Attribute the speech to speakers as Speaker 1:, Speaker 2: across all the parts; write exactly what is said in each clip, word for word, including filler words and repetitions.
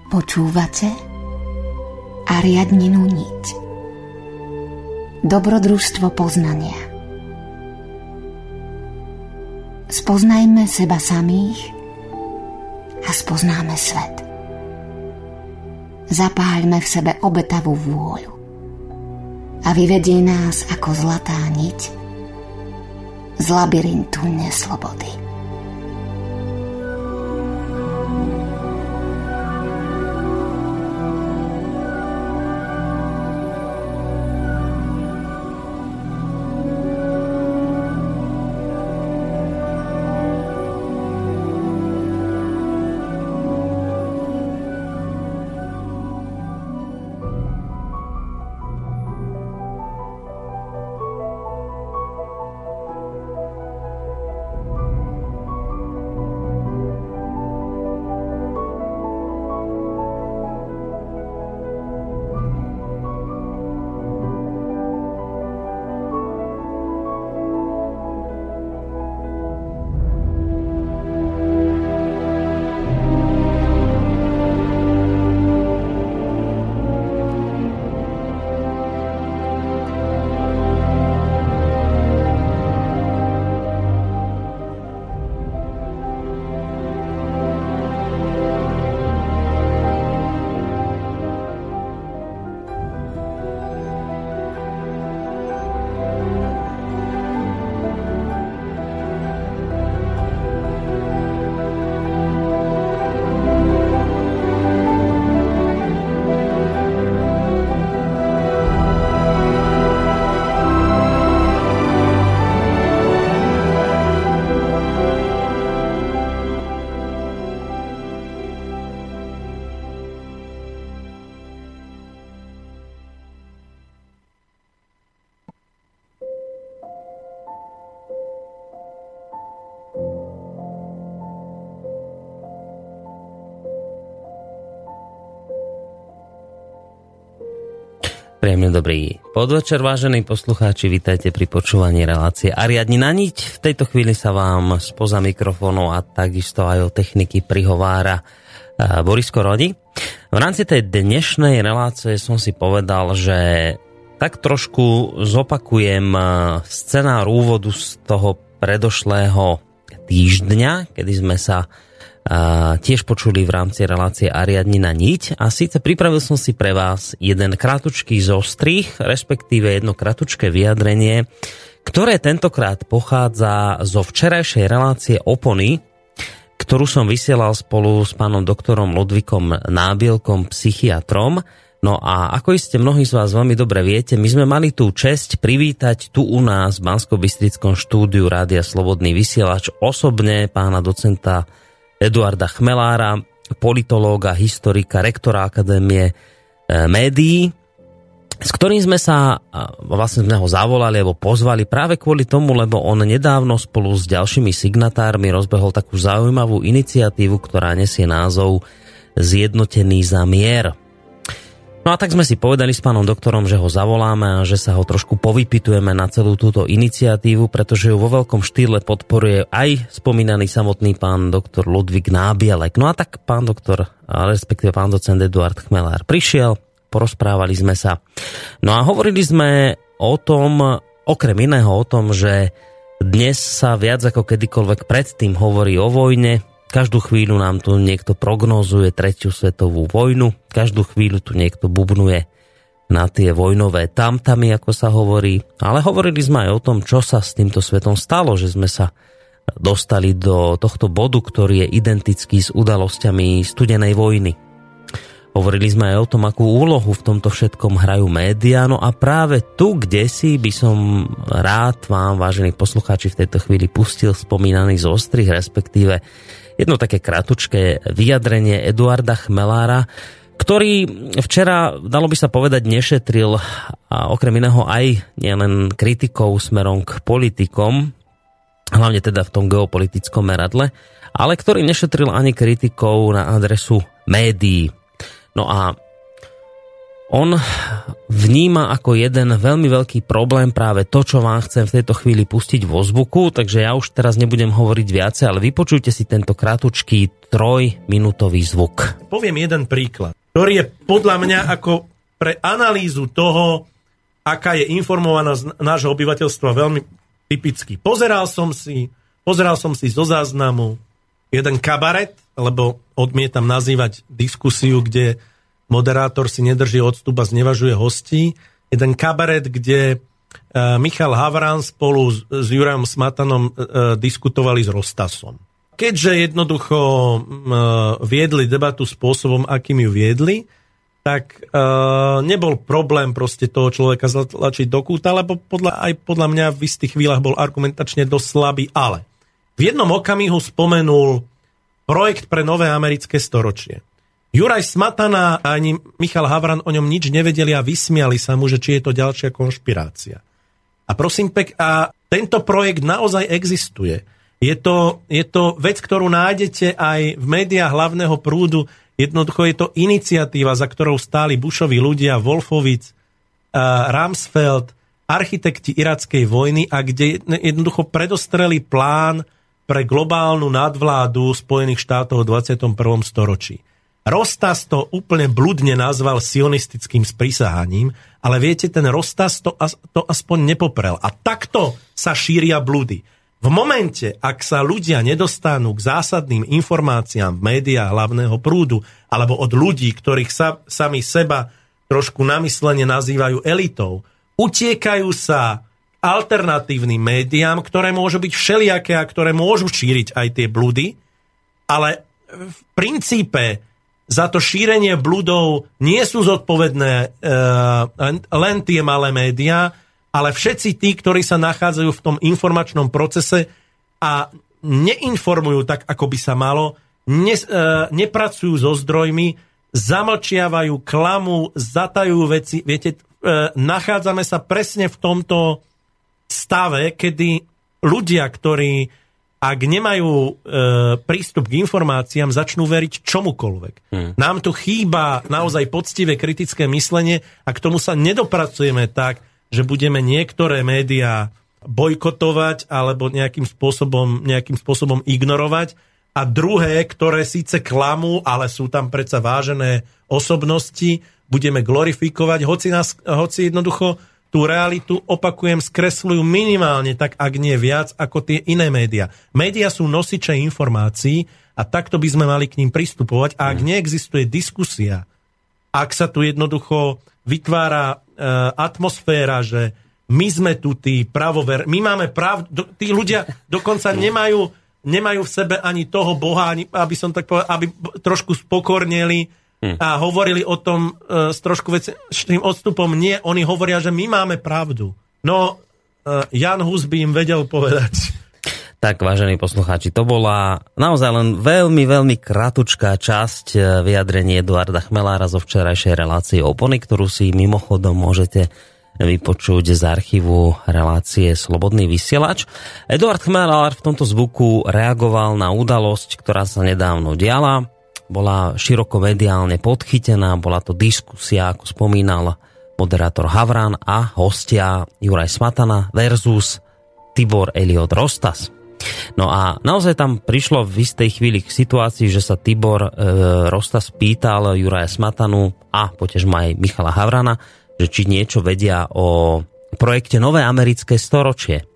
Speaker 1: Počúvate Ariadninu niť. Dobrodružstvo poznania. Spoznajme seba samých a spoznáme svet. Zapáľme v sebe obetavú vôľu a vyvedie nás ako zlatá niť z labyrintu neslobody.
Speaker 2: Príjemne dobrý podvečer, vážení poslucháči, vítajte pri počúvaní relácie Ariadnina niť. V tejto chvíli sa vám spoza mikrofónu a takisto aj o techniky prihovára Boris Koroni. V rámci tej dnešnej relácie som si povedal, že tak trošku zopakujem scenár úvodu z toho predošlého týždňa, kedy sme sa a tiež počuli v rámci relácie Ariadnina niť. A síce pripravil som si pre vás jeden kratučký zostrih, respektíve jedno kratučké vyjadrenie, ktoré tentokrát pochádza zo včerajšej relácie Opony, ktorú som vysielal spolu s pánom doktorom Ludvíkom Nábielkom, psychiatrom. No a ako iste mnohí z vás veľmi dobre viete, my sme mali tú česť privítať tu u nás v Banskobystrickom štúdiu Rádia Slobodný vysielač osobne pána docenta Eduarda Chmelára, politológa, historika, rektora Akadémie e, médií, s ktorým sme sa, vlastne sme ho zavolali alebo pozvali práve kvôli tomu, lebo on nedávno spolu s ďalšími signatármi rozbehol takú zaujímavú iniciatívu, ktorá nesie názov Zjednotený za mier. No a tak sme si povedali s pánom doktorom, že ho zavoláme a že sa ho trošku povypitujeme na celú túto iniciatívu, pretože ju vo veľkom štýle podporuje aj spomínaný samotný pán doktor Ludvík Nábielek. No a tak pán doktor, respektíve pán docent Eduard Chmelár prišiel, porozprávali sme sa. No a hovorili sme o tom, okrem iného o tom, že dnes sa viac ako kedykoľvek predtým hovorí o vojne. Každú chvíľu nám tu niekto prognózuje tretiu svetovú vojnu, každú chvíľu tu niekto bubnuje na tie vojnové tamtamy, ako sa hovorí. Ale hovorili sme aj o tom, čo sa s týmto svetom stalo, že sme sa dostali do tohto bodu, ktorý je identický s udalosťami studenej vojny. Hovorili sme aj o tom, akú úlohu v tomto všetkom hrajú médiá, no a práve tu, kdesi by som rád vám, vážení poslucháči, v tejto chvíli pustil spomínaný zostrih, respektíve jedno také kratučké vyjadrenie Eduarda Chmelára, ktorý včera, dalo by sa povedať, nešetril a okrem iného aj nielen kritikou smerom k politikom, hlavne teda v tom geopolitickom meradle, ale ktorý nešetril ani kritikou na adresu médií. No a on vníma ako jeden veľmi veľký problém práve to, čo vám chcem v tejto chvíli pustiť vo zvuku, takže ja už teraz nebudem hovoriť viacej, ale vypočujte si tento kratučký trojminútový zvuk.
Speaker 3: Poviem jeden príklad, ktorý je podľa mňa ako pre analýzu toho, aká je informovanosť nášho obyvateľstva, veľmi typický. Pozeral som si, pozeral som si zo záznamu jeden kabaret, lebo odmietam nazývať diskusiu, kde moderátor si nedrží odstup a znevažuje hostí. Jeden kabaret, kde Michal Havran spolu s Jurajom Smatanom diskutovali s Rostasom. Keďže jednoducho viedli debatu spôsobom, akým ju viedli, tak nebol problém proste toho človeka zatlačiť do kúta, lebo podľa, aj podľa mňa v istých chvíľach bol argumentačne dosť slabý, ale v jednom okamihu spomenul projekt pre nové americké storočie. Juraj Smatana a ani Michal Havran o ňom nič nevedeli a vysmiali sa mu, že či je to ďalšia konšpirácia. A prosím pek, a tento projekt naozaj existuje. Je to, je to vec, ktorú nájdete aj v médiách hlavného prúdu. Jednoducho je to iniciatíva, za ktorou stáli Bushovi ľudia, Wolfowitz, Rumsfeld, architekti irackej vojny a kde jednoducho predostreli plán pre globálnu nadvládu Spojených štátov v dvadsiatom prvom storočí. Rostas to úplne bludne nazval sionistickým sprísahaním, ale viete, ten Rostas to, to aspoň nepoprel. A takto sa šíria bludy. V momente, ak sa ľudia nedostanú k zásadným informáciám v médiách hlavného prúdu, alebo od ľudí, ktorých sa, sami seba trošku namyslene nazývajú elitou, utiekajú sa alternatívnym médiám, ktoré môžu byť všelijaké a ktoré môžu šíriť aj tie bludy, ale v princípe za to šírenie bludov nie sú zodpovedné e, len tie malé médiá, ale všetci tí, ktorí sa nachádzajú v tom informačnom procese a neinformujú tak, ako by sa malo, ne, e, nepracujú so zdrojmi, zamlčiavajú, klamú, zatajujú veci. Viete, e, nachádzame sa presne v tomto stave, kedy ľudia, ktorí ak nemajú e, prístup k informáciám, začnú veriť čomukoľvek. Hmm. Nám tu chýba naozaj poctivé kritické myslenie a k tomu sa nedopracujeme tak, že budeme niektoré médiá bojkotovať alebo nejakým spôsobom, nejakým spôsobom ignorovať a druhé, ktoré síce klamú, ale sú tam predsa vážené osobnosti, budeme glorifikovať, hoci, nás, hoci jednoducho tú realitu, opakujem, skresľujú minimálne tak, ak nie viac, ako tie iné médiá. Médiá sú nosiče informácií a takto by sme mali k ním pristupovať. A ak neexistuje diskusia, ak sa tu jednoducho vytvára e, atmosféra, že my sme tu tí pravover, my máme prav, do, tí ľudia dokonca nemajú, nemajú v sebe ani toho Boha, ani, aby som tak povedal, aby trošku spokorneli a hovorili o tom e, s trošku väčším odstupom. Nie, oni hovoria, že my máme pravdu. No, e, Jan Hus by im vedel povedať.
Speaker 2: Tak, vážení poslucháči, to bola naozaj len veľmi, veľmi kratučká časť vyjadrení Eduarda Chmelára zo včerajšej relácie Opony, ktorú si mimochodom môžete vypočuť z archívu relácie Slobodný vysielač. Eduard Chmelár v tomto zvuku reagoval na udalosť, ktorá sa nedávno diala. Bola široko mediálne podchytená, bola to diskusia, ako spomínal moderátor Havran a hostia Juraj Smatana versus Tibor Elliot Rostas. No a naozaj tam prišlo v istej chvíli k situácii, že sa Tibor e, Rostas pýtal Juraja Smatanu a potežmo aj Michala Havrana, že či niečo vedia o projekte Nové americké storočie.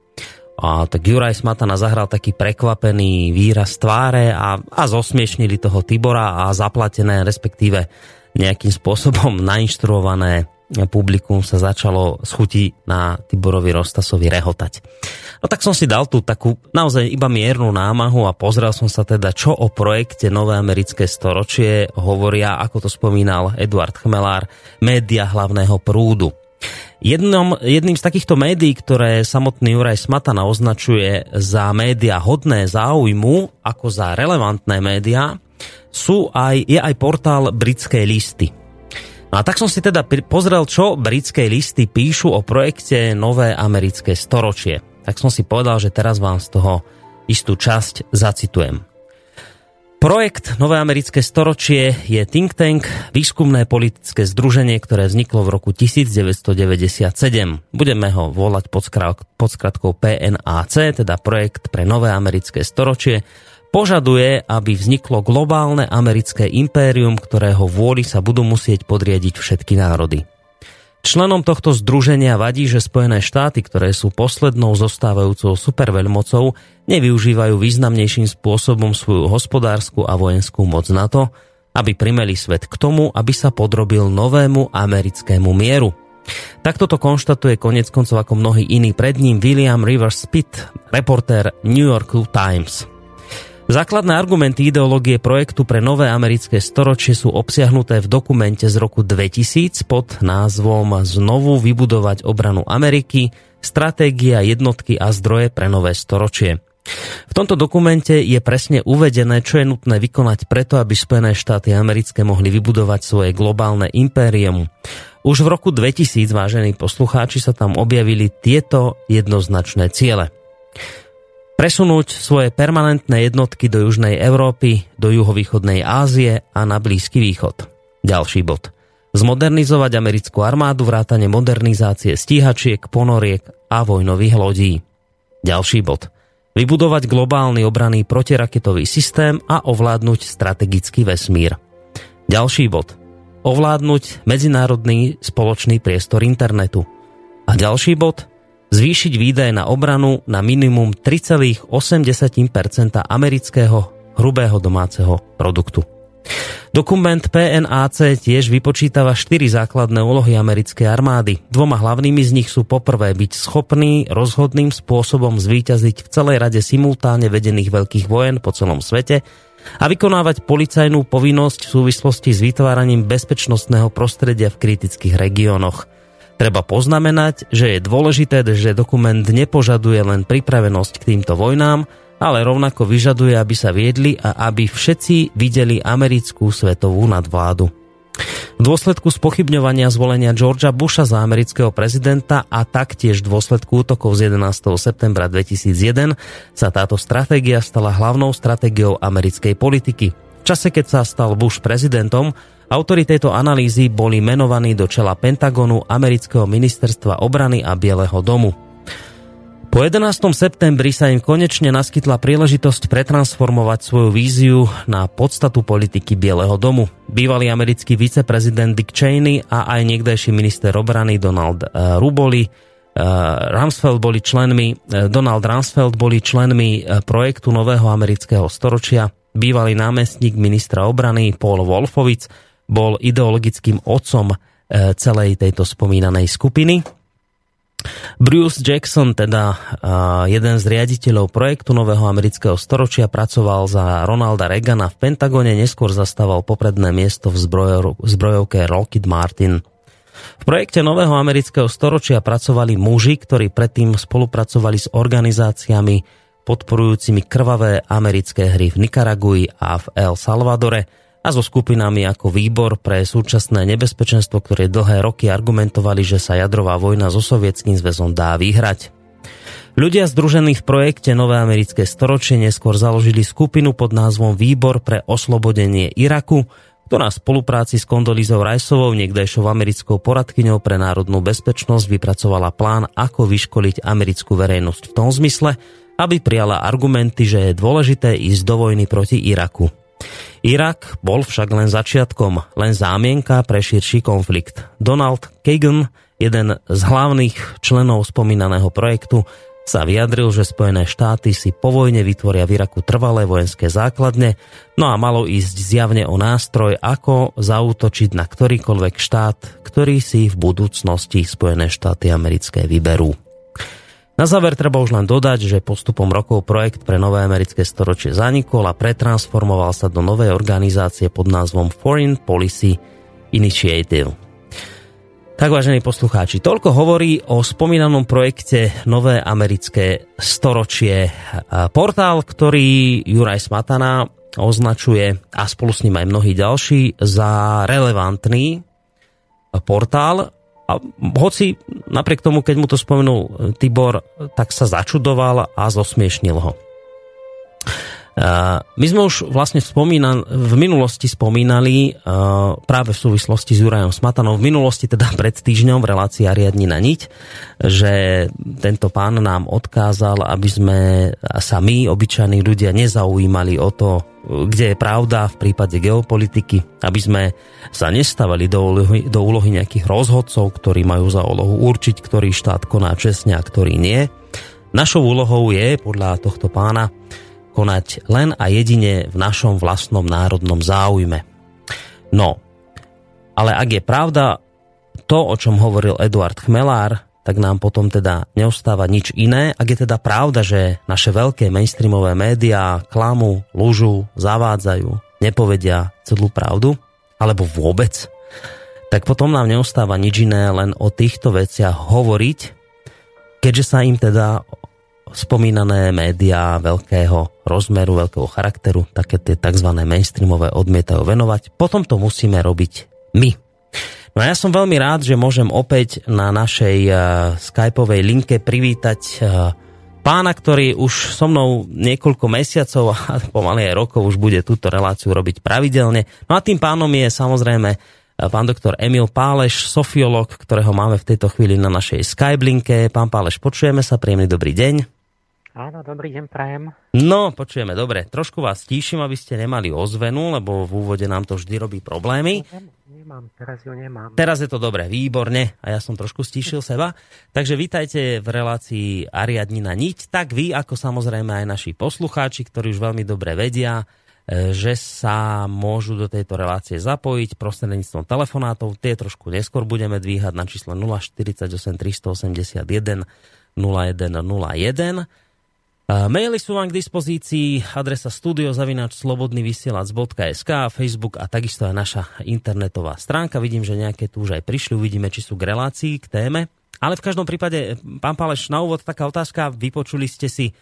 Speaker 2: A tak Juraj Smatana zahral taký prekvapený výraz tváre a, a zosmiešnili toho Tibora a zaplatené, respektíve nejakým spôsobom nainštruované publikum sa začalo z chuti na Tiborovi Rostasovi rehotať. No tak som si dal tu takú naozaj iba miernu námahu a pozrel som sa teda, čo o projekte Nové americké storočie hovoria, ako to spomínal Eduard Chmelár, média hlavného prúdu. Jednom, jedným z takýchto médií, ktoré samotný Juraj Smatana označuje za médiá hodné záujmu, ako za relevantné médiá, sú aj, je aj portál Britské listy. No a tak som si teda pozrel, čo Britské listy píšu o projekte Nové americké storočie. Tak som si povedal, že teraz vám z toho istú časť zacitujem. Projekt Nové americké storočie je think tank, výskumné politické združenie, ktoré vzniklo v roku devätnásťstodeväťdesiatsedem. Budeme ho volať pod, skra- pod skratkou P N A C, teda Projekt pre Nové americké storočie. Požaduje, aby vzniklo globálne americké impérium, ktorého vôli sa budú musieť podriadiť všetky národy. Členom tohto združenia vadí, že Spojené štáty, ktoré sú poslednou zostávajúcou superveľmocou, nevyužívajú významnejším spôsobom svoju hospodársku a vojenskú moc na to, aby primeli svet k tomu, aby sa podrobil novému americkému mieru. Takto to konštatuje konec koncov ako mnohí iní pred ním William Rivers Pitt, reportér New York Times. Základné argumenty ideológie projektu pre Nové americké storočie sú obsiahnuté v dokumente z roku dvetisíc pod názvom Znovu vybudovať obranu Ameriky, stratégia, jednotky a zdroje pre nové storočie. V tomto dokumente je presne uvedené, čo je nutné vykonať preto, aby Spojené štáty americké mohli vybudovať svoje globálne impérium. Už v roku dvetisíc, vážení poslucháči, sa tam objavili tieto jednoznačné ciele. Presunúť svoje permanentné jednotky do južnej Európy, do juhovýchodnej Ázie a na Blízky východ. Ďalší bod. Zmodernizovať americkú armádu, vrátane modernizácie stíhačiek, ponoriek a vojnových lodí. Ďalší bod. Vybudovať globálny obranný protiraketový systém a ovládnuť strategický vesmír. Ďalší bod. Ovládnuť medzinárodný spoločný priestor internetu. A ďalší bod. Zvýšiť výdaje na obranu na minimum tri celé osem percenta amerického hrubého domáceho produktu. Dokument P N A C tiež vypočítava štyri základné úlohy americkej armády. Dvoma hlavnými z nich sú poprvé byť schopný rozhodným spôsobom zvíťaziť v celej rade simultáne vedených veľkých vojen po celom svete a vykonávať policajnú povinnosť v súvislosti s vytváraním bezpečnostného prostredia v kritických regiónoch. Treba poznamenať, že je dôležité, že dokument nepožaduje len pripravenosť k týmto vojnám, ale rovnako vyžaduje, aby sa viedli a aby všetci videli americkú svetovú nadvládu. V dôsledku spochybňovania zvolenia Georgea Busha za amerického prezidenta a taktiež v dôsledku útokov z jedenásteho septembra dvetisícjeden sa táto stratégia stala hlavnou stratégiou americkej politiky. V čase, keď sa stal Bush prezidentom, autori tejto analýzy boli menovaní do čela Pentagonu, amerického ministerstva obrany a Bieleho domu. Po jedenásteho septembri sa im konečne naskytla príležitosť pretransformovať svoju víziu na podstatu politiky Bieleho domu. Bývalý americký viceprezident Dick Cheney a aj niekdajší minister obrany Donald uh, Ruboli, uh, Rumsfeld boli členmi, uh, Donald Rumsfeld boli členmi uh, projektu Nového amerického storočia. Bývalý námestník ministra obrany Paul Wolfowitz bol ideologickým otcom celej tejto spomínanej skupiny. Bruce Jackson, teda jeden z riaditeľov projektu Nového amerického storočia, pracoval za Ronalda Reagana v Pentagone, neskôr zastával popredné miesto v zbrojovke Lockheed Martin. V projekte Nového amerického storočia pracovali muži, ktorí predtým spolupracovali s organizáciami podporujúcimi krvavé americké hry v Nikaragui a v El Salvadore a so skupinami ako Výbor pre súčasné nebezpečenstvo, ktoré dlhé roky argumentovali, že sa jadrová vojna so Sovietským zväzom dá vyhrať. Ľudia združení v projekte Nové americké storočie neskôr založili skupinu pod názvom Výbor pre oslobodenie Iraku, ktorá v spolupráci s Condoleezou Riceovou, niekdajšou americkou poradkyňou pre národnú bezpečnosť, vypracovala plán, ako vyškoliť americkú verejnosť v tom zmysle, aby prijala argumenty, že je dôležité ísť do vojny proti Iraku. Irak bol však len začiatkom, len zámienka pre širší konflikt. Donald Kagan, jeden z hlavných členov spomínaného projektu, sa vyjadril, že Spojené štáty si po vojne vytvoria v Iraku trvalé vojenské základne, no a malo ísť zjavne o nástroj, ako zaútočiť na ktorýkoľvek štát, ktorý si v budúcnosti Spojené štáty americké vyberú. Na záver treba už len dodať, že postupom rokov projekt pre Nové americké storočie zanikol a pretransformoval sa do novej organizácie pod názvom Foreign Policy Initiative. Tak, vážení poslucháči, toľko hovorí o spomínanom projekte Nové americké storočie. Portál, ktorý Juraj Smatana označuje, a spolu s ním aj mnohí ďalší, za relevantný portál. A hoci napriek tomu, keď mu to spomenul Tibor, tak sa začudoval a zosmiešnil ho. My sme už vlastne spomínali, v minulosti spomínali práve v súvislosti s Jurajom Smatanom, v minulosti teda pred týždňom v relácii Ariadni na niť, že tento pán nám odkázal, aby sme sa my, obyčajní ľudia, nezaujímali o to, kde je pravda v prípade geopolitiky, aby sme sa nestávali do úlohy, do úlohy nejakých rozhodcov, ktorí majú za úlohu určiť, ktorý štát koná čestne a ktorý nie. Našou úlohou je, podľa tohto pána, konať len a jedine v našom vlastnom národnom záujme. No, ale ak je pravda to, o čom hovoril Eduard Chmelár, tak nám potom teda neostáva nič iné. Ak je teda pravda, že naše veľké mainstreamové médiá klamú, lžú, zavádzajú, nepovedia celú pravdu, alebo vôbec, tak potom nám neostáva nič iné len o týchto veciach hovoriť, keďže sa im teda spomínané médiá veľkého rozmeru, veľkého charakteru, také tie tzv. Mainstreamové odmietajú venovať. Potom to musíme robiť my. No a ja som veľmi rád, že môžem opäť na našej uh, skypovej linke privítať uh, pána, ktorý už so mnou niekoľko mesiacov a pomaly aj rokov už bude túto reláciu robiť pravidelne. No a tým pánom je samozrejme uh, pán doktor Emil Páleš, sofiológ, ktorého máme v tejto chvíli na našej Skype linke. Pán Páleš, počujeme sa, príjemný dobrý deň.
Speaker 4: Áno, dobrý deň, prajem.
Speaker 2: No, počujeme, dobre. Trošku vás stíšim, aby ste nemali ozvenu, lebo v úvode nám to vždy robí problémy.
Speaker 4: Nemám, teraz ju nemám.
Speaker 2: Teraz je to dobre, výborne. A ja som trošku stíšil seba. Takže vítajte v relácii Ariadni na niť. Tak vy, ako samozrejme aj naši poslucháči, ktorí už veľmi dobre vedia, že sa môžu do tejto relácie zapojiť prostredníctvom telefonátov. Tie trošku neskôr budeme dvíhať na číslo nula štyridsaťosem tristoosemdesiatjeden nula jeden nula jeden. Maily sú vám k dispozícii, adresa studio zavináč slobodný vysielač bodka es ká, Facebook a takisto aj naša internetová stránka. Vidím, že nejaké tu už aj prišli, uvidíme, či sú k relácii, k téme. Ale v každom prípade, pán Páleš, na úvod taká otázka, vypočuli ste si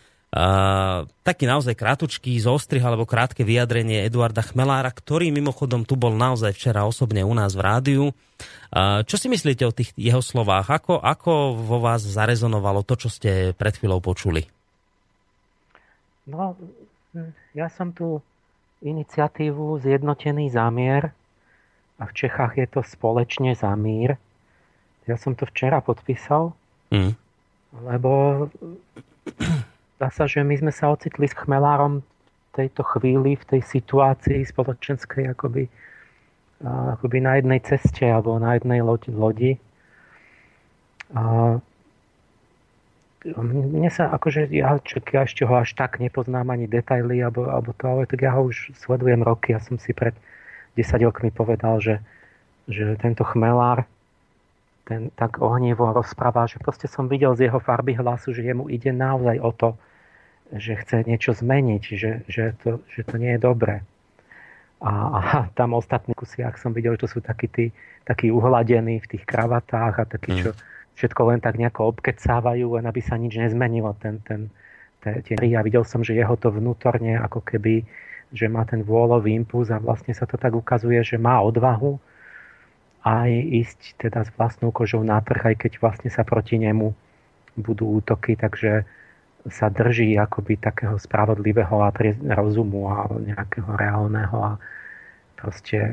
Speaker 2: uh, taký naozaj krátučký zostrih alebo krátke vyjadrenie Eduarda Chmelára, ktorý mimochodom tu bol naozaj včera osobne u nás v rádiu. Uh, čo si myslíte o tých jeho slovách? Ako, ako vo vás zarezonovalo to, čo ste pred chvíľou počuli?
Speaker 4: No, ja som tu iniciatívu Zjednotený zámier a v Čechách je to Společne za mír. Ja som to včera podpísal, mm. lebo dá sa, že my sme sa ocitli s Chmelárom v tejto chvíli, v tej situácii spoločenskej akoby, akoby na jednej ceste alebo na jednej lodi. A mne sa, akože ja, čo, ja ešte ho až tak nepoznám ani detaily, alebo, alebo to, ale tak ja ho už sledujem roky. Ja som si pred desať rokmi povedal, že, že tento Chmelár ten tak ohnivo rozpráva, že proste som videl z jeho farby hlasu, že jemu ide naozaj o to, že chce niečo zmeniť, že, že, to, že to nie je dobré. A, a tam ostatní kusy, ak som videl, že to sú takí, tí, takí uhladení v tých kravatách a takí, čo všetko len tak nejako obkecávajú, len aby sa nič nezmenilo. Ten, ten, ten, ten, ja videl som, že jeho to vnútorne ako keby, že má ten vôľový impuls a vlastne sa to tak ukazuje, že má odvahu aj ísť teda s vlastnou kožou na trh, aj keď vlastne sa proti nemu budú útoky, takže sa drží akoby takého spravodlivého a rozumu a nejakého reálneho a proste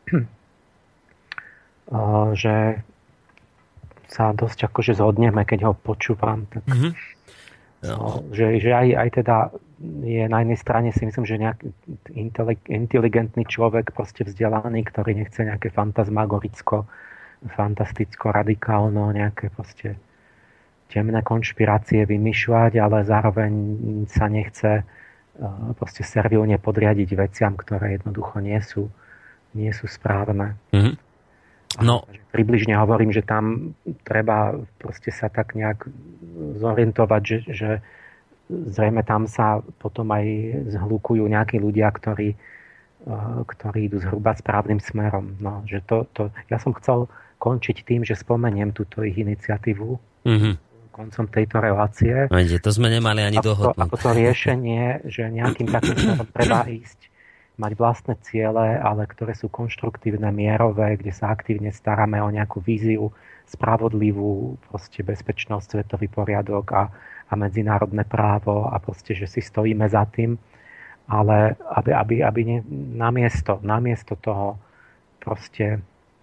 Speaker 4: že sa dosť akože zhodneme, keď ho počúvam. Tak, mm-hmm. no, že že aj, aj teda je na jednej strane si myslím, že nejaký inteligentný človek, proste vzdelaný, ktorý nechce nejaké fantasmagoricko, fantasticko, radikálno, nejaké proste temné konšpirácie vymýšľať, ale zároveň sa nechce proste servilne podriadiť veciam, ktoré jednoducho nie sú, nie sú správne. Mm-hmm. No. Približne hovorím, že tam treba proste sa tak nejak zorientovať, že, že zrejme tam sa potom aj zhlukujú nejakí ľudia, ktorí, ktorí idú zhruba správnym smerom. No, že to, to, ja som chcel končiť tým, že spomeniem túto ich iniciatívu mm-hmm. koncom tejto relácie.
Speaker 2: Veď, to sme nemali ani dohodnúť.
Speaker 4: Ako to riešenie, že nejakým takým smerom treba ísť, mať vlastné ciele, ale ktoré sú konštruktívne, mierové, kde sa aktívne staráme o nejakú víziu, spravodlivú, proste bezpečnosť, svetový poriadok a, a medzinárodné právo a proste, že si stojíme za tým. ale aby, aby, aby ne, namiesto, namiesto toho proste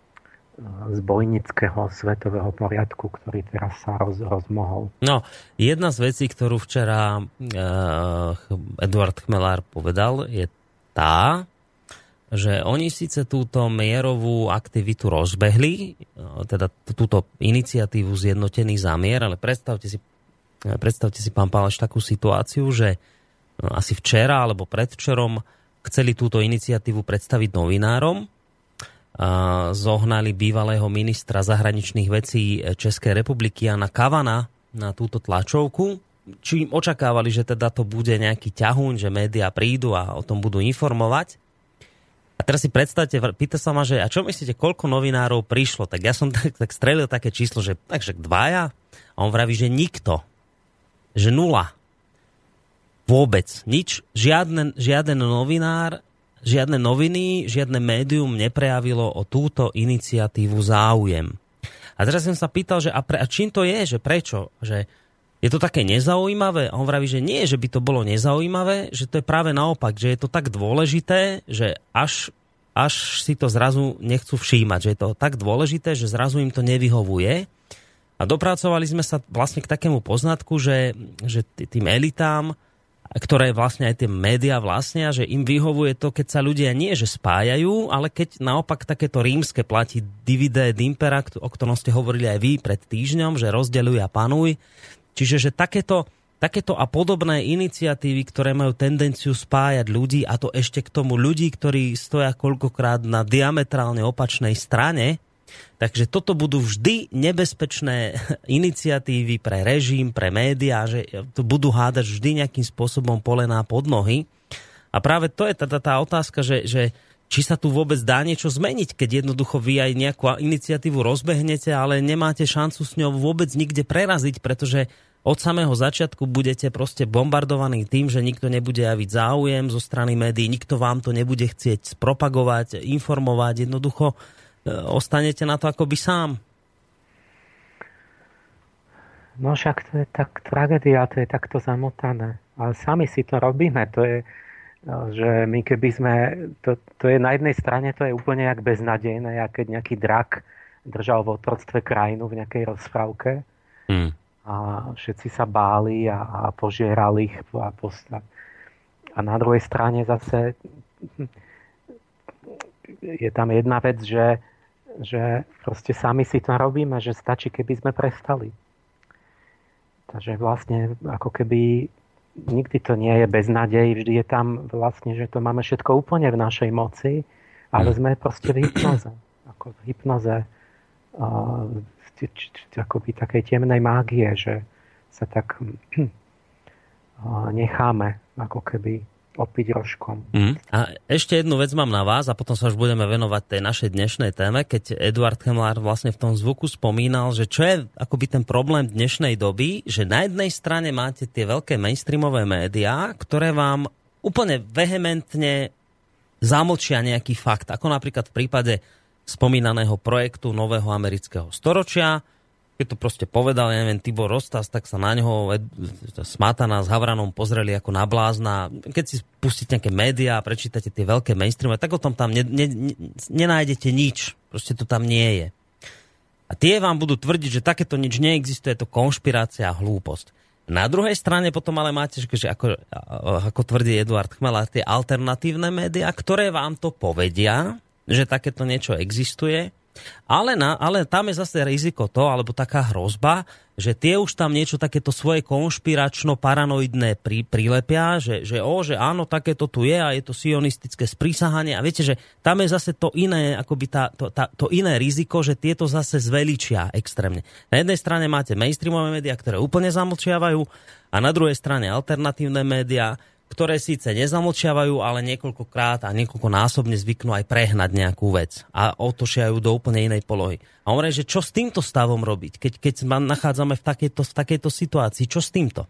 Speaker 4: zbojnického svetového poriadku, ktorý teraz sa roz, rozmohol.
Speaker 2: No, jedna z vecí, ktorú včera uh, Eduard Chmelár povedal, je tá, že oni síce túto mierovú aktivitu rozbehli, teda túto iniciatívu Zjednotený zámier, ale predstavte si, predstavte si, pán Páleš, takú situáciu, že no, asi včera alebo predvčerom chceli túto iniciatívu predstaviť novinárom, zohnali bývalého ministra zahraničných vecí Českej republiky Jana Kavana na túto tlačovku, či očakávali, že teda to bude nejaký ťahuň, že médiá prídu a o tom budú informovať. A teraz si predstavte, pýta sa ma, že a čo myslíte, koľko novinárov prišlo? Tak ja som tak, tak strelil také číslo, že takže dvaja? A on vraví, že nikto. Že nula. Vôbec. Nič. Žiaden, žiaden novinár, žiadne noviny, žiadne médium neprejavilo o túto iniciatívu záujem. A teraz som sa pýtal, že a, pre, a čím to je, že prečo? Že je to také nezaujímavé? A on vraví, že nie, že by to bolo nezaujímavé, že to je práve naopak, že je to tak dôležité, že až, až si to zrazu nechcú všímať, že je to tak dôležité, že zrazu im to nevyhovuje. A dopracovali sme sa vlastne k takému poznatku, že, že tým elitám, ktoré vlastne aj tie médiá vlastnia, že im vyhovuje to, keď sa ľudia nie že spájajú, ale keď naopak takéto rímske platí divide et impera, o ktorom ste hovorili aj vy pred týždňom, že rozdeľuj a panuj. Čiže že takéto, takéto a podobné iniciatívy, ktoré majú tendenciu spájať ľudí, a to ešte k tomu ľudí, ktorí stoja koľkokrát na diametrálne opačnej strane, takže toto budú vždy nebezpečné iniciatívy pre režim, pre médiá, že to budú hádať vždy nejakým spôsobom polená pod nohy. A práve to je tá, tá, tá otázka, že, že či sa tu vôbec dá niečo zmeniť, keď jednoducho vy aj nejakú iniciatívu rozbehnete, ale nemáte šancu s ňou vôbec nikde preraziť, pretože od samého začiatku budete proste bombardovaní tým, že nikto nebude javiť záujem zo strany médií, nikto vám to nebude chcieť spropagovať, informovať, jednoducho ostanete na to akoby sám.
Speaker 4: No však to je tak tragédia, to je takto zamotané. Ale sami si to robíme. To je, že my keby sme, to, to je na jednej strane, to je úplne jak beznadejné, jak keď nejaký drak držal v otroctve krajinu v nejakej rozprávke hmm. a všetci sa báli a, a požierali ich a, posta- a na druhej strane zase je tam jedna vec, že že proste sami si to robíme, že stačí, keby sme prestali. Takže vlastne ako keby nikdy to nie je beznadej, vždy je tam vlastne, že to máme všetko úplne v našej moci, ale sme proste v hypnoze. Ako v hypnoze uh, akoby takej temnej mágie, že sa tak uh, necháme ako keby opiť rožkom.
Speaker 2: Mm. A ešte jednu vec mám na vás a potom sa už budeme venovať tej našej dnešnej téme, keď Eduard Chmelár vlastne v tom zvuku spomínal, že čo je akoby ten problém dnešnej doby, že na jednej strane máte tie veľké mainstreamové médiá, ktoré vám úplne vehementne zamlčia nejaký fakt, ako napríklad v prípade spomínaného projektu nového amerického storočia. Keď to proste povedal, ja neviem, Tibor Rostas, tak sa na ňoho Smatana s Havranom pozreli ako na blázna. Keď si pustíte nejaké médiá a prečítate tie veľké mainstreamy, tak o tom tam ne, ne, ne, nenájdete nič. Proste to tam nie je. A tie vám budú tvrdiť, že takéto nič neexistuje, je to konšpirácia a hlúposť. Na druhej strane potom ale máte, že ako, ako tvrdí Eduard Chmelár, tie alternatívne médiá, ktoré vám to povedia, že takéto niečo existuje. Ale, na, ale tam je zase riziko to, alebo taká hrozba, že tie už tam niečo takéto svoje konšpiračno-paranoidné pri, prilepia, že, že, o, že áno, takéto tu je a je to sionistické sprísahanie. A viete, že tam je zase to iné, akoby tá, to, tá, to iné riziko, že tieto zase zveličia extrémne. Na jednej strane máte mainstreamové médiá, ktoré úplne zamlčiavajú, a na druhej strane alternatívne médiá, ktoré síce nezamlčiavajú, ale niekoľkokrát a niekoľkonásobne zvyknú aj prehnať nejakú vec a otočiajú do úplne inej polohy. A hovorí, že čo s týmto stavom robiť, keď, keď sa nachádzame v takejto, v takejto situácii, čo s týmto?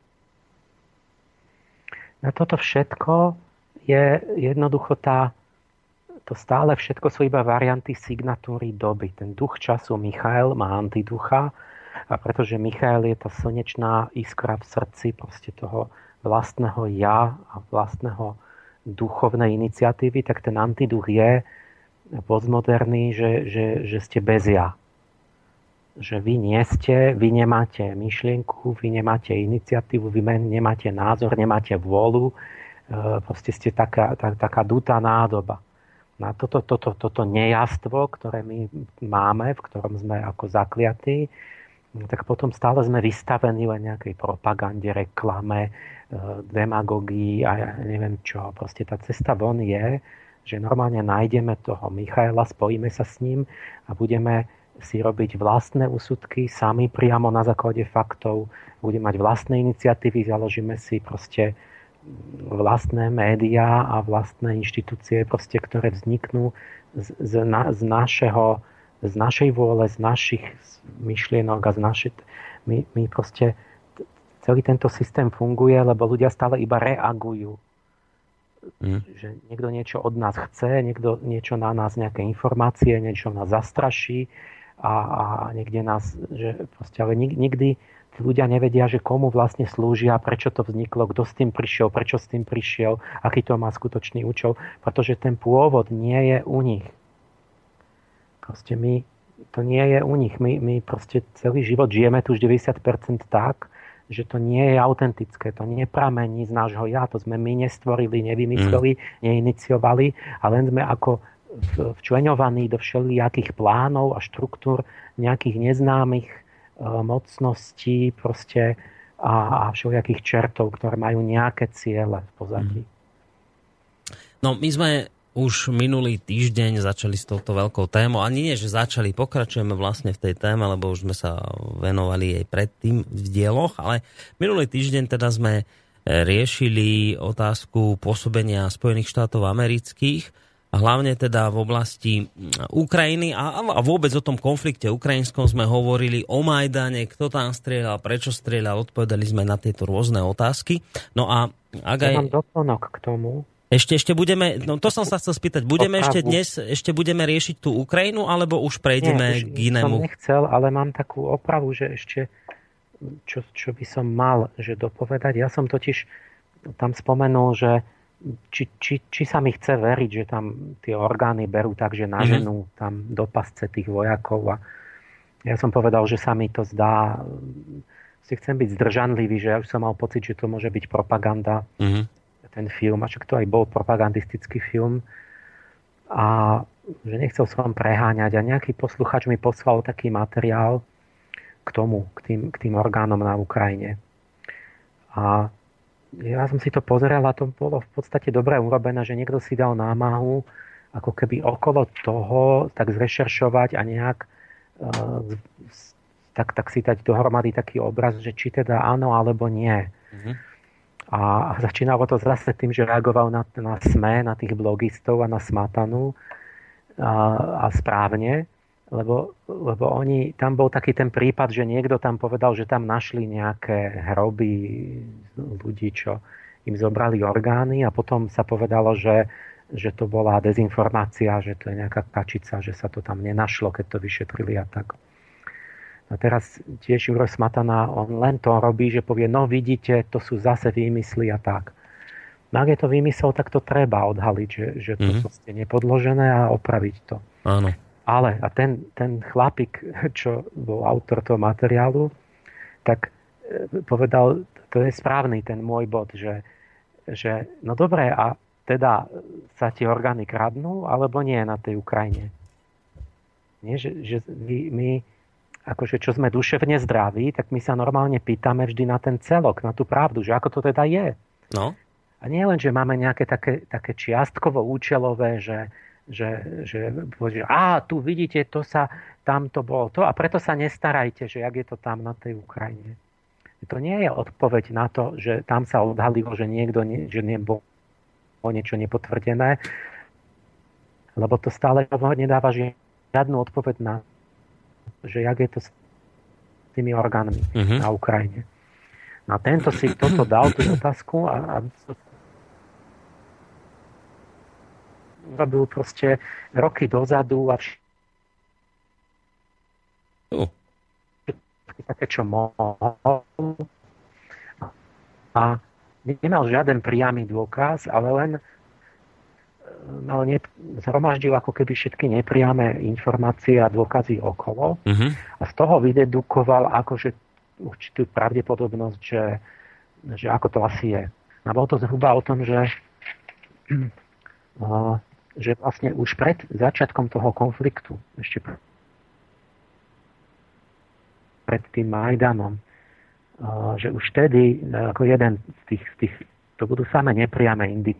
Speaker 4: Na toto všetko je jednoducho tá, to stále všetko sú iba varianty signatúry doby. Ten duch času Michael má antiducha, a pretože Michael je tá slnečná iskra v srdci proste toho vlastného ja a vlastného duchovnej iniciatívy, tak ten antiduch je postmoderný, že, že, že ste bez ja. Že vy nie ste, vy nemáte myšlienku, vy nemáte iniciatívu, vy nemáte názor, nemáte vôľu, proste ste taká, tak, taká dutá nádoba. Na toto, toto, toto nejastvo, ktoré my máme, v ktorom sme ako zakliatí, tak potom stále sme vystavení len nejakej propagande, reklame, demagogii a ja neviem čo. Proste tá cesta von je, že normálne nájdeme toho Michaela, spojíme sa s ním a budeme si robiť vlastné úsudky sami priamo na základe faktov, budeme mať vlastné iniciatívy, založíme si proste vlastné médiá a vlastné inštitúcie, proste, ktoré vzniknú z, z, na, z, našeho, z našej vôle, z našich myšlienok a z našej... My, my proste... Celý tento systém funguje, lebo ľudia stále iba reagujú. Mm. Že niekto niečo od nás chce, niekto niečo na nás, nejaké informácie, niečo nás zastraší a, a niekde nás... Že proste, ale nikdy tí ľudia nevedia, že komu vlastne slúžia, prečo to vzniklo, kto s tým prišiel, prečo s tým prišiel, aký to má skutočný účel, pretože ten pôvod nie je u nich. Proste my... To nie je u nich. My, my proste celý život žijeme tu už deväťdesiat percent tak, že to nie je autentické, to nepramení z nášho ja, to sme my nestvorili, nevymysleli, mm. neiniciovali, a len sme ako včleňovaní do všelijakých plánov a štruktúr nejakých neznámych e, mocností proste a, a všelijakých čertov, ktoré majú nejaké ciele v pozadí. Mm.
Speaker 2: No my sme už minulý týždeň začali s touto veľkou témou. Ani nie, že začali, pokračujeme vlastne v tej téme, lebo už sme sa venovali jej predtým v dieloch, ale minulý týždeň teda sme riešili otázku pôsobenia Spojených štátov amerických a hlavne teda v oblasti Ukrajiny a, a vôbec o tom konflikte ukrajinskom sme hovorili, o Majdane, kto tam strieľal, prečo strieľal, odpovedali sme na tieto rôzne otázky. No a ak aj...
Speaker 4: Ja mám doplnok k tomu.
Speaker 2: Ešte, ešte budeme, no to som sa chcel spýtať, budeme
Speaker 4: Opravu.
Speaker 2: ešte dnes, ešte budeme riešiť tú Ukrajinu, alebo už prejdeme
Speaker 4: Nie,
Speaker 2: k inému?
Speaker 4: Som nechcel, ale mám takú opravu, že ešte, čo, čo by som mal, že dopovedať. Ja som totiž tam spomenul, že či, či, či sa mi chce veriť, že tam tie orgány berú tak, že naženú mm-hmm. tam do pasce tých vojakov. A ja som povedal, že sa mi to zdá, si chcem byť zdržanlivý, že ja už som mal pocit, že to môže byť propaganda. Mm-hmm. Ten film, a čo to aj bol propagandistický film, a že nechcel som preháňať, a nejaký posluchač mi poslal taký materiál k tomu, k tým, k tým orgánom na Ukrajine. A ja som si to pozeral a to bolo v podstate dobre urobené, že niekto si dal námahu ako keby okolo toho tak zrešeršovať a nejak uh, tak, tak si dať dohromady taký obraz, že či teda áno alebo nie. Mhm. A začínalo to zase tým, že reagoval na, na es em e, na tých blogistov a na Smatanu a, a správne, lebo, lebo oni, tam bol taký ten prípad, že niekto tam povedal, že tam našli nejaké hroby ľudí, čo im zobrali orgány, a potom sa povedalo, že, že to bola dezinformácia, že to je nejaká kačica, že sa to tam nenašlo, keď to vyšetrili a tak. A teraz tiež Juraj Smatana, on len to robí, že povie, no vidíte, to sú zase výmysly a tak. No ak je to výmysel, tak to treba odhaliť, že, že to mm-hmm. je nepodložené, a opraviť to.
Speaker 2: Áno.
Speaker 4: Ale a ten, ten chlapík, čo bol autor toho materiálu, tak povedal, to je správny ten môj bod, že, že no dobré, a teda sa tie orgány kradnú, alebo nie na tej Ukrajine? Nie, že, že my... my akože čo sme duševne zdraví, tak my sa normálne pýtame vždy na ten celok, na tú pravdu, že ako to teda je.
Speaker 2: No.
Speaker 4: A nie len, že máme nejaké také, také čiastkovo účelové, že, že, že, že á, tu vidíte, to sa, tam to bolo to, a preto sa nestarajte, že jak je to tam na tej Ukrajine. To nie je odpoveď na to, že tam sa odhalilo, že niekto, nie, že nebolo niečo nepotvrdené, lebo to stále nedáva žiadnu odpoveď na že jak je to s tými orgánmi uh-huh. na Ukrajine. No a tento si toto dal, tú otázku, a, a robil proste roky dozadu a všetky uh. také, čo mohol. A nemal žiaden priamy dôkaz, ale len ale ne, zhromaždil ako keby všetky nepriame informácie a dôkazy okolo uh-huh. a z toho vydedukoval akože určitú pravdepodobnosť, že, že ako to asi je. A bolo to zhruba o tom, že, že vlastne už pred začiatkom toho konfliktu, ešte pred tým Majdanom, že už vtedy ako jeden z tých, z tých to budú samé nepriame indikácie.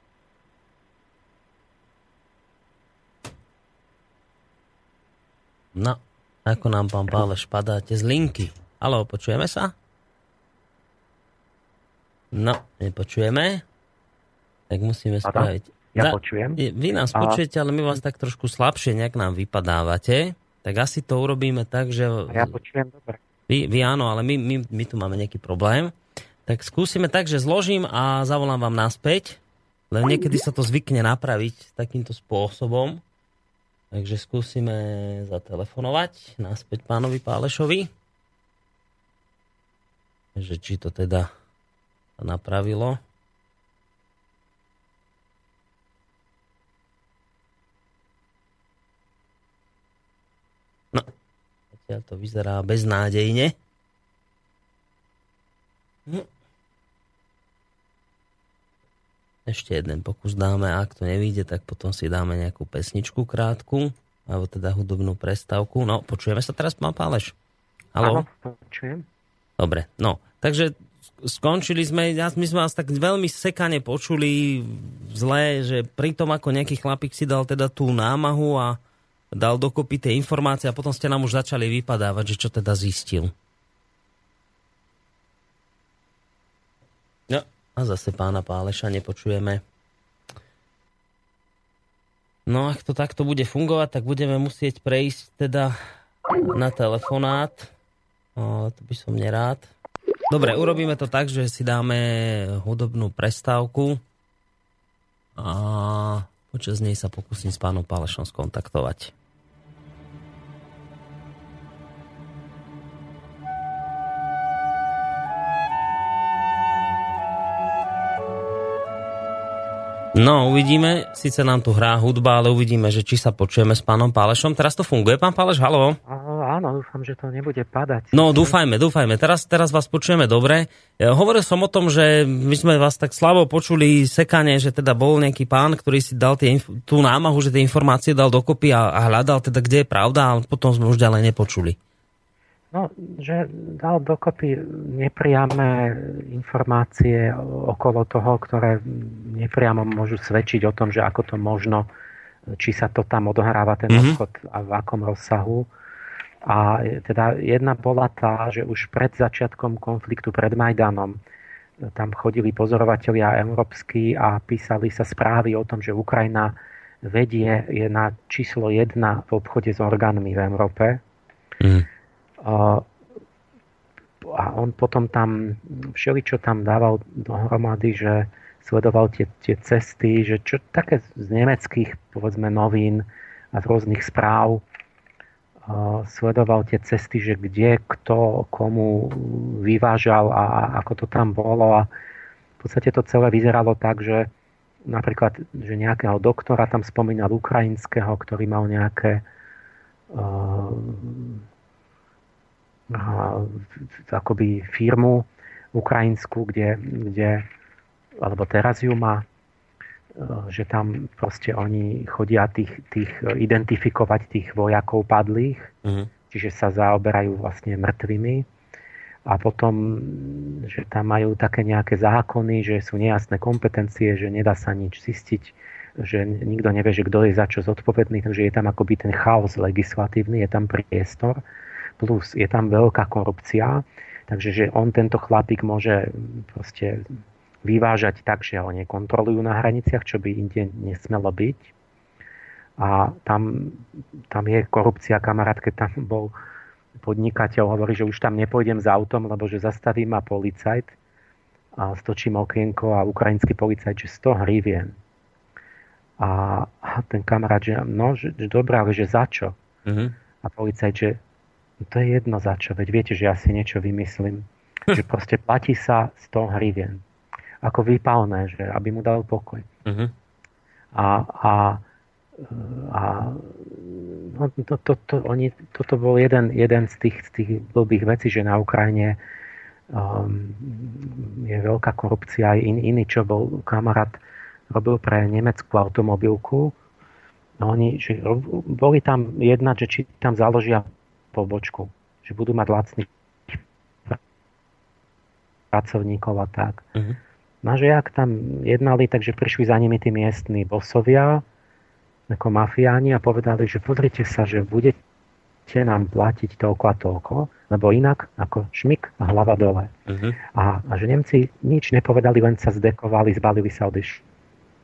Speaker 2: No, ako nám pán Páleš padáte z linky. Haló, počujeme sa? No, nepočujeme. Tak musíme spraviť.
Speaker 4: Ja
Speaker 2: Za,
Speaker 4: počujem.
Speaker 2: Vy nás
Speaker 4: A...
Speaker 2: počujete, ale my vás tak trošku slabšie nejak nám vypadávate. Tak asi to urobíme tak, že...
Speaker 4: Ja počujem dobre.
Speaker 2: Vy, vy áno, ale my, my, my tu máme nejaký problém. Tak skúsime tak, že zložím a zavolám vám naspäť. Len niekedy sa to zvykne napraviť takýmto spôsobom. Takže skúsime zatelefonovať naspäť pánovi Pálešovi. Že či to teda napravilo. No, zatiaľ to vyzerá beznádejne. Hm. Ešte jeden pokus dáme, a ak to nevíde, tak potom si dáme nejakú pesničku krátku, alebo teda hudobnú prestávku. No, počujeme sa teraz, pán Páleš? Haló?
Speaker 4: Áno, počujem.
Speaker 2: Dobre, no, takže skončili sme, my sme vás tak veľmi sekane počuli zle, že pri tom, ako nejaký chlapík si dal teda tú námahu a dal dokopy tie informácie a potom ste nám už začali vypadávať, že čo teda zistil. No. A zase pána Páleša nepočujeme. No ak to takto bude fungovať, tak budeme musieť prejsť teda na telefonát. O, to by som nerád. Dobre, urobíme to tak, že si dáme hudobnú prestávku a počas nej sa pokúsim s pánom Pálešom skontaktovať. No, uvidíme. Sice nám tu hrá hudba, ale uvidíme, že či sa počujeme s pánom Pálešom. Teraz to funguje, pán Páleš? Haló?
Speaker 4: Áno, dúfam, že to nebude padať.
Speaker 2: No, dúfajme, dúfajme. Teraz, teraz vás počujeme dobre. Ja hovoril som o tom, že my sme vás tak slabo počuli sekane, že teda bol nejaký pán, ktorý si dal tie, tú námahu, že tie informácie dal dokopy a, a hľadal teda, kde je pravda, ale potom sme už ďalej nepočuli.
Speaker 4: No, že dal dokopy nepriame informácie okolo toho, ktoré nepriamo môžu svedčiť o tom, že ako to možno, či sa to tam odohráva ten mm-hmm. obchod a v akom rozsahu. A teda jedna bola tá, že už pred začiatkom konfliktu, pred Majdanom, tam chodili pozorovatelia európski a písali sa správy o tom, že Ukrajina vedie, je na číslo jedna v obchode s orgánmi v Európe. Mm. A on potom tam všeličo tam dával dohromady, že sledoval tie, tie cesty, že čo také z nemeckých, povedzme, novín a z rôznych správ uh, sledoval tie cesty, že kde, kto, komu vyvážal a, a ako to tam bolo. A v podstate to celé vyzeralo tak, že napríklad, že nejakého doktora tam spomínal ukrajinského, ktorý mal nejaké uh, akoby firmu ukrajinskú, kde, kde alebo teraz ju má, že tam proste oni chodia tých, tých identifikovať tých vojakov padlých, mm-hmm. čiže sa zaoberajú vlastne mŕtvými a potom, že tam majú také nejaké zákony, že sú nejasné kompetencie, že nedá sa nič zistiť, že nikto nevie, že kto je za čo zodpovedný, takže je tam akoby ten chaos legislatívny, je tam priestor. Plus je tam veľká korupcia, takže že on, tento chlapík, môže proste vyvážať tak, že ho nekontrolujú na hraniciach, čo by inde nesmelo byť. A tam, tam je korupcia, kamarát, keď tam bol podnikateľ, hovorí, že už tam nepôjdem s autom, lebo že zastaví ma policajt a stočím okienko a ukrajinský policajt, že sto hrivien. A, a ten kamarát, že no, že, že dobré, ale že za čo? Mm-hmm. A policajt, že to je jedno za čo, veď viete, že ja si niečo vymyslím. Že proste platí sa sto hrivien. Ako výpalné, že aby mu dal pokoj. Uh-huh. A A, a, a no, to, to, to, oni, toto bol jeden, jeden z tých, z tých blbých vecí, že na Ukrajine um, je veľká korupcia. Aj in, iný, čo bol kamarát, robil pre nemeckú automobilku. No oni, že boli tam jednať, že či tam založia pobočku, že budú mať lacných pracovníkov a tak. Uh-huh. No že jak tam jednali, takže prišli za nimi tí miestni bosovia, ako mafiáni a povedali, že pozrite sa, že budete nám platiť toľko a toľko, lebo inak ako šmik a hlava dole. Uh-huh. A, a že Nemci nič nepovedali, len sa zdekovali, zbalili sa, odišli.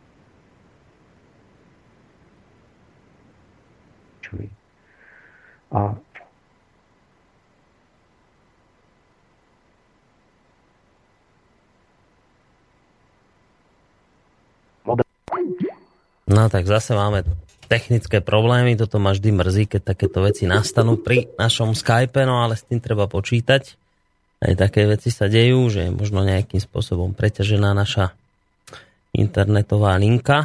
Speaker 4: A
Speaker 2: No tak zase máme technické problémy, toto ma vždy mrzí, keď takéto veci nastanú pri našom Skype, no ale s tým treba počítať. Aj také veci sa dejú, že je možno nejakým spôsobom preťažená naša internetová linka.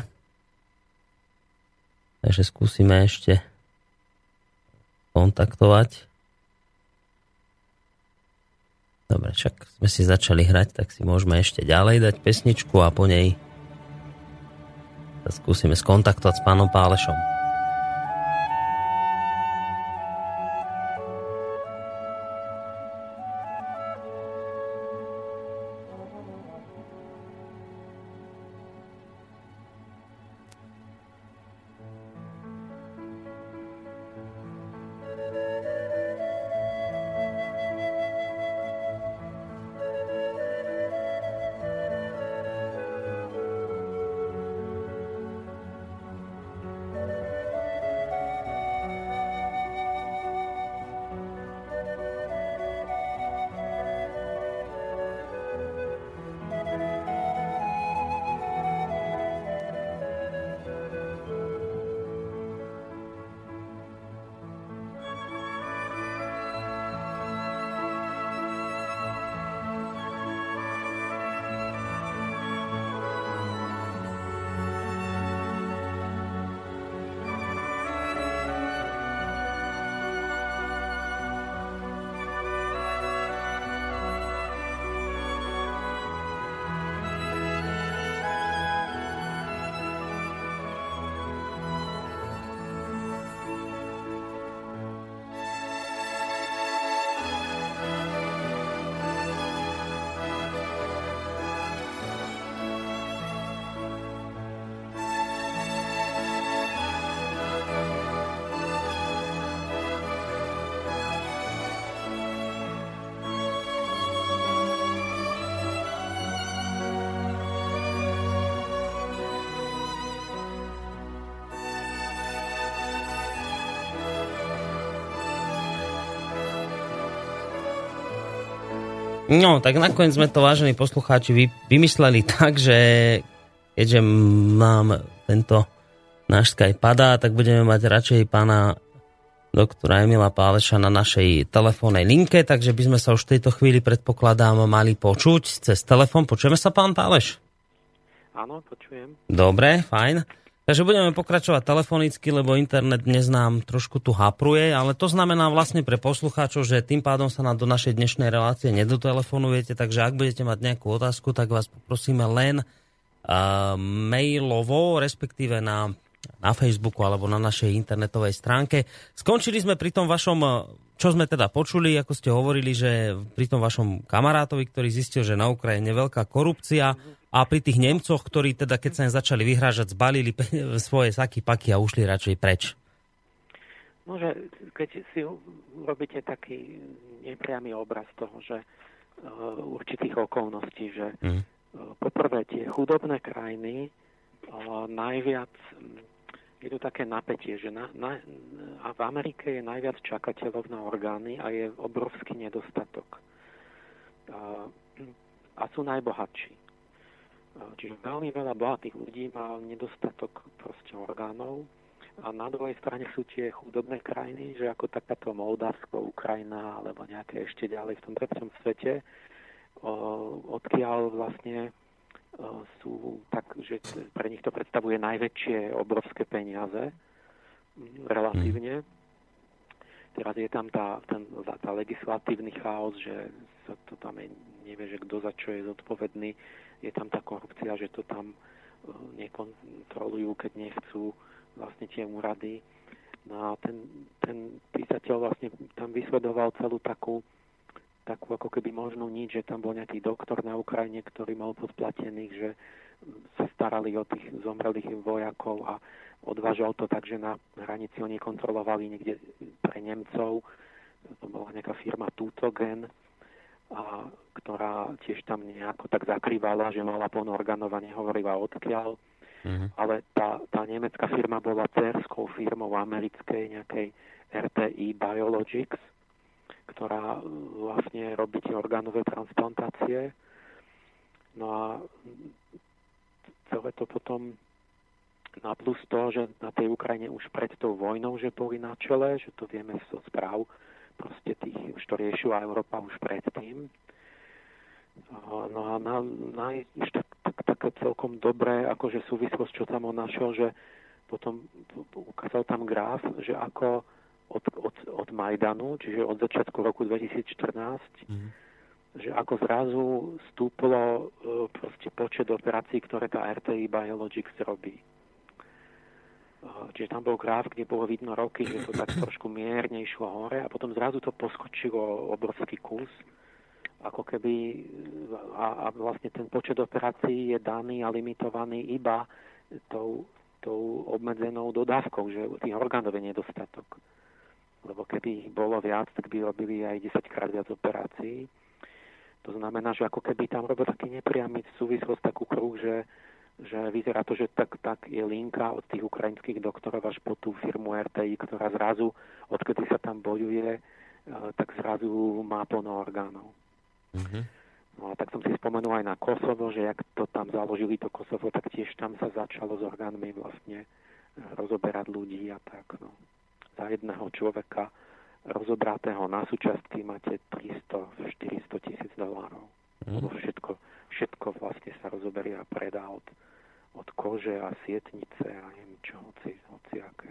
Speaker 2: Takže skúsime ešte kontaktovať. Dobre, však sme si začali hrať, tak si môžeme ešte ďalej dať pesničku a po nej sa skúsime skontaktovať s pánom Pálešom. No, tak nakoniec sme to, vážení poslucháči, vy, vymysleli tak, že keďže nám tento náš Skype padá, tak budeme mať radšej pána doktora Emila Páleša na našej telefónnej linke, takže by sme sa už v tejto chvíli, predpokladám, mali počuť cez telefón. Počujeme sa, pán Páleš?
Speaker 4: Áno, počujem.
Speaker 2: Dobre, fajn. Takže budeme pokračovať telefonicky, lebo internet dnes nám trošku tu hapruje, ale to znamená vlastne pre poslucháčov, že tým pádom sa nám do našej dnešnej relácie nedotelefonujete, takže ak budete mať nejakú otázku, tak vás poprosíme len uh, mailovo, respektíve na, na Facebooku alebo na našej internetovej stránke. Skončili sme pri tom vašom, čo sme teda počuli, ako ste hovorili, že pri tom vašom kamarátovi, ktorý zistil, že na Ukrajine je veľká korupcia, a pri tých Nemcoch, ktorí teda, keď sa im začali vyhrážať, zbalili svoje saky, paky a ušli radšej preč.
Speaker 4: No, že keď si urobíte taký nepriamy obraz toho, že uh, určitých okolností, že mm. uh, poprvé tie chudobné krajiny uh, najviac je tu také napätie, že na, na, a v Amerike je najviac čakateľov na orgány a je obrovský nedostatok. Uh, a sú najbohatší. Čiže veľmi veľa bohatých ľudí má nedostatok proste orgánov a na druhej strane sú tie chudobné krajiny, že ako takáto Moldavsko, Ukrajina alebo nejaké ešte ďalej v tom tretím svete, odkiaľ vlastne sú tak, že pre nich to predstavuje najväčšie obrovské peniaze relatívne. Teraz je tam tá, ten, tá legislatívny chaos, že sa to tam je, nevie, že kto za čo je zodpovedný. Je tam tá korupcia, že to tam nekontrolujú, keď nechcú vlastne tie úrady. No a ten, ten písateľ vlastne tam vysledoval celú takú takú ako keby možnú nič, že tam bol nejaký doktor na Ukrajine, ktorý mal podplatených, že sa starali o tých zomrelých vojakov a odvážal to tak, že na hranici oni kontrolovali niekde pre Nemcov. To bola nejaká firma Tutogen, a ktorá tiež tam nejako tak zakrývala, že mala plno orgánov a nehovorila odkiaľ. Mm-hmm. Ale tá, tá nemecká firma bola dcerskou firmou americkej nejakej er té í Biologics, ktorá vlastne robí tie orgánové transplantácie. No a celé to potom na plus to, že na tej Ukrajine už pred tou vojnou, že boli na čele, že to vieme zo správ, proste tých, už to riešila Európa už predtým. No a na, na, už tak, tak, také celkom dobré, akože súvislosť, čo tam on našiel, že potom ukázal tam graf, že ako od, od, od Majdanu, čiže od začiatku roku dvetisícštrnásť, mm. že ako zrazu stúplo proste počet operácií, ktoré tá er té í Biologics robí. Čiže tam bol graf, kde bolo vidno roky, že to tak trošku mierne išlo hore a potom zrazu to poskočilo obrovský kus. Ako keby a, a vlastne ten počet operácií je daný a limitovaný iba tou, tou obmedzenou dodávkou, že tých orgánov je nedostatok. Lebo keby bolo viac, tak by robili aj desaťkrát viac operácií. To znamená, že ako keby tam robil taký nepriamy súvislosť, takú kruh, že že vyzerá to, že tak, tak je linka od tých ukrajinských doktorov až po tú firmu er té í, ktorá zrazu, odkedy sa tam bojuje, tak zrazu má plno orgánov. Mm-hmm. No a tak som si spomenul aj na Kosovo, že jak to tam založili to Kosovo, tak tiež tam sa začalo s orgánmi vlastne rozoberať ľudí a tak. No. Za jedného človeka rozobratého na súčiastky máte tristo až štyristo tisíc dolárov. Mm-hmm. Všetko, všetko vlastne sa rozoberie a predá od od kože a sietnice a neviem čo, hoci, hoci aké.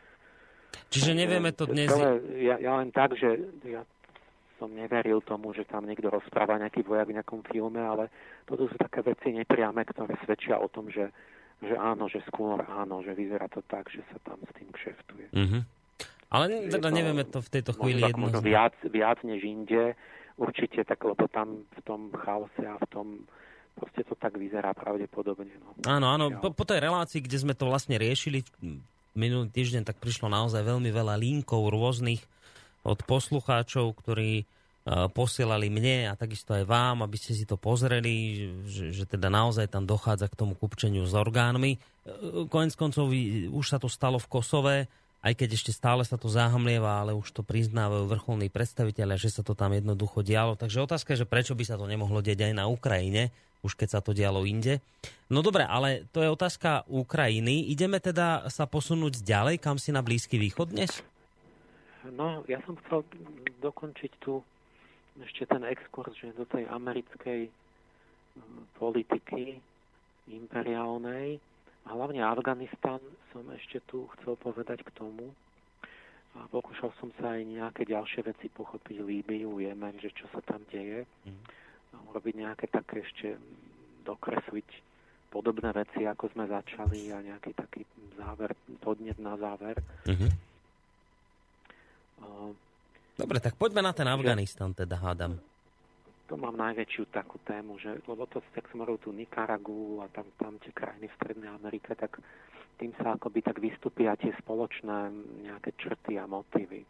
Speaker 2: Čiže nevieme to dnes...
Speaker 4: Ja, ja len tak, že ja som neveril tomu, že tam niekto rozpráva nejaký vojak v nejakom filme, ale toto sú také veci nepriame, ktoré svedčia o tom, že, že áno, že skôr áno, že vyzerá to tak, že sa tam s tým kšeftuje. Mm-hmm. Ale teda to, nevieme to v tejto chvíli jedno. Možno viac, viac než inde, určite tak, lebo tam v tom chaose a v tom proste to tak vyzerá pravdepodobne. No.
Speaker 2: Áno, áno. Po, po tej relácii, kde sme to vlastne riešili minulý týždeň, tak prišlo naozaj veľmi veľa línkov rôznych od poslucháčov, ktorí uh, posielali mne a takisto aj vám, aby ste si to pozreli, že, že teda naozaj tam dochádza k tomu kupčeniu s orgánmi. Uh, Koniec koncov už sa to stalo v Kosove, aj keď ešte stále sa to zahamlieva, ale už to priznávajú vrcholní predstavitelia, že sa to tam jednoducho dialo. Takže otázka je, že prečo by sa to nemohlo deť aj na Ukrajine, už keď sa to dialo inde. No dobre, ale to je otázka Ukrajiny. Ideme teda sa posunúť ďalej, kam si na Blízky východ dnes?
Speaker 4: No, ja som chcel dokončiť tu ešte ten exkurs, že do tej americkej politiky imperiálnej, a hlavne Afganistan som ešte tu chcel povedať k tomu. A pokúšal som sa aj nejaké ďalšie veci pochopiť, Líbiu, Jemen, že čo sa tam deje. Mm. A urobiť nejaké také ešte, dokresliť podobné veci, ako sme začali a nejaký taký záver, podnet na záver. Mm-hmm. Uh,
Speaker 2: Dobre, tak poďme na ten Afganistan teda, hádam.
Speaker 4: To mám najväčšiu takú tému, že, lebo to tak som hovoril tú Nikaragu a tam, tam tie krajiny v Strednej Amerike, tak tým sa akoby tak vystúpia tie spoločné nejaké črty a motívy.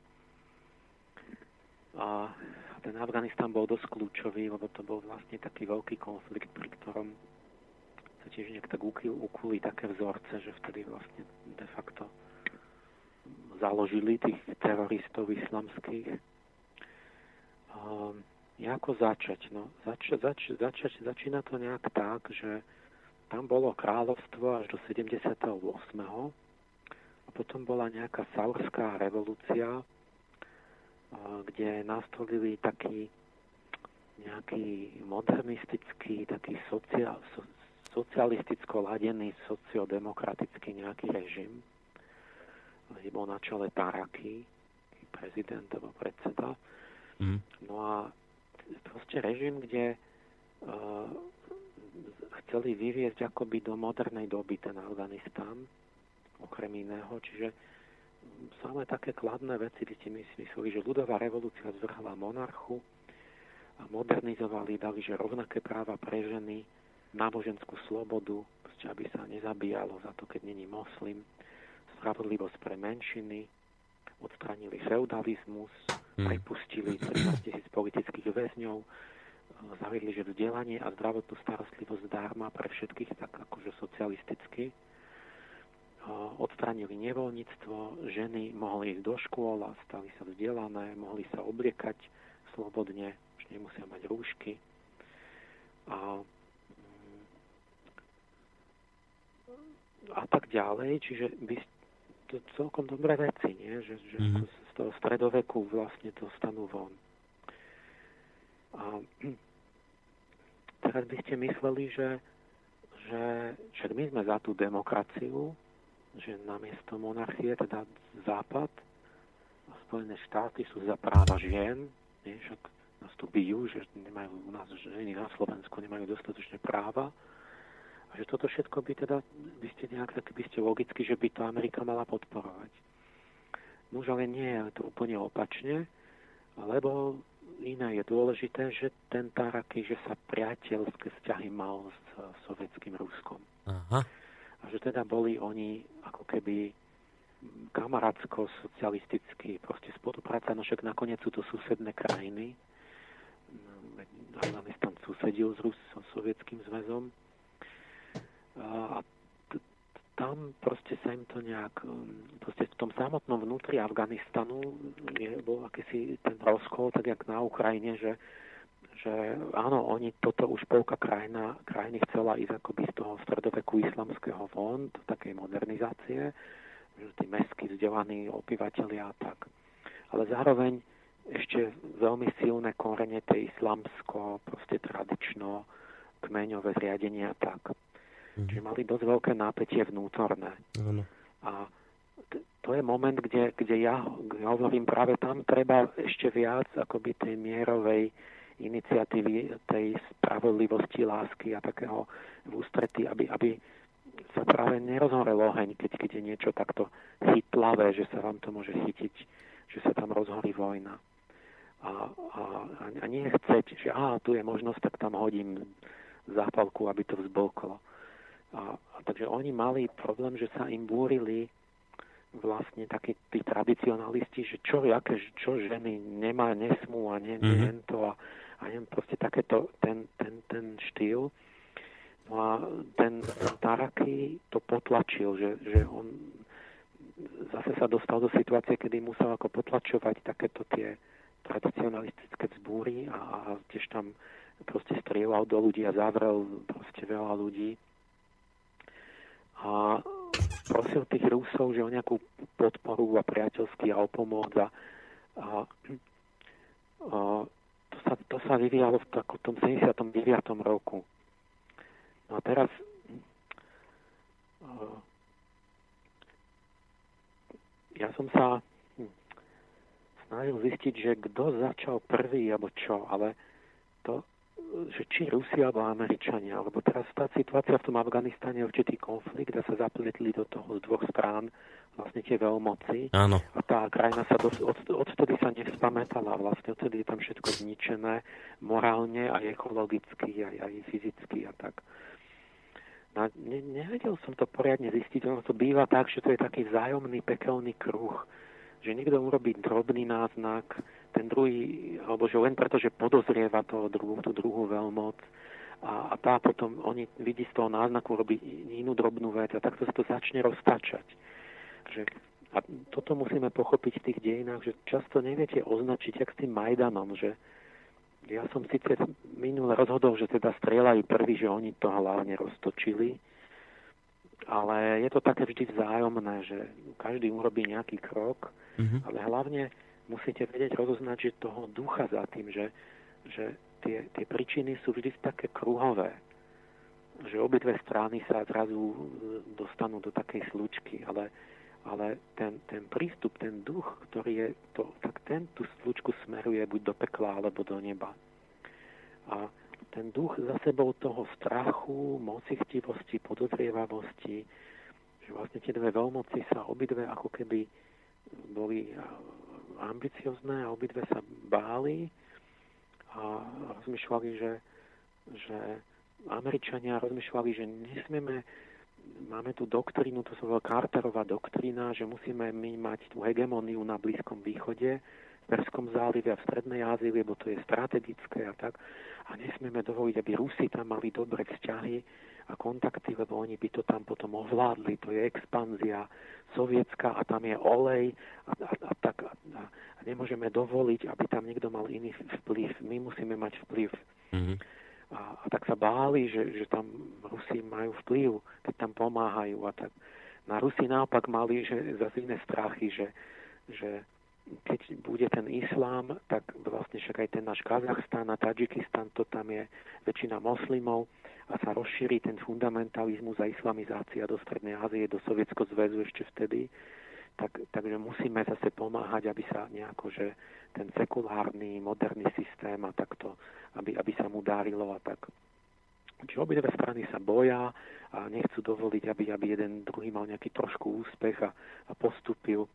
Speaker 4: A ten Afganistan bol dosť kľúčový, lebo to bol vlastne taký veľký konflikt, pri ktorom sa tiež nejak tak ukuli také vzorce, že vtedy vlastne de facto založili tých teroristov islamských. Um, Ako začať? No, zač- zač- začať? Začína to nejak tak, že tam bolo kráľovstvo až do sedemdesiateho ôsmeho a potom bola nejaká saurská revolúcia, kde nastolili taký nejaký modernistický, taký sociál, so, socialisticko ladený sociodemokratický nejaký režim, kde bol na čele Taraky, prezident alebo predseda. Mm. No a proste režim, kde uh, chceli vyviesť akoby do modernej doby ten Afganistán, okrem iného, čiže samé také kladné veci, by ste si mysleli, že ľudová revolúcia zvrhla monarchu a modernizovali, dali, že rovnaké práva pre ženy, náboženskú slobodu, proste, aby sa nezabíjalo za to, keď není moslim, spravodlivosť pre menšiny, odstránili feudalizmus, hmm. pripustili trinásť tisíc politických väzňov, zaviedli, že vzdelanie a zdravotnú starostlivosť zdarma pre všetkých, tak akože socialisticky. Odstránili nevoľníctvo, ženy mohli ísť do škôl a stali sa vzdelané, mohli sa obliekať slobodne, už nemusia mať rúšky. A, a tak ďalej, čiže by to celkom dobré veci, nie? Že, že mm-hmm. z toho stredoveku vlastne to stanú von. A teraz by ste mysleli, že, že, že my sme za tú demokraciu, že namiesto monarchie, teda Západ a Spojené štáty sú za práva žien, nie? Však nás tu bijú, že nemajú u nás ženy na Slovensku, nemajú dostatočné práva. A že toto všetko by teda, by ste nejak tak, by ste logicky, že by to Amerika mala podporovať. Nož ale nie je to úplne opačne, lebo iné je dôležité, že ten Taraky, že sa priateľské vzťahy mal s sovietským Ruskom. Aha. A že teda boli oni ako keby kamarátsko-socialisticky proste spolupráca, no však nakoniec sú to susedné krajiny. Afganistan susedil s Rus, so Sovietským zväzom. A t- tam proste sa im to nejak, proste v tom samotnom vnútri Afganistanu je, bol akýsi ten rozkol, tak jak na Ukrajine, že že áno, oni toto už polka krajina, krajiny chcela ísť akoby z toho stredoveku islamského von, do takej modernizácie, že tí mestskí vzdelaní obyvateľia a tak. Ale zároveň ešte veľmi silné korene tej islamsko, proste tradično kmeňové zriadenie a tak. Mm. Čiže mali dosť veľké nápätie vnútorné. Mm. A t- to je moment, kde, kde ja hovorím práve tam treba ešte viac akoby tej mierovej iniciatívy tej spravodlivosti, lásky a takého v ústretí, aby, aby sa práve nerozhorel oheň, keď, keď je niečo takto chytlavé, že sa vám to môže chytiť, že sa tam rozhorí vojna. A, a, a nie chceť, že á, tu je možnosť, tak tam hodím zápalku, aby to vzblklo. A, a takže oni mali problém, že sa im búrili vlastne takí tí tradicionalisti, že čo, aké, čo ženy nemá, nesmú a nie, mm-hmm. nie to a, a neviem, proste takéto ten, ten, ten štýl. No a ten, ten Taraky to potlačil, že, že on zase sa dostal do situácie, kedy musel ako potlačovať takéto tie tradicionalistické vzbúry a, a tiež tam proste strieľal do ľudí a zavrel proste veľa ľudí. A prosil tých Rusov, že o nejakú podporu a priateľský a o pomoc a, a, a to, sa, to sa vyvíjalo v takom tom sedemdesiatom deviatom roku. No a teraz a, ja som sa hm, snažil zistiť, že kto začal prvý alebo čo, ale to že či Rusi alebo Američania, alebo teraz tá situácia v tom Afganistane je určitý konflikt a sa zapletli do toho z dvoch strán vlastne tie veľmoci. Áno. A tá krajina sa dos, od, odtedy sa nevzpamätala, vlastne odtedy je tam všetko zničené morálne aj ekologicky, aj, aj fyzicky a tak. No, ne, nevedel som to poriadne zistiť, ono to býva tak, že to je taký vzájomný pekelný kruh, že niekto urobí drobný náznak, ten druhý, alebo že len preto, že podozrieva toho druhú, tú druhú veľmoc a, a tá potom, oni vidí z toho náznaku, robí inú drobnú vec a takto sa to začne roztačať. Že, a toto musíme pochopiť v tých dejinách, že často neviete označiť, jak s tým Majdanom, že ja som síce minule rozhodol, že teda strieľajú prvý, že oni to hlavne roztočili, ale je to také vždy vzájomné, že každý urobí nejaký krok, mm-hmm. ale hlavne musíte vedieť rozoznať, že toho ducha za tým, že, že tie, tie príčiny sú vždy také kruhové. že obidve strany sa zrazu dostanú do takej slučky, ale, ale ten, ten prístup, ten duch, ktorý je, to, tak ten tú slučku smeruje buď do pekla, alebo do neba. A ten duch za sebou toho strachu, mocichtivosti, podozrievavosti, že vlastne tie dve veľmoci sa obidve ako keby boli ambiciozne a obidve sa báli a rozmýšľali, že, že Američania rozmýšľali, že nesmieme, máme tú doktrínu, to sa volá Carterová doktrína, že musíme my mať tú hegemóniu na Blízkom východe, v Perskom zálive a v Strednej Ázii, lebo to je strategické a tak. A nesmieme dovoliť, aby Rusi tam mali dobré vzťahy a kontakty, lebo oni by to tam potom ovládli. To je expanzia sovietská a tam je olej a, a, a tak. A, a nemôžeme dovoliť, aby tam niekto mal iný vplyv. My musíme mať vplyv. Mm-hmm. A, a tak sa báli, že, že tam Rusi majú vplyv, keď tam pomáhajú. A tak. Na Rusi naopak mali že zase iné strachy, že, že keď bude ten islám, tak vlastne však aj ten náš Kazachstan a Tadžikistan, to tam je väčšina moslimov a sa rozšíri ten fundamentalizmus a islamizácia do Strednej Ázie, do Sovietskeho zväzu ešte vtedy. Tak, takže musíme zase pomáhať, aby sa nejako, že ten sekulárny, moderný systém a takto, aby, aby sa mu dárilo a tak. Čiže obidve strany sa boja a nechcú dovoliť, aby, aby jeden druhý mal nejaký trošku úspech a, a postupil.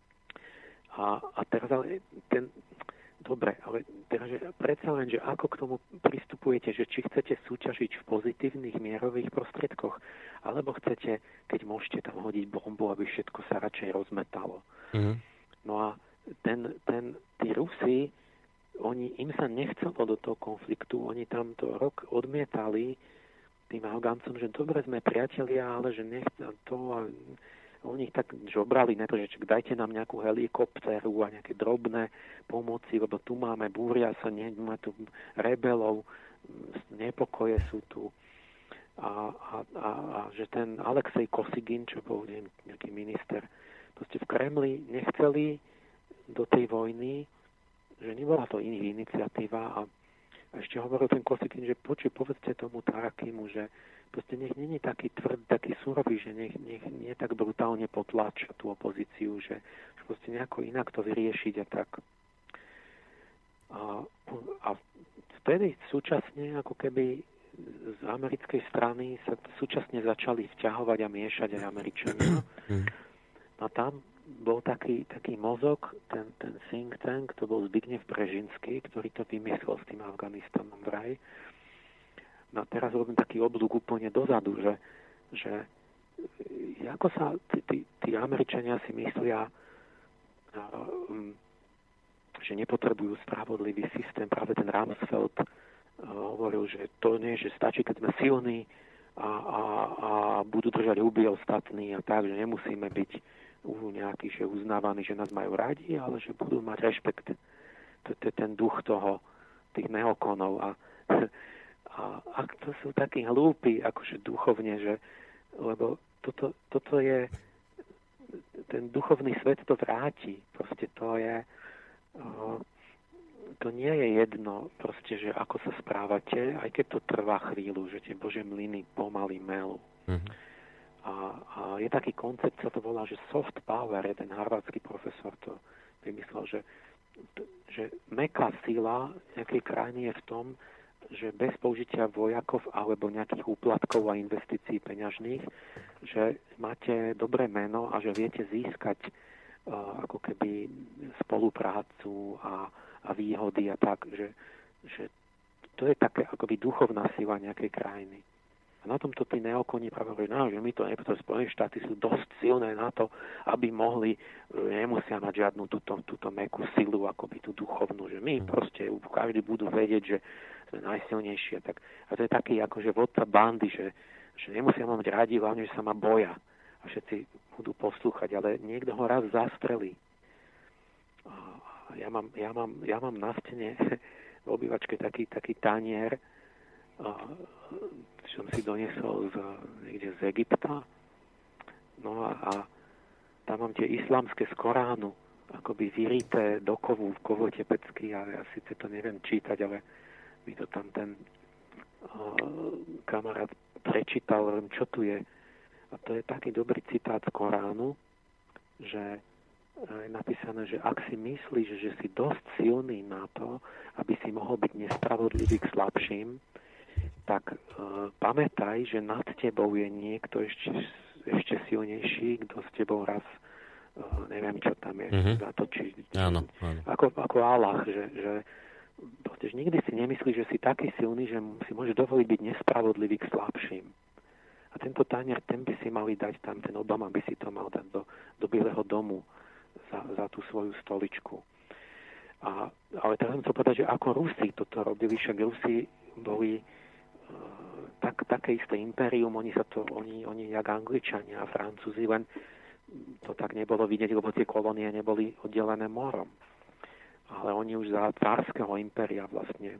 Speaker 4: A, a teraz ale ten, dobre, ale teraz, že predsa len, že ako k tomu pristupujete, že či chcete súťažiť v pozitívnych mierových prostriedkoch, alebo chcete, keď môžete tam hodiť bombu, aby všetko sa radšej rozmetalo. Mm. No a ten, ten, tí Rusi, oni, im sa nechcelo do toho konfliktu, oni tam to rok odmietali tým Afgáncom, že dobre sme priatelia, ale že nechcem to a oni ich tak žobrali, ne, že dajte nám nejakú helikoptéru a nejaké drobné pomoci, lebo tu máme, búria sa, nie, máme tu rebelov, nepokoje sú tu. A, a, a, a že ten Alexej Kosygin, čo bol neviem, nejaký minister, proste v Kremli nechceli do tej vojny, že nebola to iných iniciatíva a, a ešte hovoril ten Kosygin, že počuj, povedzte tomu Tarakimu, že proste nech nie je taký tvrd, taký surový, že nech, nech nie tak brutálne potláča tú opozíciu, že, že proste nejako inak to vyriešiť a tak. A, a vtedy súčasne, ako keby z americkej strany sa súčasne začali vťahovať a miešať aj Američania. A tam bol taký, taký mozog, ten, ten think tank, to bol Zbigniew Brzezinski, ktorý to vymyslel s tým Afganistanom vraj. No teraz robím taký oblúk úplne dozadu, že, že ako sa tí, tí, tí Američania si myslia, um, že nepotrebujú spravodlivý systém. Práve ten Rumsfeld uh, hovoril, že to nie, že stačí, keď sme silní a, a, a budú držať huby ostatní a tak, že nemusíme byť uh, nejaký, že uznávaní, že nás majú radi, ale že budú mať rešpekt. To je ten duch toho, tých neokonov a A ak to sú takí hlúpi, akože duchovne, že, lebo toto, toto je, ten duchovný svet to vráti. Proste to je, to nie je jedno, proste, že ako sa správate, aj keď to trvá chvíľu, že tie Božie mlyny pomaly melú. Mm-hmm. A, a je taký koncept, sa to volá, že soft power, jeden harvardský profesor to vymyslel, že, že mäkká sila nejakej krajiny je v tom, že bez použitia vojakov alebo nejakých úplatkov a investícií peňažných, že máte dobré meno a že viete získať uh, ako keby spoluprácu a, a výhody a tak, že, že to je také akoby duchovná sila nejakej krajiny. A na tomto tí neokoni práve hovorí, no, že my to nepretože Spojené štáty sú dosť silné na to, aby mohli, nemusia mať žiadnu túto, túto mäkkú silu, akoby tú duchovnú, že my proste, každý budú vedieť, že sme najsilnejšie. Tak, a to je taký akože vodca bandy, že, že nemusia mať radi, hlavne, že sa ma boja. A všetci budú poslúchať, ale niekto ho raz zastrelí. A ja mám, ja mám, ja mám na stene v obývačke taký, taký tanier, čo som si doniesol z, niekde z Egypta. No a, a tam mám tie islamské z Koránu, akoby vyrité do kovu, v kovote pecky, a ja síce to neviem čítať, ale mi to tam ten uh, kamarát prečítal, čo tu je. A to je taký dobrý citát z Koránu, že je napísané, že ak si myslíš, že si dosť silný na to, aby si mohol byť nespravodlivý k slabším, tak e, pamätaj, že nad tebou je niekto ešte, ešte silnejší, kto s tebou raz e, neviem, čo tam je, mm-hmm. zatočí.
Speaker 2: Áno, áno.
Speaker 4: Ako, ako Allah, že, že že nikdy si nemyslíš, že si taký silný, že si môžeš dovoliť byť nespravodlivý k slabším. A tento tanier, ten by si mali dať tam, ten Obama by si to mal dať do, do Bieleho domu za, za tú svoju stoličku. A, ale teraz som chcel povedať, že ako Rusi toto robili, však Rusi boli uh, tak, také isté impérium, oni sa to, oni, oni jak Angličania a Francúzi, len to tak nebolo vidieť, lebo tie kolónie neboli oddelené morom. Ale oni už za cárskeho impéria vlastne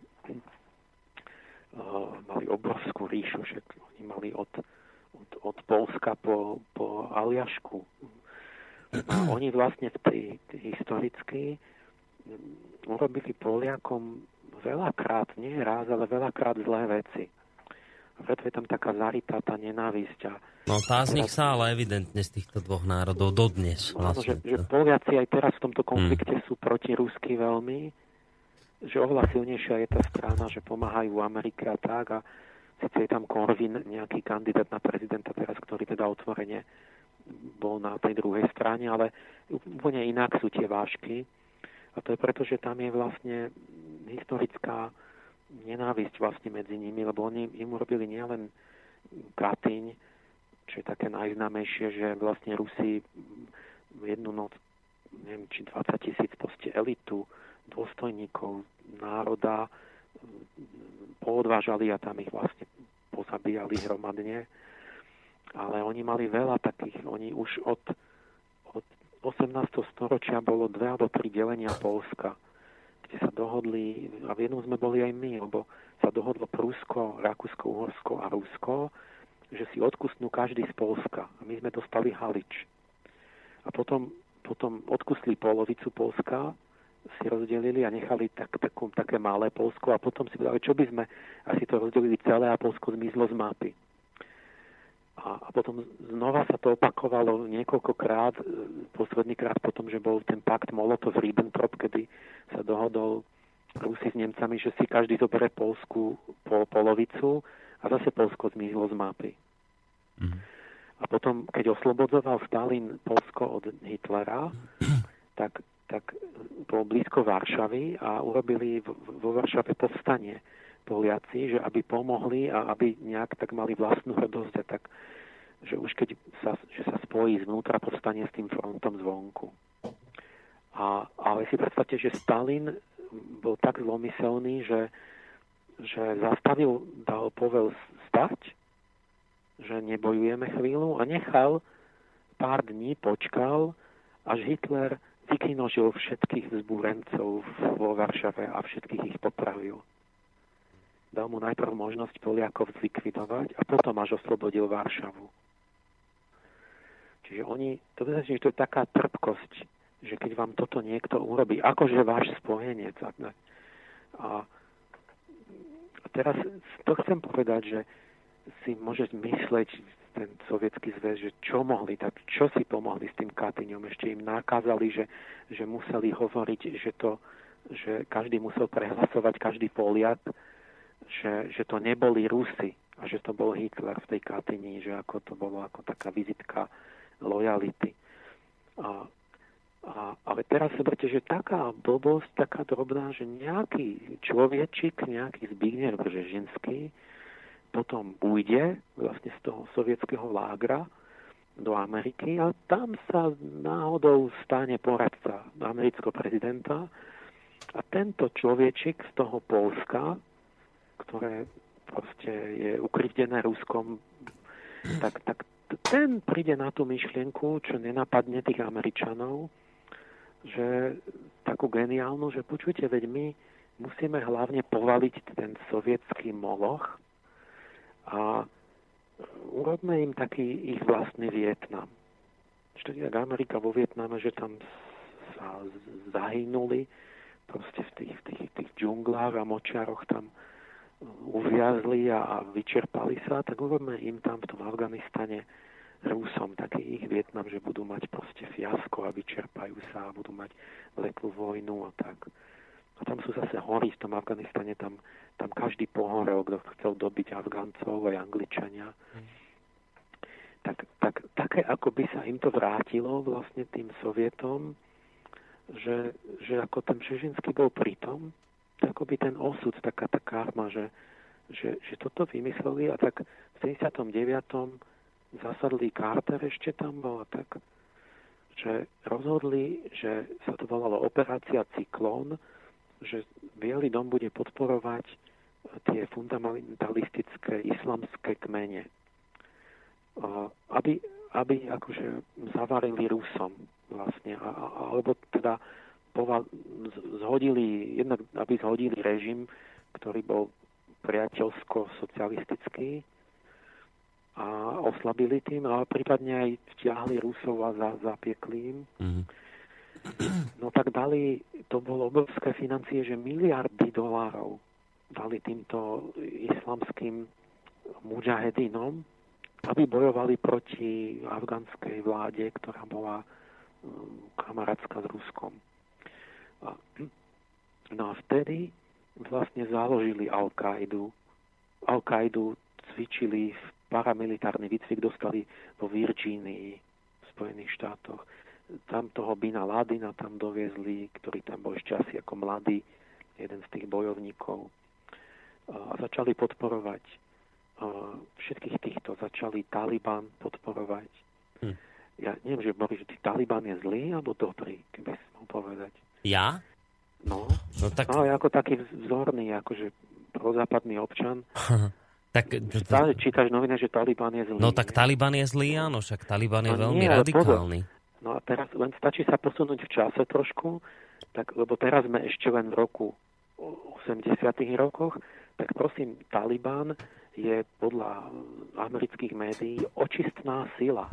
Speaker 4: uh, mali obrovskú ríšu, že oni mali od, od, od Polska po, po Aliašku. A oni vlastne v tej, tej historicky urobili Poliakom veľakrát, nie raz, ale veľakrát zlé veci. A preto je tam taká zarytá tá nenávisť. A
Speaker 2: no tá z nich sa ale evidentne z týchto dvoch národov dodnes.
Speaker 4: No,
Speaker 2: vlastne.
Speaker 4: že, že Poliaci aj teraz v tomto konflikte hmm. sú protirusky veľmi, že oveľa silnejšia je tá strana, že pomáhajú Amerike a tak a síce je tam Korvin, nejaký kandidát na prezidenta teraz, ktorý teda otvorene bol na tej druhej strane, ale úplne inak sú tie vážky a to je preto, že tam je vlastne historická nenávisť vlastne medzi nimi, lebo oni im urobili nielen Katyň, čo je také najznámejšie, že vlastne Rusi jednu noc, neviem, či dvadsať tisíc proste elitu, dôstojníkov národa poodvážali a tam ich vlastne pozabíjali hromadne. Ale oni mali veľa takých, oni už od, od osemnásteho storočia bolo dve alebo tri delenia Poľska, kde sa dohodli, a v jednom sme boli aj my, lebo sa dohodlo Prusko, Rakúsko, Uhorsko a Rusko, že si odkusnú každý z Poľska. A my sme dostali Halič. A potom, potom odkusli polovicu Poľska, si rozdelili a nechali tak, takú, také malé Poľsko a potom si povedali, čo by sme, asi to rozdelili celé a Poľsko zmizlo z mapy. A, a potom znova sa to opakovalo niekoľkokrát, posledný krát potom, že bol ten pakt Molotov-Ribbentrop, kedy sa dohodol Rusi s Nemcami, že si každý zoberie Poľsku po polovicu a zase Poľsko zmizlo z mapy. Mm. A potom, keď oslobodzoval Stalin Poľsko od Hitlera, tak, tak bol blízko Varšavy a urobili vo Varšave povstanie Poliaci, že aby pomohli a aby nejak tak mali vlastnú hrdosť a tak, že už keď sa, že sa spojí zvnútra povstanie s tým frontom zvonku. A, ale si predstavte, že Stalin bol tak zlomyselný, že, že zastavil, dal povel stať, že nebojujeme chvíľu a nechal pár dní, počkal, až Hitler vykinožil všetkých vzbúrencov vo Varšave a všetkých ich popravil. Dal mu najprv možnosť Poliakov zlikvidovať a potom až oslobodil Varšavu. Čiže oni, to je, že to je taká trpkosť, že keď vám toto niekto urobí, akože váš spojenec. A, a teraz to chcem povedať, že si môžeš mysleť ten sovietský zväz, že čo mohli, tak čo si pomohli s tým Katyňom. Ešte im nakázali, že, že museli hovoriť, že, to, že každý musel prehlasovať, každý Poliak, Že, že to neboli Rusi a že to bol Hitler v tej Katyni, že ako to bolo ako taká vizitka lojality. A, a, ale teraz sa berte, že taká blbosť, taká drobná, že nejaký človečik, nejaký Zbigniew Brzezinský potom ujde vlastne z toho sovietského lágra do Ameriky a tam sa náhodou stane poradca amerického prezidenta a tento človečik z toho Poľska, ktoré proste je ukrivdené Ruskom, tak, tak ten príde na tú myšlienku, čo nenapadne tých Američanov, že takú geniálnu, že počujte, veď my musíme hlavne povaliť ten sovietský moloch a urobme im taký ich vlastný Vietnam. Čo je Amerika vo Vietname, že tam sa zahynuli proste v tých, tých, tých džunglách a močiaroch tam uviazli a vyčerpali sa, tak urobme im tam v tom Afganistane Rusom taký ich Vietnam, že budú mať proste fiasko a vyčerpajú sa a budú mať vleklú vojnu a tak. A tam sú zase hory v tom Afganistane, tam, tam každý pohorel, kto chcel dobiť Afgáncov aj Angličania. Mm. Tak, tak, také ako by sa im to vrátilo vlastne tým Sovietom, že, že ako ten Bžežinský bol pritom, tak ako by ten osud, taká tá karma, že, že, že toto vymysleli a tak v sedemdesiatom deviatom zasadli Carter ešte tam bol a tak, že rozhodli, že sa to volalo Operácia Cyklón, že Bielý dom bude podporovať tie fundamentalistické islamské kmene. Aby, aby akože zavarili Rusom vlastne, alebo teda poval, zhodili, jednak aby zhodili režim, ktorý bol priateľsko-socialistický a oslabili tým, ale prípadne aj vtiahli Rusov a za, zapiekli im. Mm-hmm. No tak dali, to bolo obrovské financie, že miliardy dolárov dali týmto islamským mudžahedinom, aby bojovali proti afgánskej vláde, ktorá bola um, kamarátska s Ruskom. A, no a vtedy vlastne založili Al-Kaidu. Al-Kaidu cvičili v paramilitárny výcvik, dostali vo Virgínii v Spojených štátoch. Tam toho Bina Ladina tam doviezli, ktorý tam bol ešte asi ako mladý, jeden z tých bojovníkov. A začali podporovať všetkých týchto. Začali Taliban podporovať. Hm. Ja neviem, že Boris, že Taliban je zlý alebo dobrý, keby si mohol povedať.
Speaker 2: Ja?
Speaker 4: No,
Speaker 2: no, tak...
Speaker 4: no ako taký vzorný, akože prozápadný občan.
Speaker 2: Tak,
Speaker 4: Stále čítaš noviny, že Taliban je zlý.
Speaker 2: No tak Taliban je zlý, áno, však Taliban je
Speaker 4: no,
Speaker 2: veľmi
Speaker 4: nie,
Speaker 2: radikálny.
Speaker 4: No a teraz len stačí sa posunúť v čase trošku, tak, lebo teraz sme ešte len v roku osemdesiatych rokoch, tak prosím, Taliban je podľa amerických médií očistná sila.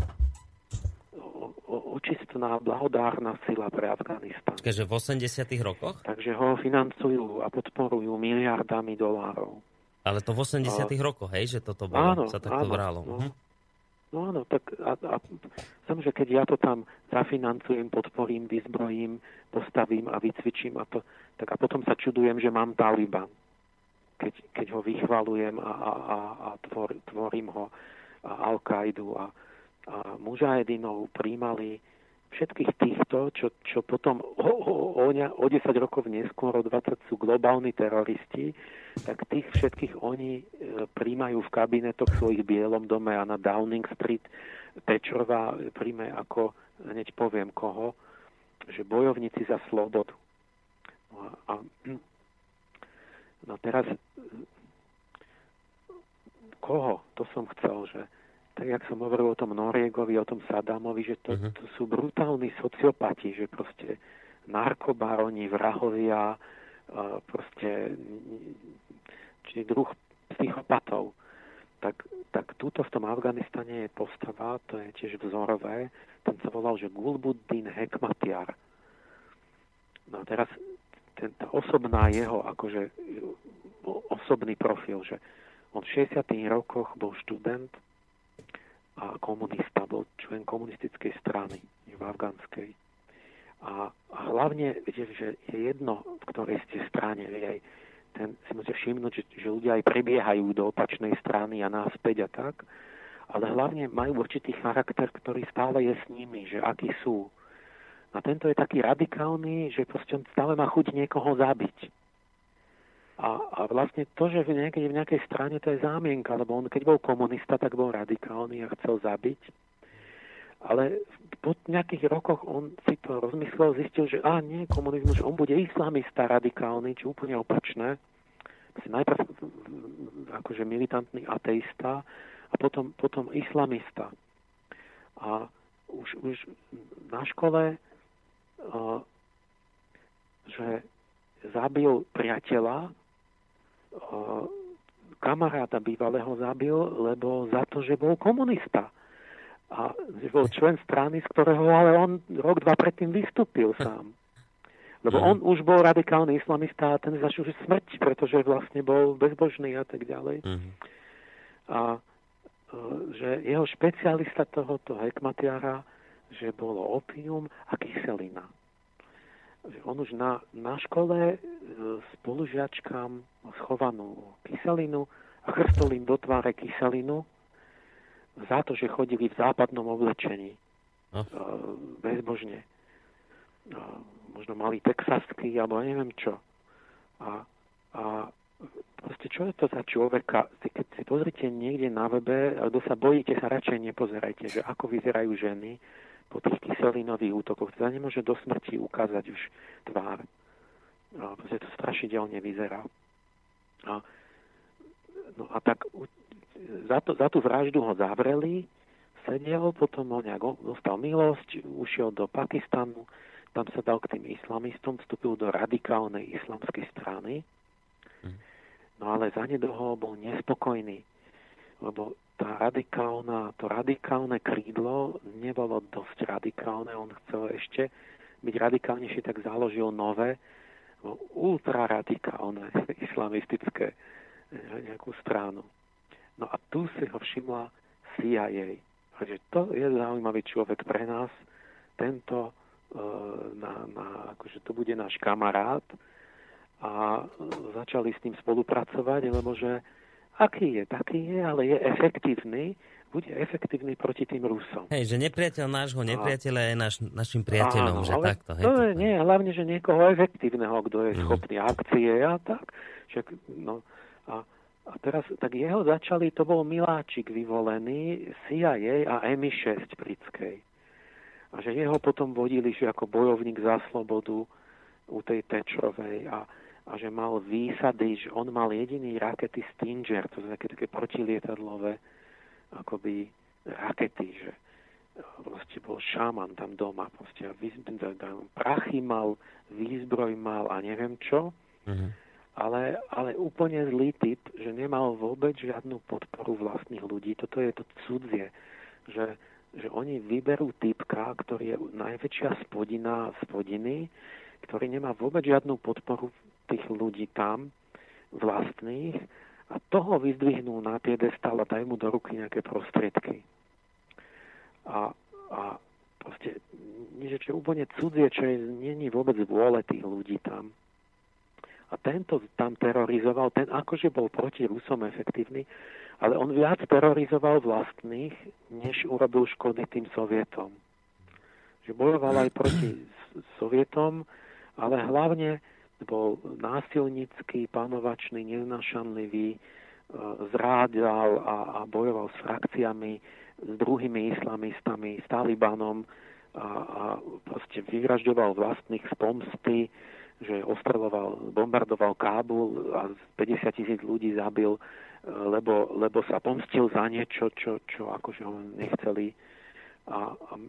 Speaker 4: O, o, očistná, blahodárna sila pre Afganistan.
Speaker 2: Takže v osemdesiatych rokoch?
Speaker 4: Takže ho financujú a podporujú miliardami dolárov.
Speaker 2: Ale to v osemdesiatych rokoch, hej, že toto bolo,
Speaker 4: áno,
Speaker 2: sa takto
Speaker 4: áno,
Speaker 2: bralo.
Speaker 4: No,
Speaker 2: mhm.
Speaker 4: no áno, tak a, a, som, že keď ja to tam zafinancujem, podporím, vyzbrojím, postavím a vycvičím a to, tak a potom sa čudujem, že mám Taliban. Keď, keď ho vychvalujem a, a, a, a tvor, tvorím ho a Al-Kaidu a, a mužahedinov príjmali všetkých týchto, čo, čo potom o, o, o, o desať rokov neskôr, o dvadsať sú globálni teroristi, tak tých všetkých oni e, príjmajú v kabinetoch svojich v Bielom dome a na Downing Street. Thatcherová príjme ako, hneď poviem koho, že bojovníci za slobodu. No a, a no teraz koho? To som chcel, že tak, jak som hovoril o tom Noriegovi, o tom Saddamovi, že to, uh-huh. to sú brutálni sociopati, že proste narkobaroni, vrahovia, uh, proste či druh psychopatov. Tak, tak túto v tom Afganistane je postava, to je tiež vzorové, ten sa volal, že Gulbuddin Hekmatyar. No a teraz ten, tá osobná jeho, akože osobný profil, že on v šesťdesiatych rokoch bol študent a komunista, bol člen komunistickej strany v afgánskej. A, a hlavne, viete, že je jedno, v ktorej ste strane. Aj ten, si musíte všimnúť, že, že ľudia aj prebiehajú do opačnej strany a náspäť a tak, ale hlavne majú určitý charakter, ktorý stále je s nimi, že akí sú. A tento je taký radikálny, že proste on stále má chuť niekoho zabiť. A, a vlastne to, že v nejakej, v nejakej strane to je zámienka, lebo on keď bol komunista, tak bol radikálny a chcel zabiť. Ale po nejakých rokoch on si to rozmyslel, zistil, že á, nie, komunizmus, že on bude islamista radikálny, či úplne opačné. Najprv akože militantný ateista a potom, potom islamista. A už, už na škole uh, že zabil priateľa, kamaráta bývalého zabil, lebo za to, že bol komunista. A že bol člen strany, z ktorého ale on rok, dva predtým vystúpil sám. Lebo on už bol radikálny islamista a ten zažil smrť, pretože vlastne bol bezbožný a tak ďalej. Mm. A že jeho špecialista tohoto Hekmatiara, že bolo opium a kyselina. Že on už na, na škole spolužiačkám schovanú kyselinu a chrstol im do tváre kyselinu za to, že chodili v západnom oblečení. Oh. Bezbožne. Možno mali texasky, alebo neviem čo. A, a proste, čo je to za človeka? Keď si pozrite niekde na webe, kto sa bojíte, sa radšej nepozerajte, že ako vyzerajú ženy po tých kyselinových útokoch. Teda nemôže do smrti ukázať už tvár. A proste to strašidelne vyzerá. A, no a tak za, to, za tú vraždu ho zavreli, sedel, potom ho nejak dostal milosť, ušiel do Pakistanu, tam sa dal k tým islamistom, vstúpil do radikálnej islamskej strany. No ale zanedlho bol nespokojný, lebo tá radikálna, to radikálne krídlo nebolo dosť radikálne, on chcel ešte byť radikálnejší, tak založil nové, ultraradikálne islamistické nejakú stranu. No a tu si ho všimla C I A. Takže to je zaujímavý človek pre nás, tento, na, na, akože to bude náš kamarát, a začali s tým spolupracovať, lebo že aký je, taký je, ale je efektívny, bude efektívny proti tým Rusom.
Speaker 2: Hej, že nepriateľ nášho nepriateľa je naš, našim priateľom, áno, že takto. Hej,
Speaker 4: to je, nie, hlavne, že niekoho efektívneho, kto je mm. schopný akcie a tak. Že, no, a, a teraz, tak jeho začali, to bol miláčik vyvolený C I A a M I šesť britskej. A že jeho potom vodili, že ako bojovník za slobodu u tej Thatcherovej a a že mal výsady, že on mal jediný rakety Stinger, to sú také, také protilietadlové akoby rakety, že proste bol šaman tam doma, proste prachy mal, výzbroj mal a neviem čo, mm-hmm. ale, ale úplne zlý typ, že nemal vôbec žiadnu podporu vlastných ľudí. Toto je to cudzie, že, že oni vyberú typka, ktorý je najväčšia spodina spodiny, ktorý nemá vôbec žiadnu podporu tých ľudí tam, vlastných, a toho vyzdvihnú na piedestal a dajú mu do ruky nejaké prostriedky. A, a proste niečo, čo je úplne cudzie, čo je, nie je vôbec vôle tých ľudí tam. A tento tam terorizoval, ten akože bol proti Rusom efektívny, ale on viac terorizoval vlastných, než urobil škody tým Sovietom. Že bojoval aj proti Sovietom, ale hlavne bol násilnický, panovačný, neznášanlivý, zrádal a, a bojoval s frakciami, s druhými islamistami, s Talibanom a, a proste vyvražďoval vlastných z pomsty, že ostreľoval, bombardoval Kábul a päťdesiat tisíc ľudí zabil, lebo, lebo sa pomstil za niečo, čo, čo akože ho nechceli. A, a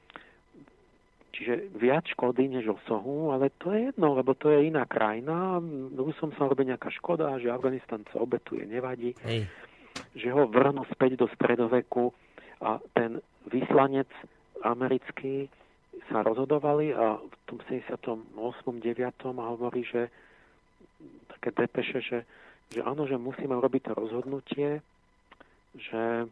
Speaker 4: čiže viac škody než osohu, ale to je jedno, lebo to je iná krajina. Rusom sa robí nejaká škoda, že Afganistan sa obetuje, nevadí. Hej. Že ho vrhnú späť do stredoveku a ten vyslanec americký sa rozhodovali a v tom sedemdesiatom ôsmom deviatom a hovorí, že také depeše, že, že áno, že musíme robiť to rozhodnutie, že e,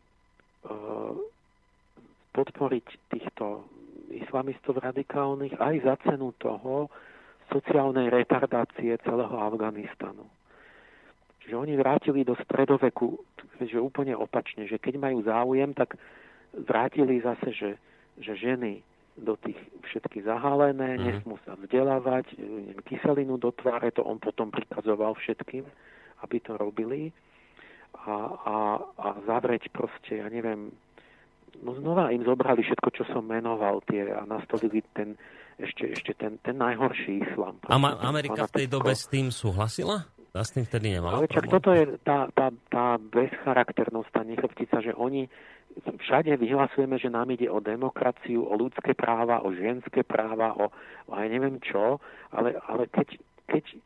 Speaker 4: podporiť týchto islamistov radikálnych aj za cenu toho sociálnej retardácie celého Afganistanu. Čiže oni vrátili do stredoveku, že úplne opačne, že keď majú záujem, tak vrátili zase, že, že ženy do tých všetky zahálené, mm. nesmú sa vzdelávať, neviem, kyselinu do tváre, to on potom prikazoval všetkým, aby to robili a, a, a zavrieť proste, ja neviem, no znova im zobrali všetko, čo som menoval, tie a nastolili ten, ešte, ešte ten, ten najhorší islam.
Speaker 2: A ma, Amerika v tej dobe s tým súhlasila? A s tým vtedy nemala?
Speaker 4: Ale čak toto je tá, tá, tá bezcharakternosť, tá nechrbtica, že oni všade vyhlasujeme, že nám ide o demokraciu, o ľudské práva, o ženské práva, o, o aj neviem čo, ale, ale keď, keď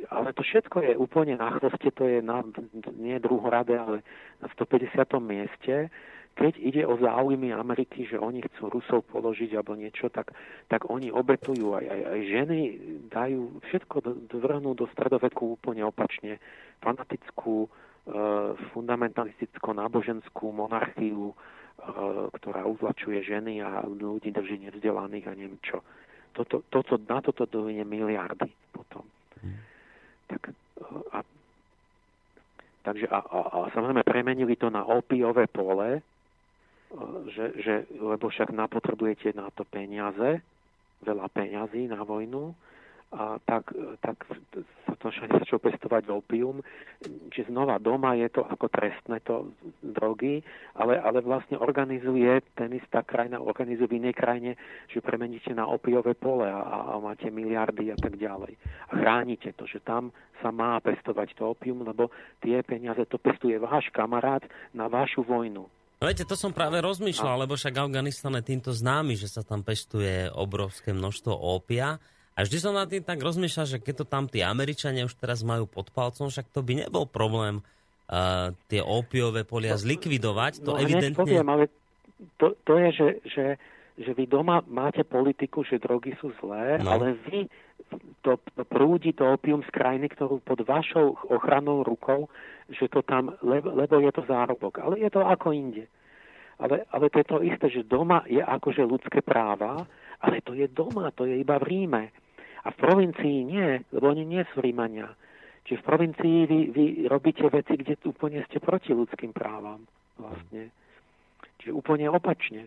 Speaker 4: ale to všetko je úplne na chvoste, to je na, nie druhoradé, ale na stopäťdesiatom mieste. Keď ide o záujmy Ameriky, že oni chcú Rusov položiť alebo niečo, tak, tak oni obetujú aj, aj, aj ženy, dajú všetko, vrhnú do stredoveku úplne opačne. Fanatickú, e, fundamentalistickú, náboženskú monarchiu, e, ktorá uzlačuje ženy a ľudí drží nevzdelaných a neviem čo. Toto, toto, na toto dojde miliardy potom. Hmm. Tak, a, takže a, a, a samozrejme premenili to na opiové pole, že, že, lebo však napotrebujete na to peniaze, veľa peňazí na vojnu, a tak, tak sa to však začalo pestovať opium. Čiže znova doma je to ako trestné to drogy, ale, ale vlastne organizuje ten istá krajina, organizuje v inej krajine, že premeníte na opiové pole a, a máte miliardy a tak ďalej. A chránite to, že tam sa má pestovať to opium, lebo tie peniaze to pestuje váš kamarát na vašu vojnu.
Speaker 2: No viete, to som práve rozmýšľal, lebo však Afganistan je týmto známy, že sa tam pestuje obrovské množstvo ópia. A vždy som na tým tak rozmýšľal, že keď to tam tí Američania už teraz majú pod palcom, však to by nebol problém uh, tie ópiové polia zlikvidovať. To
Speaker 4: no,
Speaker 2: evidentne...
Speaker 4: Poviem, ale to, to je, že, že, že vy doma máte politiku, že drogy sú zlé, no. Ale vy to, to prúdi to ópium z krajiny, ktorú pod vašou ochrannou rukou, že to tam, lebo, lebo je to zárobok. Ale je to ako inde. Ale, ale to je to isté, že doma je akože ľudské práva, ale to je doma, to je iba v Ríme. A v provincii nie, lebo oni nie sú Rímania. Čiže v provincii vy, vy robíte veci, kde úplne ste proti ľudským právam. Vlastne. Čiže úplne opačne.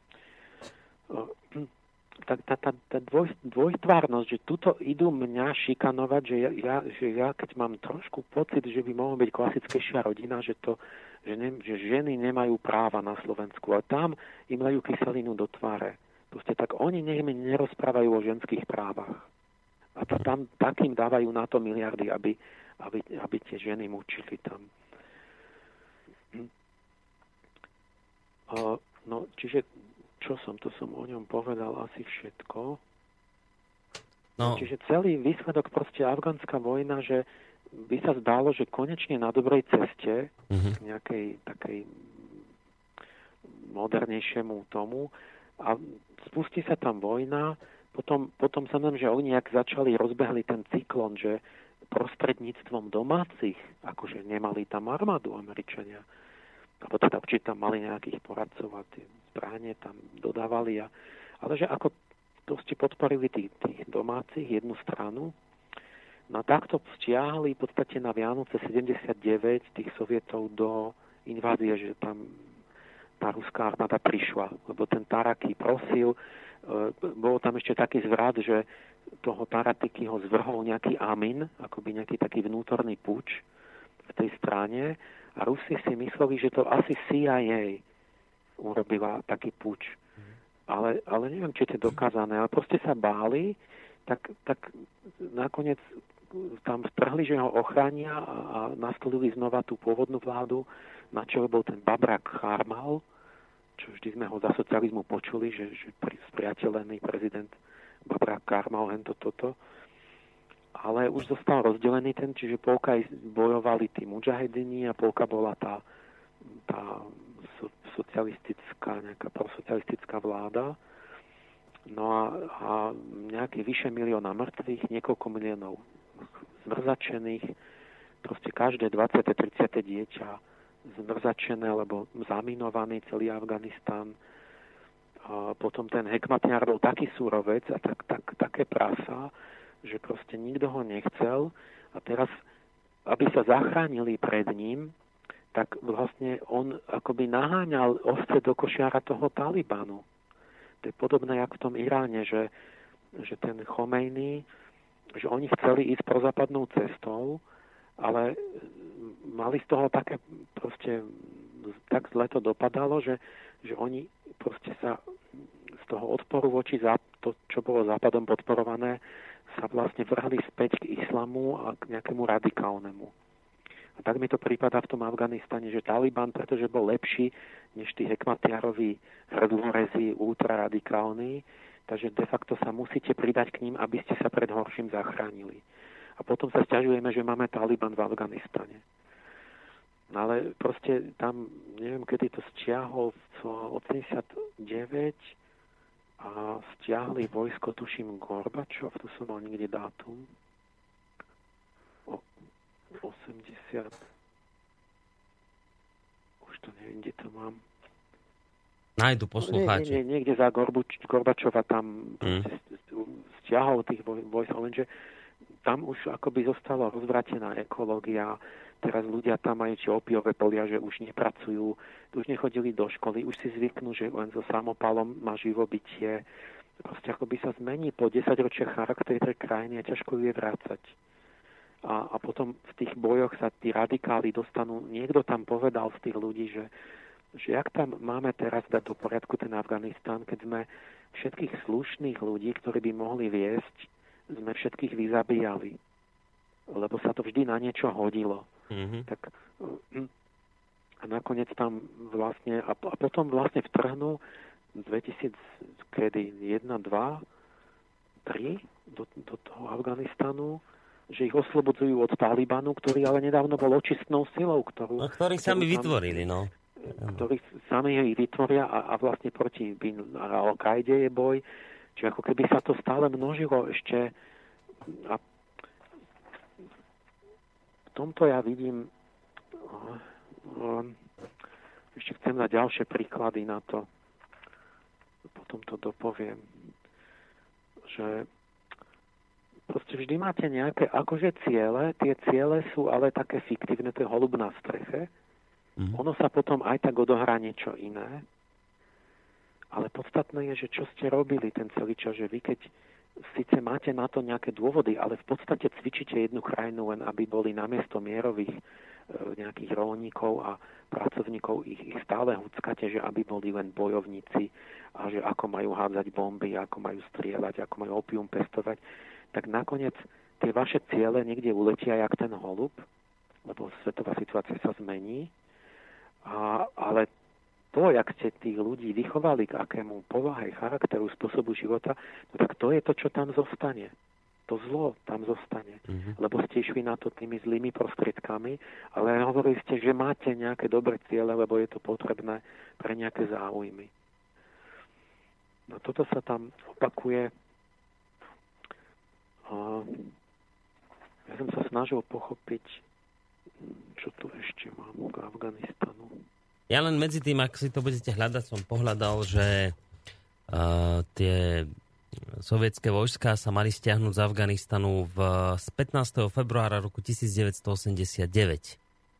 Speaker 4: Tá, tá, tá, tá dvoj, dvojtvárnosť, že tuto idú mňa šikanovať, že ja, ja, že ja keď mám trošku pocit, že by mohla byť klasickejšia rodina, že, to, že, ne, že ženy nemajú práva na Slovensku. A tam im lejú kyselinu do tváre. Proste tak oni nech mi nerozprávajú o ženských právach. A to tam takým dávajú na to miliardy, aby, aby, aby tie ženy mučili tam. Uh, no, čiže čo som, to som o ňom povedal asi všetko. No. Čiže celý výsledok proste afgánska vojna, že by sa zdalo, že konečne na dobrej ceste mm-hmm. k nejakej takej modernejšiemu tomu a spustí sa tam vojna. Potom, potom sa nám, že oni jak začali, rozbehli ten cyklon, že prostredníctvom domácich, akože nemali tam armádu Američania, alebo teda určite tam mali nejakých poradcov a tie zbranie tam dodávali. A, ale že ako to ste podporili tých, tých domácich, jednu stranu, no takto stiahli v podstate na Vianoce sedemdesiatdeväť tých sovietov do invázie, že tam tá ruská armáda prišla, lebo ten Taraky prosil, bol tam ešte taký zvrat, že toho Taratyky ho zvrhol nejaký Amin, akoby nejaký taký vnútorný puč v tej strane a Rusi si mysleli, že to asi C I A urobila taký puč. Ale, ale neviem, či to je dokázané, ale proste sa báli, tak, tak nakoniec tam strhli, že ho ochránia a, a nastolili znova tú pôvodnú vládu, na čo bol ten Babrak Charmal, čo vždy sme ho za socializmu počuli, že, že spriateľený prezident Babrak Charmal, hento toto. Ale už zostal rozdelený ten, čiže polka bojovali tí mudžahedini a polka bola tá, tá socialistická, nejaká prosocialistická vláda. No a, a nejaký vyše milióna mŕtvych, niekoľko miliónov zmrzačených, proste každé dvadsiate tridsate dieťa zmrzačené, lebo zaminovaný celý Afganistan. A potom ten Hekmatyar bol taký súrovec a tak, tak, také prasa, že proste nikto ho nechcel a teraz, aby sa zachránili pred ním, tak vlastne on akoby naháňal ovce do košiara toho Talibanu. To je podobné jak v tom Iráne, že, že ten Chomejny, že oni chceli ísť prozápadnou cestou, ale mali z toho také proste tak zle to dopadalo, že, že oni proste sa z toho odporu voči záp- to, čo bolo západom podporované, sa vlastne vrhli späť k islamu a k nejakému radikálnemu. A tak mi to prípada v tom Afganistane, že Taliban, pretože bol lepší než tí Hekmatyároví hrdlorezi ultraradikálni, takže de facto sa musíte pridať k ním, aby ste sa pred horším zachránili. a potom sa sťažujeme, že máme Taliban v Afganistane. No ale proste tam, neviem, kedy to stiahol v osemdesiatdeväť a stiahli vojsko, tuším, Gorbačov, tu som mal niekde dátum. O, osemdesiat Už to neviem, kde to mám.
Speaker 2: Nájdu poslucháči.
Speaker 4: Nie, nie, niekde za Gorbuč, Gorbačova tam mm. stiahol tých vojsk, lenže tam už akoby zostala rozvratená ekológia. Teraz ľudia tam majú tie opiové polia, že už nepracujú, už nechodili do školy, už si zvyknú, že len so samopalom má živobytie. Proste akoby sa zmení po desaťročia charakter tej krajiny a ťažko ju je vrácať. A, a potom v tých bojoch sa tí radikáli dostanú. Niekto tam povedal z tých ľudí, že, že jak tam máme teraz dať do poriadku ten Afganistán, keď sme všetkých slušných ľudí, ktorí by mohli viesť, sme všetkých vyzabíjali. Lebo sa to vždy na niečo hodilo. Mm-hmm. Tak a nakoniec tam vlastne a, a potom vlastne vtrhnú dvetisíc, kedy jeden, dva, tri do, do toho Afganistanu, že ich oslobodzujú od Talibanu, ktorý ale nedávno bol očistnou silou, ktorú...
Speaker 2: No, ktorý sami tam, vytvorili, no.
Speaker 4: Ktorí sami ich vytvoria a, a vlastne proti Al-Kaide je boj. Čiže ako keby sa to stále množilo ešte a v tomto ja vidím ešte chcem dať ďalšie príklady na to. Potom to dopoviem. Že proste vždy máte nejaké akože ciele, tie ciele sú ale také fiktívne, to je holub na streche. Mm. Ono sa potom aj tak odohrá niečo iné. Ale podstatné je, že čo ste robili ten celý čas, že vy keď síce máte na to nejaké dôvody, ale v podstate cvičíte jednu krajinu len, aby boli namiesto mierových e, nejakých rolníkov a pracovníkov ich, ich stále huckate, že aby boli len bojovníci a že ako majú hádzať bomby, ako majú strieľať, ako majú opium pestovať, tak nakoniec tie vaše ciele niekde uletia jak ten holub, lebo svetová situácia sa zmení, a, ale to, jak ste tých ľudí vychovali k akému povahe, charakteru, spôsobu života, no tak to je to, čo tam zostane. To zlo tam zostane. Mm-hmm. Lebo ste išli na to tými zlými prostriedkami, ale hovorili ste, že máte nejaké dobré ciele, lebo je to potrebné pre nejaké záujmy. No toto sa tam opakuje. A ja som sa snažil pochopiť, čo tu ešte mám k Afganistanu.
Speaker 2: Ja len medzi tým, ak si to budete hľadať, som pohľadal, že uh, tie sovietské vojská sa mali stiahnuť z Afganistanu v, z pätnásteho februára roku devätnásťstoosemdesiatdeväť.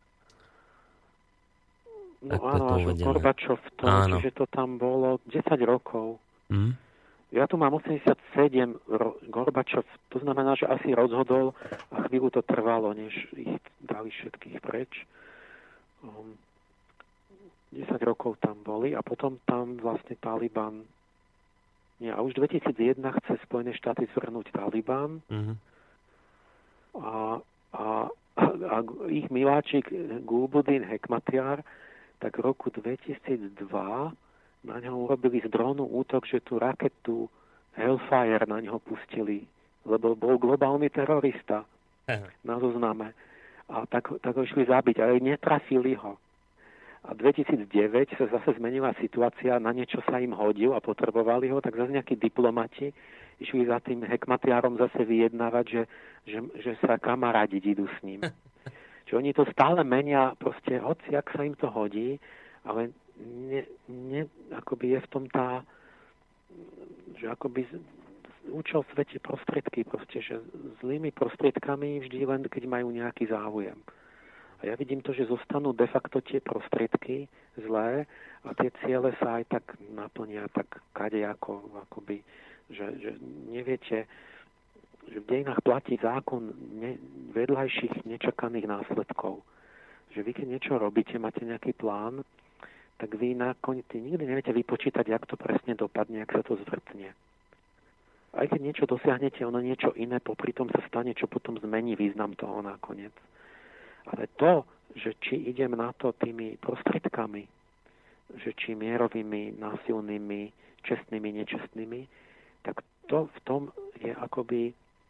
Speaker 4: No tak áno, až Gorbačov to, čiže to tam bolo desať rokov. Mm. Ja tu mám osemdesiatsedem, Gorbačov, to znamená, že asi rozhodol a chvíľu to trvalo, než ich dali všetkých preč. Um, desať rokov tam boli a potom tam vlastne Taliban nie, a už dvetisícjeden chce Spojené štáty zvrhnúť Taliban mm-hmm. a, a, a ich miláčik Gulbuddin Hekmatyar tak v roku dvetisícdva na ňo urobili z drónu útok, že tú raketu Hellfire na ňo pustili, lebo bol globálny terorista na zozname a tak, tak ho išli zabiť, ale netrafili ho. A dvetisícdeväť sa zase zmenila situácia, na niečo sa im hodil a potrebovali ho, tak zase nejakí diplomati išli za tým Hekmatyárom zase vyjednávať, že, že, že sa kamarádiť idú s ním. Čiže oni to stále menia, proste hoci, ak sa im to hodí, ale ne, ne, akoby je v tom tá, že akoby účel svete prostriedky, proste, že zlými prostriedkami vždy len, keď majú nejaký záujem. A ja vidím to, že zostanú de facto tie prostriedky zlé a tie ciele sa aj tak naplnia tak kadejako, akoby, že, že neviete, že v dejinách platí zákon ne, vedľajších nečakaných následkov. Že vy keď niečo robíte, máte nejaký plán, tak vy nakoniec nikdy neviete vypočítať, jak to presne dopadne, jak sa to zvrtne. Aj keď niečo dosiahnete, ono niečo iné, popri tom sa stane, čo potom zmení význam toho nakoniec. Ale to, že či idem na to tými prostriedkami, že či mierovými, násilnými, čestnými, nečestnými, tak to v tom je akoby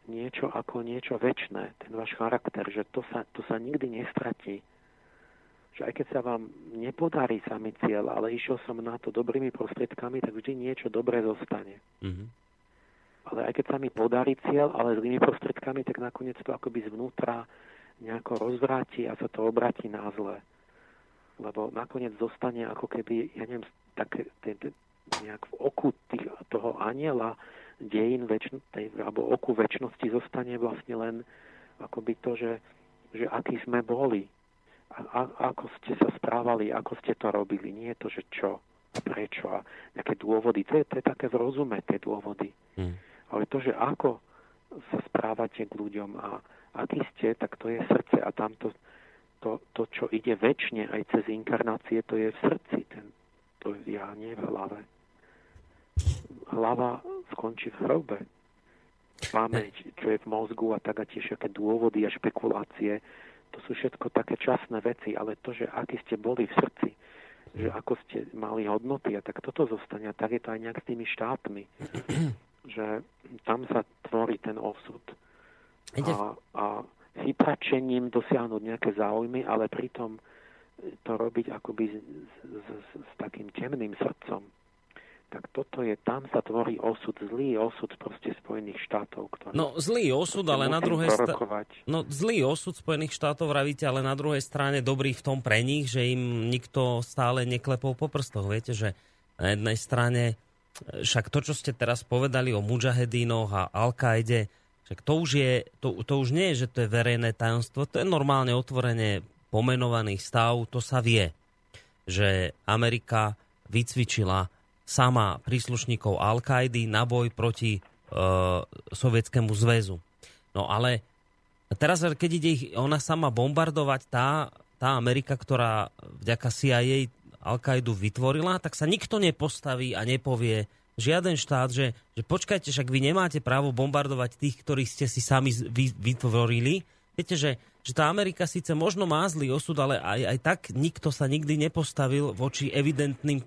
Speaker 4: niečo ako niečo večné, ten váš charakter, že to sa, to sa nikdy nestratí. Že aj keď sa vám nepodarí samý cieľ, ale išiel som na to dobrými prostriedkami, tak vždy niečo dobré zostane. Mm-hmm. Ale aj keď sa mi podarí cieľ, ale zlými prostriedkami, tak nakoniec to akoby zvnútra nejako rozvráti a sa to obráti na zlé. Lebo nakoniec zostane ako keby, ja neviem, také, te, te, nejak v oku tých, toho aniela dejín väčšnosti, alebo oku väčšnosti zostane vlastne len akoby to, že, že akí sme boli. A, a, ako ste sa správali, ako ste to robili. Nie to, že čo a prečo a nejaké dôvody. To je, to je také v rozume, tie dôvody. Hmm. Ale to, že ako sa správate k ľuďom a aký ste, tak to je srdce. A tamto, to, to, čo ide väčšine aj cez inkarnácie, to je v srdci. Ten, to ja nie v hlave. Hlava skončí v hrobe. Pamäť, čo je v mozgu a tak a tiež aké dôvody a špekulácie. To sú všetko také časné veci, ale to, že aký ste boli v srdci, že ako ste mali hodnoty a tak toto zostane. A tak je to aj nejak s tými štátmi. Že tam sa tvorí ten osud. A, a vypračením dosiahnuť nejaké záujmy, ale pritom to robiť akoby s, s, s, s takým temným srdcom. Tak toto je, tam sa tvorí osud, zlý osud proste Spojených štátov. Ktorý
Speaker 2: no zlý osud, ale na druhej strane... No zlý osud Spojených štátov vravíte, ale na druhej strane dobrý v tom pre nich, že im nikto stále neklepol po prstoch. Viete, že na jednej strane však to, čo ste teraz povedali o mudžahedínoch a Al-Kaide, však to už je, to, to už nie je, že to je verejné tajomstvo, to je normálne otvorene pomenovaný stav, to sa vie, že Amerika vycvičila sama príslušníkov Al-Kaidy na boj proti e, Sovietskému zväzu. No ale teraz, keď ide ich ona sama bombardovať, tá, tá Amerika, ktorá vďaka C I A Al-Kaidu vytvorila, tak sa nikto nepostaví a nepovie, žiaden štát, že, že počkajte, však vy nemáte právo bombardovať tých, ktorých ste si sami vy, vytvorili. Viete, že, že tá Amerika síce možno má zlý osud, ale aj, aj tak nikto sa nikdy nepostavil voči evidentným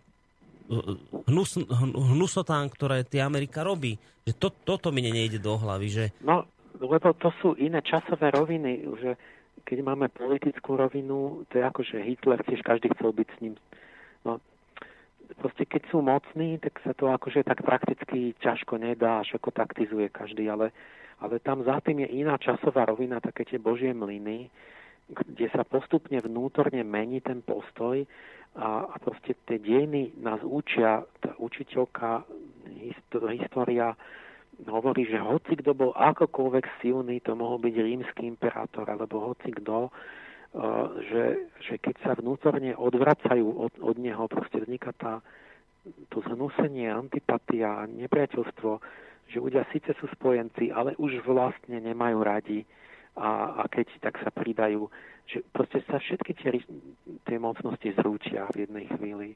Speaker 2: hnus, hnusotám, ktoré tie Amerika robí. Že to, toto mi nejde do hlavy. Že...
Speaker 4: No, lebo to sú iné časové roviny, že keď máme politickú rovinu, to je ako, že Hitler tiež každý chcel byť s ním. No, proste keď sú mocní, tak sa to akože tak prakticky ťažko nedá, až ako taktizuje každý, ale, ale tam za tým je iná časová rovina, také tie božie mlyny, kde sa postupne vnútorne mení ten postoj a, a proste tie dejiny nás učia, tá učiteľka história hovorí, že hoci kto bol akokoľvek silný, to mohol byť rímsky imperátor, alebo hoci kto, uh, že, že keď sa vnútorne odvracajú od, od neho, proste vzniká tá, to zhnusenie, antipatia, nepriateľstvo, že ľudia síce sú spojenci, ale už vlastne nemajú radi a, a keď tak sa pridajú, že proste sa všetky tie, tie mocnosti zrúčia v jednej chvíli.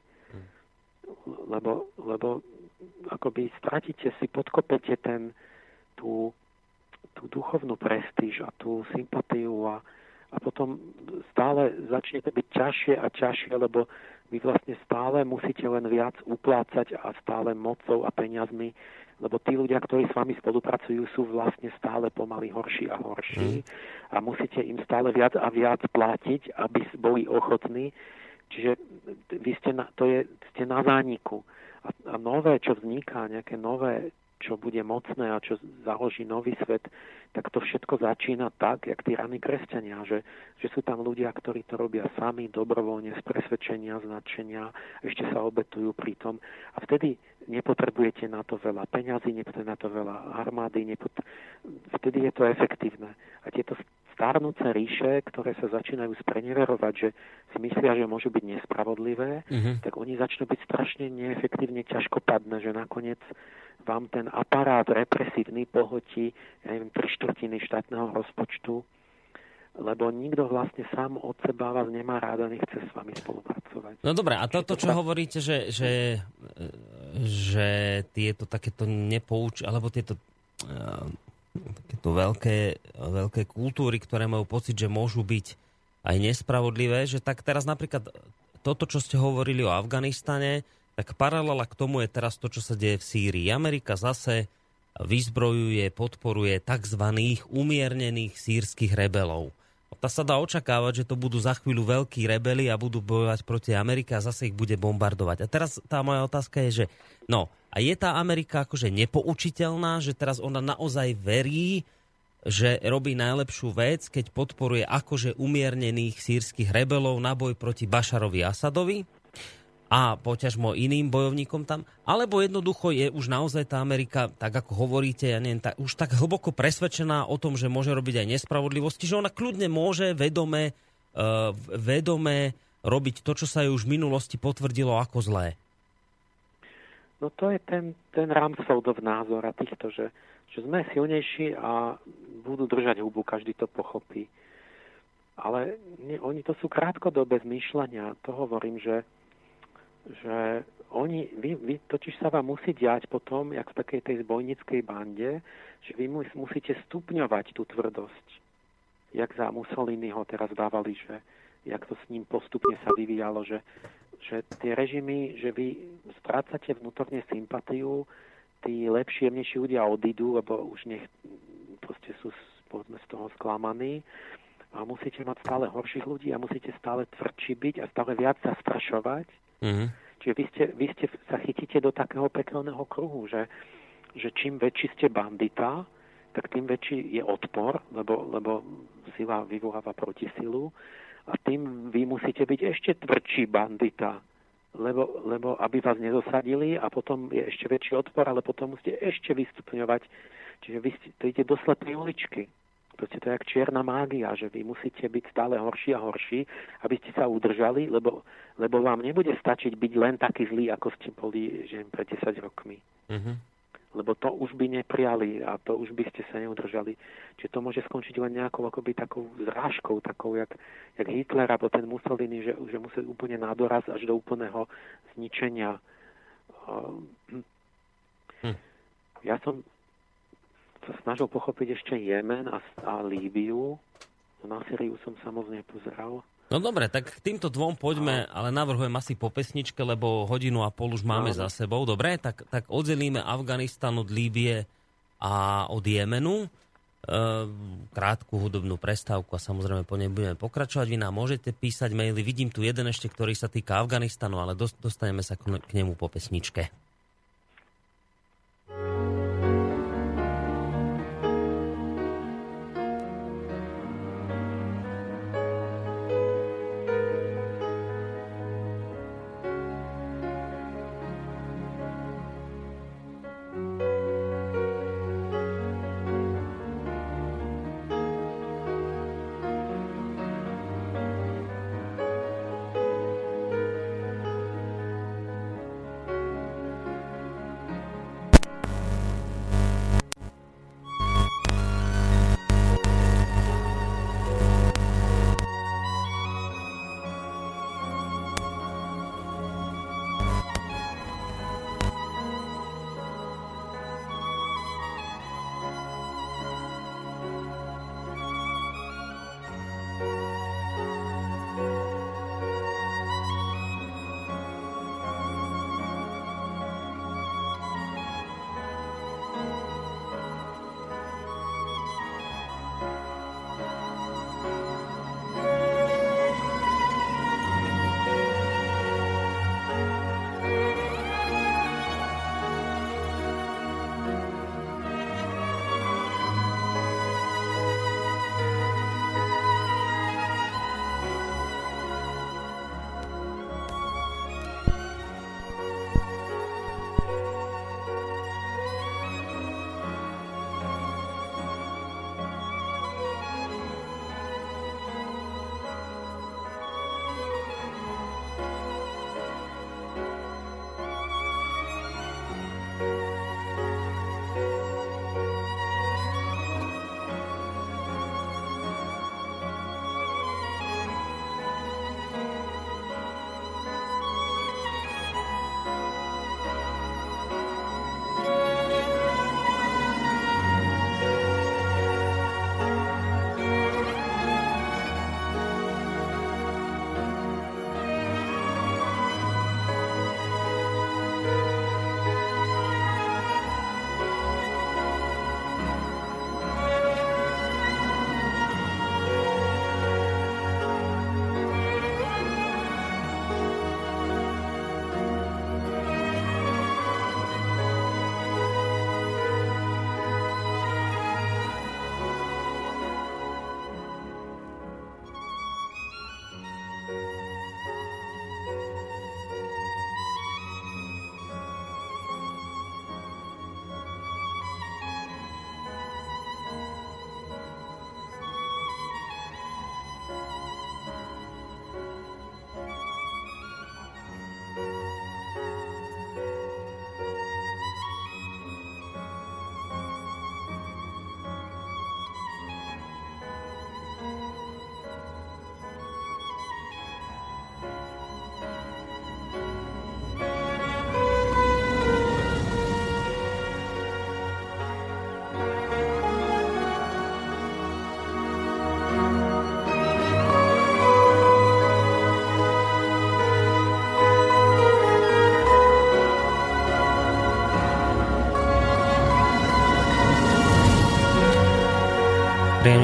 Speaker 4: Lebo, lebo akoby stratíte si, podkopete ten, tú, tú duchovnú prestíž a tú sympatiu a, a potom stále začnete byť ťažšie a ťažšie, lebo vy vlastne stále musíte len viac uplácať a stále mocou a peniazmi, lebo tí ľudia, ktorí s vami spolupracujú, sú vlastne stále pomaly horší a horší a musíte im stále viac a viac platiť, aby boli ochotní. Čiže vy ste na, to je, ste na zániku. A, a nové, čo vzniká, nejaké nové, čo bude mocné a čo založí nový svet, tak to všetko začína tak, jak tí raní kresťania, že, že sú tam ľudia, ktorí to robia sami, dobrovoľne, z presvedčenia, z nadšenia, ešte sa obetujú pri tom. A vtedy nepotrebujete na to veľa peňazí, nepotrebujete na to veľa armády, nepot... vtedy je to efektívne. A tieto starnúce ríše, ktoré sa začínajú spreneverovať, že si myslia, že môžu byť nespravodlivé, mm-hmm. tak oni začnú byť strašne neefektívne ťažkopadné, že nakoniec vám ten aparát represívny pohltí, ja neviem, tri štvrtiny štátneho rozpočtu, lebo nikto vlastne sám od seba vás nemá rád a nechce s vami spolupracovať.
Speaker 2: No dobré, a toto, čo hovoríte, že, že, že tieto takéto nepouč, alebo tieto uh, takéto veľké, veľké kultúry, ktoré majú pocit, že môžu byť aj nespravodlivé, že tak teraz napríklad toto, čo ste hovorili o Afganistane, tak paralela k tomu je teraz to, čo sa deje v Sýrii. Amerika zase vyzbrojuje, podporuje tzv. Umiernených sýrskych rebelov. Tá sa dá očakávať, že to budú za chvíľu veľkí rebeli a budú bojovať proti Amerike a zase ich bude bombardovať. A teraz tá moja otázka je, že no, a je tá Amerika akože nepoučiteľná, že teraz ona naozaj verí, že robí najlepšiu vec, keď podporuje akože umiernených sýrskych rebelov na boj proti Bašarovi Asadovi a poťažmo iným bojovníkom tam, alebo jednoducho je už naozaj tá Amerika, tak ako hovoríte, ja neviem, tak, už tak hlboko presvedčená o tom, že môže robiť aj nespravodlivosti, že ona kľudne môže vedome, uh, vedome robiť to, čo sa jej už v minulosti potvrdilo ako zlé.
Speaker 4: No to je ten, ten Rumsfeldov názor a týchto, že, že sme silnejší a budú držať hubu, každý to pochopí. Ale nie, oni to sú krátkodobé zmýšľania. To hovorím, že že oni, vy, vy totiž sa vám musí diať potom, jak v takej tej zbojnickej bande, že vy mus, musíte stupňovať tú tvrdosť. Jak za Mussoliniho teraz dávali, že jak to s ním postupne sa vyvíjalo, že, že tie režimy, že vy strácate vnútorne sympatiu, tí lepší, jemnejší ľudia odídu, lebo už nech proste sú povedzme z toho sklamaní a musíte mať stále horších ľudí a musíte stále tvrdší byť a stále viac sa strašovať. Mm-hmm. Čiže vy, ste, vy ste, sa chytíte do takého pekelného kruhu, že, že čím väčší ste bandita, tak tým väčší je odpor, lebo, lebo sila vyvoláva protisilu a tým vy musíte byť ešte tvrdší bandita, lebo, lebo aby vás nedosadili a potom je ešte väčší odpor, ale potom musíte ešte vystupňovať. Čiže vy ste, to ide do slepej uličky. Proste to je jak čierna mágia, že vy musíte byť stále horší a horší, aby ste sa udržali, lebo, lebo vám nebude stačiť byť len taký zlý, ako ste boli že pred desať rokmi. Mm-hmm. Lebo to už by neprijali a to už by ste sa neudržali. Čiže to môže skončiť len nejakou akoby takou zrážkou, takou jak, jak Hitler alebo ten Mussolini, že, že musí úplne nádoraz až do úplného zničenia. Hm. Ja som sa snažil pochopiť ešte Jemen a, a Líbiu. Na Syriu som samozrejme pozeral.
Speaker 2: No dobre, tak k týmto dvom poďme, ale navrhujem asi po pesničke, lebo hodinu a pol už máme no. za sebou. Dobre, tak, tak oddelíme Afganistan od Líbie a od Jemenu. E, krátku hudobnú prestávku a samozrejme po nej budeme pokračovať. Vy nám môžete písať maily. Vidím tu jeden ešte, ktorý sa týka Afganistanu, ale dostaneme sa k nemu po pesničke.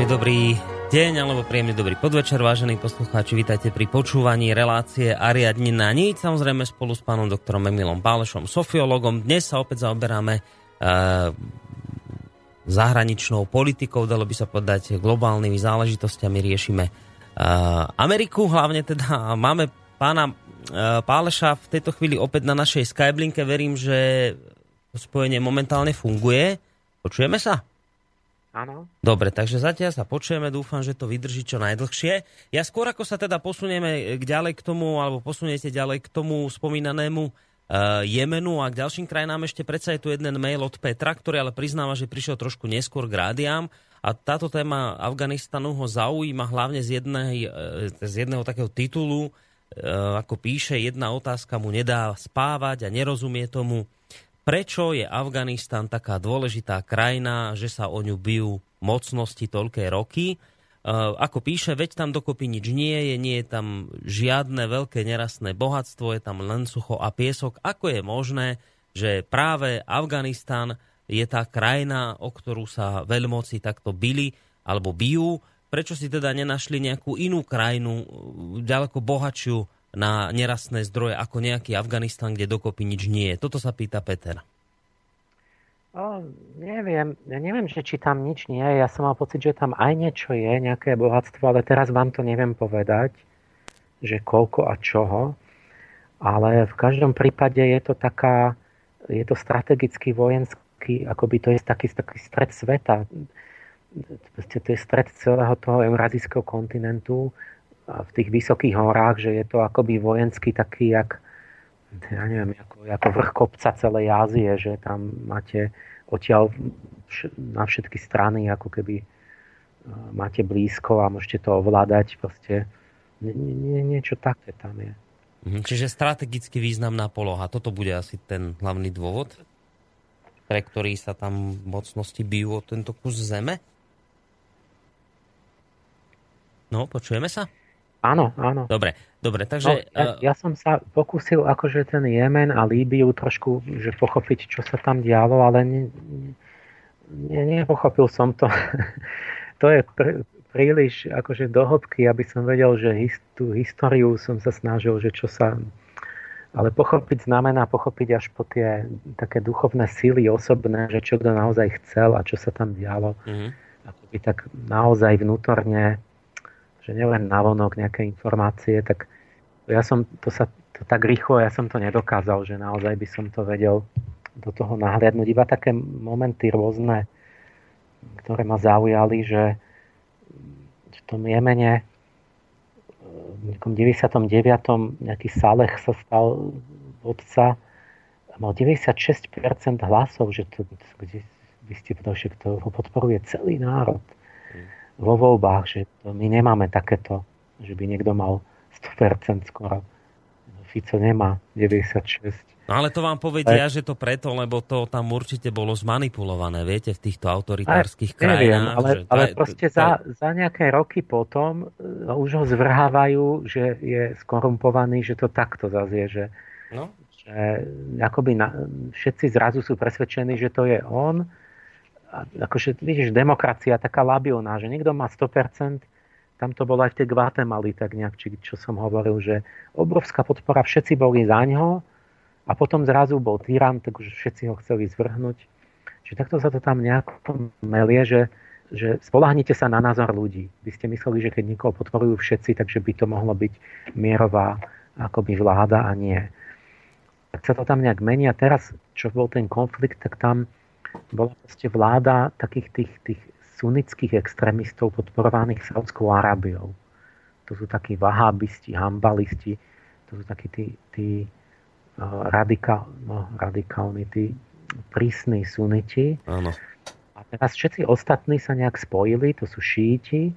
Speaker 2: dobrý deň alebo príjemný dobrý podvečer, vážení poslucháči. Vítajte pri počúvaní relácie Ariadne na nič. Samozrejme spolu s pánom doktorom Emilom Pálešom, sofiologom. Dnes sa opäť zaoberáme e, zahraničnou politikou, dalo by sa povedať globálnymi záležitosťami. Riešime e, Ameriku, hlavne teda máme pána e, Páleša v tejto chvíli opäť na našej Skyblinke. Verím, že spojenie momentálne funguje. Počujeme sa?
Speaker 4: Áno.
Speaker 2: Dobre, takže zatiaľ sa počujeme, dúfam, že to vydrží čo najdlhšie. Ja skôr ako sa teda posunieme k ďalej k tomu, alebo posuniete ďalej k tomu spomínanému uh, Jemenu a k ďalším krajinám, ešte predsa je tu jeden mail od Petra, ktorý ale priznáva, že prišiel trošku neskôr k rádiám a táto téma Afganistanu ho zaujíma hlavne z, jednej, z jedného takého titulu, uh, ako píše, jedna otázka mu nedá spávať a nerozumie tomu. Prečo je Afganistan taká dôležitá krajina, že sa o ňu bijú mocnosti toľké roky? E, ako píše, veď tam dokopy nič nie je, nie je tam žiadne veľké nerastné bohatstvo, je tam len sucho a piesok. Ako je možné, že práve Afganistan je tá krajina, o ktorú sa veľmoci takto bili alebo bijú? Prečo si teda nenašli nejakú inú krajinu, ďaleko bohatšiu na nerastné zdroje ako nejaký Afganistan, kde dokopy nič nie je? Toto sa pýta Peter.
Speaker 4: O, neviem, ja neviem, že či tam nič nie je. Ja som mal pocit, že tam aj niečo je, nejaké bohatstvo, ale teraz vám to neviem povedať, že koľko a čoho. Ale v každom prípade je to taká, je to strategický vojenský, akoby to je taký, taký stred sveta. To je stred celého toho eurazijského kontinentu v tých vysokých horách, že je to akoby vojenský taký, jak, ja neviem, ako, ako vrch kopca celej Ázie, že tam máte odtiaľ na všetky strany, ako keby máte blízko a môžete to ovládať, proste nie, nie, niečo také tam je.
Speaker 2: Čiže strategicky významná poloha. Toto bude asi ten hlavný dôvod, pre ktorý sa tam mocnosti bijú o tento kus zeme? No, počujeme sa?
Speaker 4: Áno, áno.
Speaker 2: Dobre, dobre, takže...
Speaker 4: No, ja, ja som sa pokúsil akože ten Jemen a Líbiu trošku že pochopiť, čo sa tam dialo, ale ne, ne, nepochopil som to. To je pr- príliš akože do hĺbky, aby som vedel, že hist- tú históriu som sa snažil, že čo sa... Ale pochopiť znamená pochopiť až po tie také duchovné síly osobné, že čo kto naozaj chcel a čo sa tam dialo. Mm-hmm. Akoby tak naozaj vnútorne, že nielen navonok nejaké informácie, tak ja som to sa to tak rýchlo, ja som to nedokázal, že naozaj by som to vedel do toho nahliadnúť. Iba také momenty rôzne, ktoré ma zaujali, že v tom Jemene v nejakom deväťdesiatom deviatom nejaký Saleh sa stal vodca a mal deväťdesiatšesť percent hlasov, že to, kde vy ste povedali, že to ho podporuje celý národ vo voľbách, že to my nemáme takéto, že by niekto mal sto percent skoro. Fico nemá deväťdesiatšesť.
Speaker 2: No ale to vám povedia, Aj, že to preto, lebo to tam určite bolo zmanipulované, viete, v týchto autoritárskych krajinách.
Speaker 4: Ale,
Speaker 2: že
Speaker 4: ale
Speaker 2: taj,
Speaker 4: proste
Speaker 2: taj,
Speaker 4: za, za nejaké roky potom uh, už ho zvrhávajú, že je skorumpovaný, že to takto zase je, že,
Speaker 2: no?
Speaker 4: že akoby na, všetci zrazu sú presvedčení, že to je on. A akože, vidíš, demokracia taká labilná, že niekto má sto percent, tam to bolo aj v tej Guatemali, tak nejak, či, čo som hovoril, že obrovská podpora, všetci boli za ňo a potom zrazu bol tyran, tak už všetci ho chceli zvrhnúť. Čiže takto sa to tam nejako melie, že, že spoľahnite sa na názor ľudí. Vy ste mysleli, že keď niekoho podporujú všetci, takže by to mohlo byť mierová akoby vláda a nie. Tak sa to tam nejak mení a teraz, čo bol ten konflikt, tak tam bola proste vláda takých tých, tých sunnických extrémistov podporovaných Saudskou Arábiou. To sú takí vahábisti, hambalisti, to sú takí tí, tí uh, radikál, no, radikálni, tí prísni suniti.
Speaker 2: Áno.
Speaker 4: A teraz všetci ostatní sa nejak spojili, to sú šíti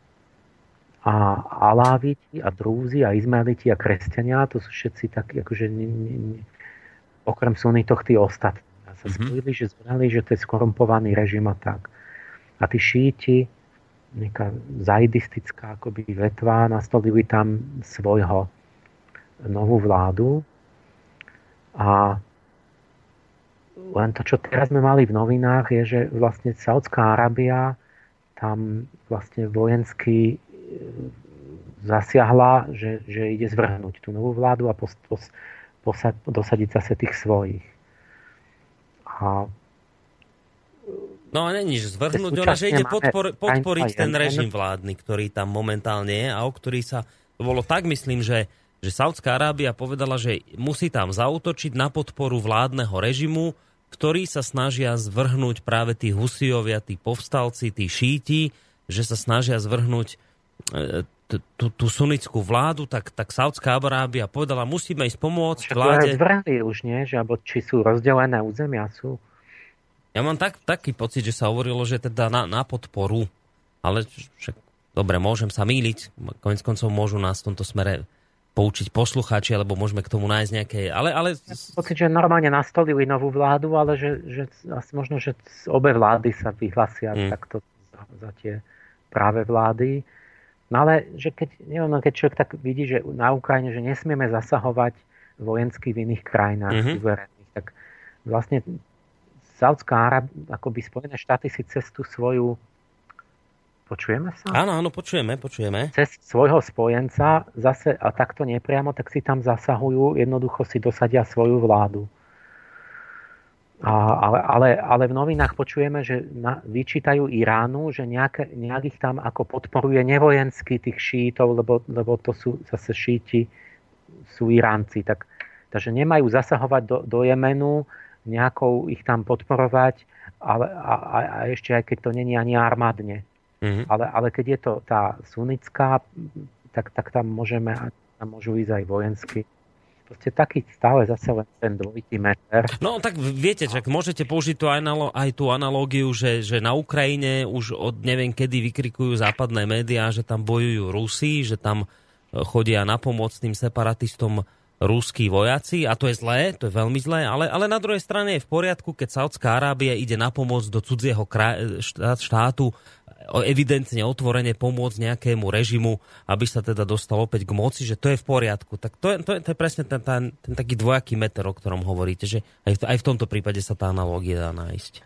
Speaker 4: a aláviti a drúzi a izmaeliti a kresťania, to sú všetci takí, akože ne, ne, ne, okrem sunitov tí ostatní. Sa spojili, mm-hmm. že zvrali, že to je skorumpovaný režim a tak. A tí šíti, nejaká zaidistická akoby vetva, nastolili tam svojho novú vládu. A len to, čo teraz sme mali v novinách, je, že vlastne Saudská Arábia tam vlastne vojensky zasiahla, že, že ide zvrhnúť tú novú vládu a pos, pos, posad, dosadiť zase tých svojich. A
Speaker 2: no a není, že zvrhnúť, ona, že ide podpor, podporiť ten režim vládny, ktorý tam momentálne je a o ktorý sa, to bolo tak, myslím, že, že Saudská Arábia povedala, že musí tam zaútočiť na podporu vládneho režimu, ktorí sa snažia zvrhnúť práve tí husijovia, tí povstalci, tí šíti, že sa snažia zvrhnúť tú, tú sunnickú vládu, tak, tak Saudská Arábia povedala, musíme ísť pomôcť vláde.
Speaker 4: Zvrhli už, nie? Že, alebo či sú rozdelené územia, sú.
Speaker 2: Ja mám tak, taký pocit, že sa hovorilo, že teda na, na podporu, ale však, dobre, môžem sa mýliť, koniec koncov môžu nás v tomto smere poučiť poslucháči, alebo môžeme k tomu nájsť nejaké... Ale, ale...
Speaker 4: Ja pocit, že normálne nastolili novú vládu, ale že, že asi možno, že obe vlády sa vyhlasia mm. takto za, za tie práve vlády. No ale že keď, neviem, keď človek tak vidí, že na Ukrajine, že nesmieme zasahovať vojensky v iných krajinách mm-hmm. suverénnych, tak vlastne Saudská Arábia, akoby Spojené štáty si cez tú svoju... Počujeme sa?
Speaker 2: Áno, áno, počujeme, počujeme.
Speaker 4: Cez svojho spojenca zase, a takto nepriamo, tak si tam zasahujú, jednoducho si dosadia svoju vládu. A, ale, ale, ale v novinách počujeme, že na, vyčítajú Iránu, že nejaké, nejak ich tam ako podporuje nevojensky tých šítov, lebo, lebo to sú zase šíti, sú Iránci. Tak, takže nemajú zasahovať do, do Jemenu, nejakou ich tam podporovať, ale, a, a, a ešte aj keď to není ani armádne. Mm-hmm. Ale, ale keď je to tá sunnická, tak, tak tam môžeme, tam môžu ísť aj vojensky. Proste taký stále zase len ten dvojitý meter.
Speaker 2: No tak viete, že môžete použiť tú analo- aj tú analógiu, že, že na Ukrajine už od neviem kedy vykrikujú západné médiá, že tam bojujú Rusi, že tam chodia na pomoc tým separatistom ruskí vojaci a to je zlé, to je veľmi zlé, ale, ale na druhej strane je v poriadku, keď Saudská Arábia ide na pomoc do cudzieho kraj- štátu evidentne otvorene pomôcť nejakému režimu, aby sa teda dostal opäť k moci, že to je v poriadku. Tak to je, to je, to je presne ten, ten, ten taký dvojaký meter, o ktorom hovoríte, že aj v, aj v tomto prípade sa tá analogia dá nájsť.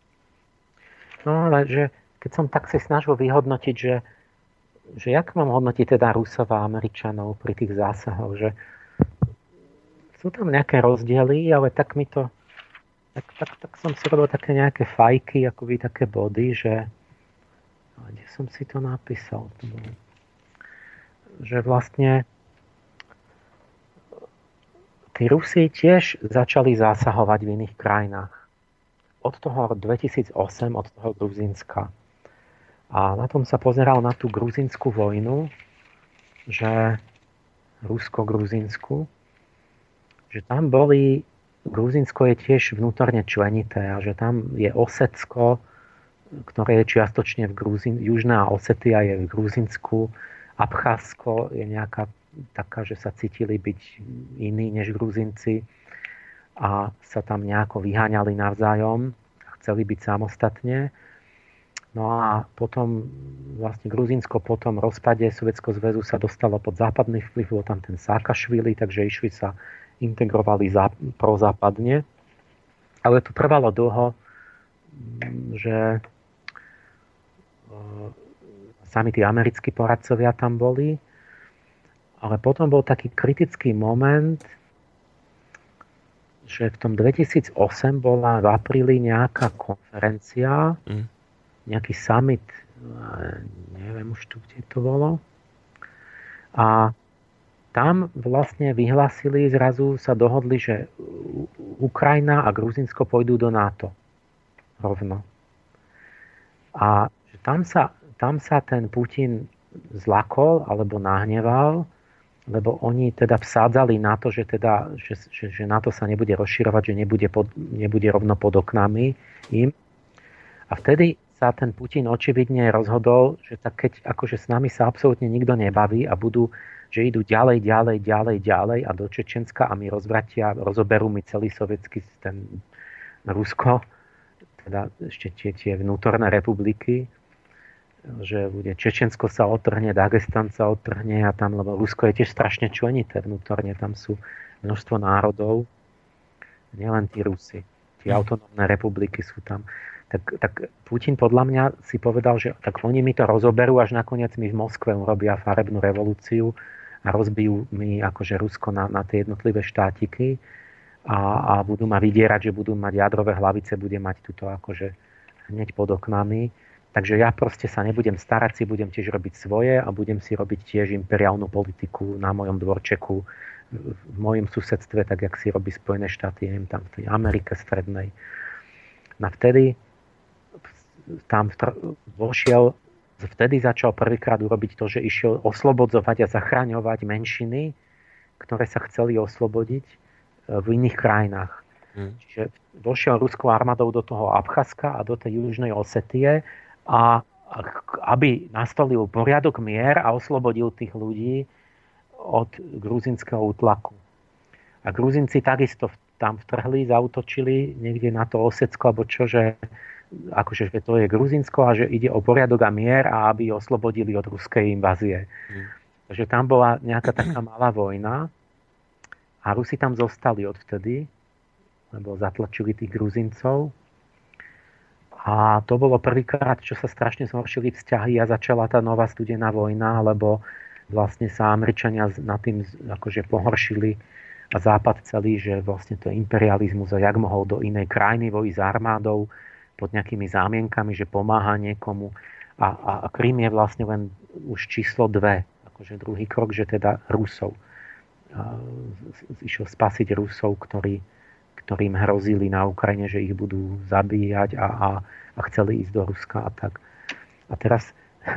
Speaker 4: No ale že keď som tak sa snažil vyhodnotiť, že, že jak mám hodnotiť teda Rusov a Američanov pri tých zásahoch, že sú tam nejaké rozdiely, ale tak mi to tak, tak, tak som si robil také nejaké fajky, akoby také body, že kde som si to napísal? Že vlastne tí Rusi tiež začali zasahovať v iných krajinách. Od toho dvetisícosem, od toho Gruzínska. A na tom sa pozeral na tú gruzínsku vojnu, že rusko-gruzínsku, že tam boli, Gruzínsko je tiež vnútorne členité a že tam je Osecko, ktoré je čiastočne v Gruzín, Južná Osetia je v Gruzínsku, Abcházsko je nejaká taká, že sa cítili byť iní než Gruzínci a sa tam nejako vyháňali navzájom a chceli byť samostatne. No a potom vlastne Gruzínsko po tom rozpade Sovietskeho zväzu sa dostalo pod západný vplyv, bol tam ten Sákašvili, takže išli sa, integrovali zá, prozápadne. Ale to trvalo dlho, že sami tí americkí poradcovia tam boli. Ale potom bol taký kritický moment, že v tom dvetisícosem bola v apríli nejaká konferencia, mm. nejaký summit, neviem už tu, kde to bolo. A tam vlastne vyhlásili, zrazu sa dohodli, že Ukrajina a Gruzínsko pôjdu do NATO. Rovno. A že tam sa, tam sa ten Putin zlakol alebo nahneval, lebo oni teda vsádzali na to, že, teda, že, že, že NATO sa nebude rozširovať, že nebude, pod, nebude rovno pod oknami im. A vtedy sa ten Putin očividne rozhodol, že tak keď akože s nami sa absolútne nikto nebaví a budú, že idú ďalej, ďalej, ďalej, ďalej a do Čečenska a mi rozvratia, rozoberú mi celý sovietský ten Rusko, teda ešte tie, tie vnútorné republiky, že bude Čečensko sa otrhne, Dagestan sa otrhne a tam, lebo Rusko je tiež strašne členité vnútorne, tam sú množstvo národov, nielen tí Rusi, tie autonómne republiky sú tam. tak, tak Putin podľa mňa si povedal, že tak oni mi to rozoberú, až nakoniec mi v Moskve urobia farebnú revolúciu a rozbijú mi akože Rusko na, na tie jednotlivé štátiky a, a budú ma vydierať, že budú mať jadrové hlavice, bude mať túto akože hneď pod oknami. Takže ja proste sa nebudem starať, si budem tiež robiť svoje a budem si robiť tiež imperiálnu politiku na mojom dvorčeku, v mojom susedstve, tak jak si robí Spojené štáty, neviem, tam v tej Amerike strednej. No vtedy tam vošiel, vtedy začal prvýkrát urobiť to, že išiel oslobodzovať a zachraňovať menšiny, ktoré sa chceli oslobodiť v iných krajinách. Hmm. Čiže vošiel ruskou armádou do toho Abcházska a do tej južnej Osetie a aby nastolil poriadok, mier a oslobodil tých ľudí od gruzinského útlaku. A Gruzinci takisto tam vtrhli, zautočili niekde na to Osecko, alebo čo, že akože že to je Gruzinsko a že ide o poriadok a mier a aby oslobodili od ruskej invázie. Mm. Takže tam bola nejaká taká malá vojna a Rusi tam zostali odvtedy, lebo zatlačili tých Gruzincov. A to bolo prvýkrát, čo sa strašne zhoršili vzťahy a začala tá nová studená vojna, lebo vlastne sa Američania nad tým akože pohoršili a Západ celý, že vlastne to je imperializmus a jak mohol do inej krajiny vojsť s armádou pod nejakými zámienkami, že pomáha niekomu. A, a, a Krym je vlastne len už číslo dve, akože druhý krok, že teda Rusov. A, išiel spasiť Rusov, ktorí, ktorým hrozili na Ukrajine, že ich budú zabíjať a, a, a chceli ísť do Ruska a tak. A teraz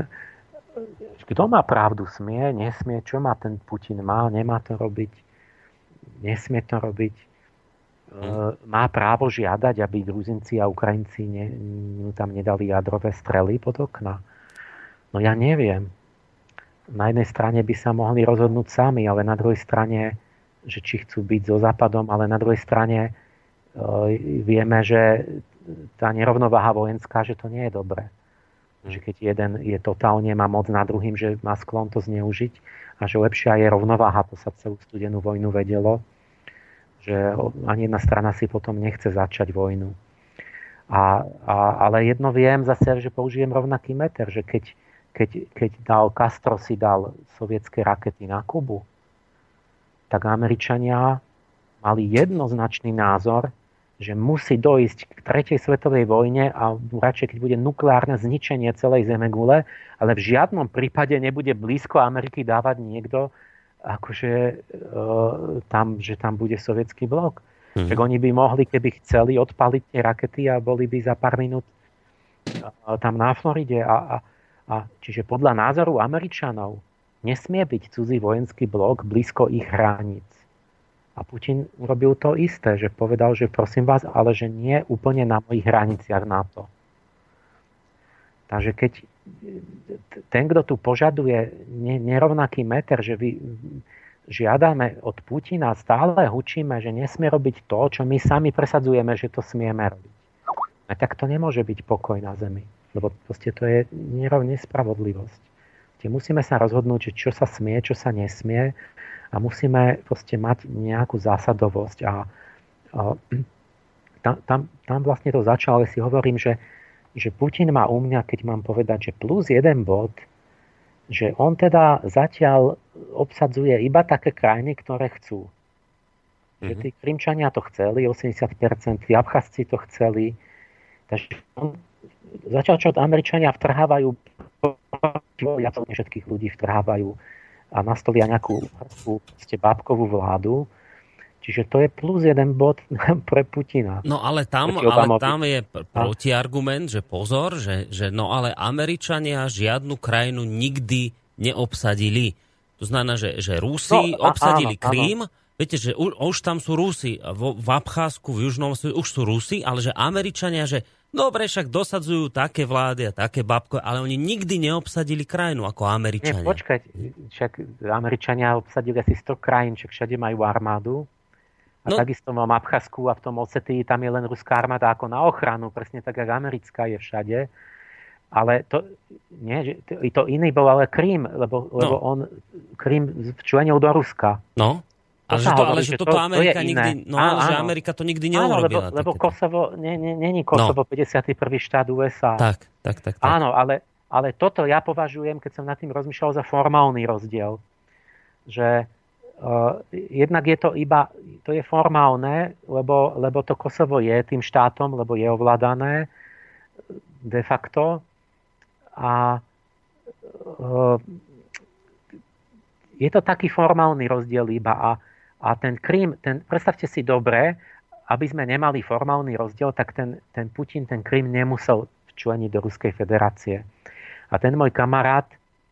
Speaker 4: kto má pravdu? Smie? Nesmie? Čo má ten Putin? Má? Nemá to robiť? Nesmie to robiť? Hmm. Má právo žiadať, aby Gruzinci a Ukrajinci ne, tam nedali jadrové strely pod okna? No ja neviem. Na jednej strane by sa mohli rozhodnúť sami, ale na druhej strane, že či chcú byť so Západom, ale na druhej strane e, vieme, že tá nerovnováha vojenská, že to nie je dobré. Že keď jeden je totálne, má moc nad druhým, že má sklon to zneužiť a že lepšia je rovnováha, to sa celú studenú vojnu vedelo, že ani jedna strana si potom nechce začať vojnu. A, a, ale jedno viem zase, že použijem rovnaký meter, že keď, keď, keď dal Castro si dal sovietské rakety na Kubu, tak Američania mali jednoznačný názor, že musí dojsť k tretej svetovej vojne a radšej, keď bude nukleárne zničenie celej zemegule, ale v žiadnom prípade nebude blízko Ameriky dávať niekto, akože e, tam, že tam bude sovietský blok. Hmm. Tak oni by mohli, keby chceli, odpaliť tie rakety a boli by za pár minút e, tam na Floride. A, a, a čiže podľa názoru Američanov nesmie byť cudzí vojenský blok blízko ich hraníc. A Putin urobil to isté, že povedal, že prosím vás, ale že nie úplne na mojich hraniciach NATO. Takže keď ten, kto tu požaduje nerovnaký meter, že vy žiadame od Putina, stále hučíme, že nesmie robiť to, čo my sami presadzujeme, že to smieme robiť. A tak to nemôže byť pokoj na zemi. Lebo proste to je nespravodlivosť. Musíme sa rozhodnúť, že čo sa smie, čo sa nesmie. A musíme proste mať nejakú zásadovosť. A, a tam, tam, tam vlastne to začalo, ale si hovorím, že, že Putin má u mňa, keď mám povedať, že plus jeden bod, že on teda zatiaľ obsadzuje iba také krajiny, ktoré chcú. Mm-hmm. Že tí Krymčania to chceli, osemdesiat percent, tí Abcházci to chceli. Takže on, zatiaľ čo Američania vtrhávajú, absolútne všetkých ľudí vtrhávajú a nastolia nejakú bábkovú vládu. Čiže to je plus jeden bod pre Putina.
Speaker 2: No ale tam, ale tam je protiargument, že pozor, že, že no ale Američania žiadnu krajinu nikdy neobsadili. To znamená, že, že Rusi no, obsadili áno, Krím. Áno. Viete, že už, už tam sú Rusi. V, v Abcházsku, v Južnom svete už sú Rusi, ale že Američania, že dobre, však dosadzujú také vlády a také babko, ale oni nikdy neobsadili krajinu ako Američania.
Speaker 4: Nie, počkať, však Američania obsadili asi sto krajín, však všade majú armádu. A no, takisto v Abcházsku a v tom Osetii tam je len ruská armáda ako na ochranu, presne tak, ako americká je všade. Ale to, nie, to, to iný bol ale Krím, lebo, lebo no. on Krím včlenil do Ruska.
Speaker 2: No. Ale, že, to, ale že toto to, Amerika to nikdy, no
Speaker 4: á,
Speaker 2: že Amerika to nikdy neurobila.
Speaker 4: Áno, lebo, lebo Kosovo, nie, nie, nie Kosovo no. päťdesiaty prvý štát ú es á.
Speaker 2: Tak, tak, tak. tak.
Speaker 4: Áno, ale, ale toto ja považujem, keď som nad tým rozmýšľal, za formálny rozdiel. Že uh, jednak je to iba, to je formálne, lebo, lebo to Kosovo je tým štátom, lebo je ovládané de facto a uh, je to taký formálny rozdiel iba a A ten Krym, ten, predstavte si dobre, aby sme nemali formálny rozdiel, tak ten, ten Putin, ten Krym nemusel včleniť do Ruskej federácie. A ten môj kamarát,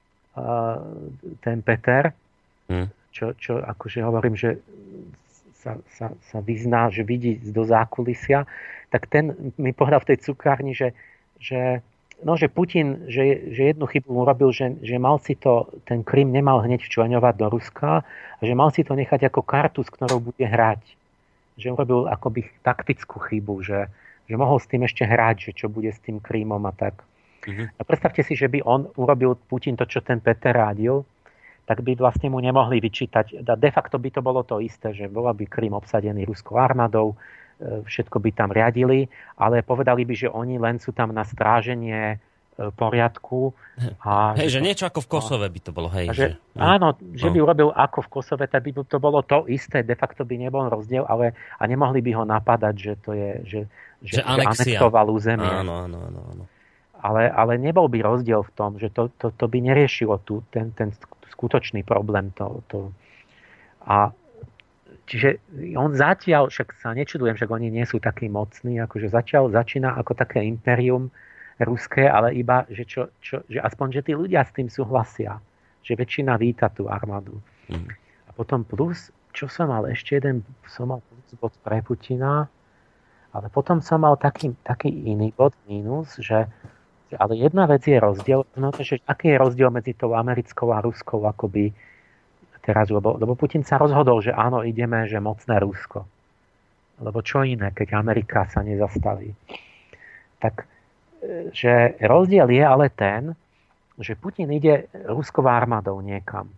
Speaker 4: ten Peter, hmm. čo, čo akože hovorím, že sa, sa, sa vyzná, že vidí do zákulisia, tak ten mi povedal v tej cukárni, že, že No, že Putin, že, že jednu chybu urobil, že, že mal si to, ten Krym nemal hneď včleňovať do Ruska a že mal si to nechať ako kartu, s ktorou bude hrať. Že urobil akoby taktickú chybu, že, že mohol s tým ešte hrať, že čo bude s tým Krymom a tak. Mhm. A predstavte si, že by on urobil Putin to, čo ten Peter rádil, tak by vlastne mu nemohli vyčítať. De facto by to bolo to isté, že bola by Krym obsadený ruskou armádou, všetko by tam riadili, ale povedali by, že oni len sú tam na stráženie poriadku. A
Speaker 2: hej, že, že niečo ako v Kosove by to bolo, hej.
Speaker 4: Že, že, áno, že no. by urobil ako v Kosove, tak by to bolo to isté, de facto by nebol rozdiel, ale a nemohli by ho napadať, že to je, že, že, že anexoval územie.
Speaker 2: Áno, áno, áno, áno.
Speaker 4: Ale, ale nebol by rozdiel v tom, že to, to, to by neriešilo tu, ten, ten skutočný problém. To, to. A čiže on zatiaľ, však sa nečudujem, že oni nie sú takí mocní, akože zatiaľ začína ako také impérium ruské, ale iba, že, čo, čo, že aspoň, že tí ľudia s tým súhlasia. Že väčšina víta tú armádu. Mm. A potom plus, čo som mal, ešte jeden, som mal plus bod pre Putina, ale potom som mal taký, taký iný bod, mínus, že, že ale jedna vec je rozdiel, no to, že aký je rozdiel medzi tou americkou a ruskou akoby teraz, lebo, lebo Putin sa rozhodol, že áno, ideme, že mocné Rusko. Lebo čo iné, keď Amerika sa nezastaví. Tak, že rozdiel je ale ten, že Putin ide ruskou armádou niekam.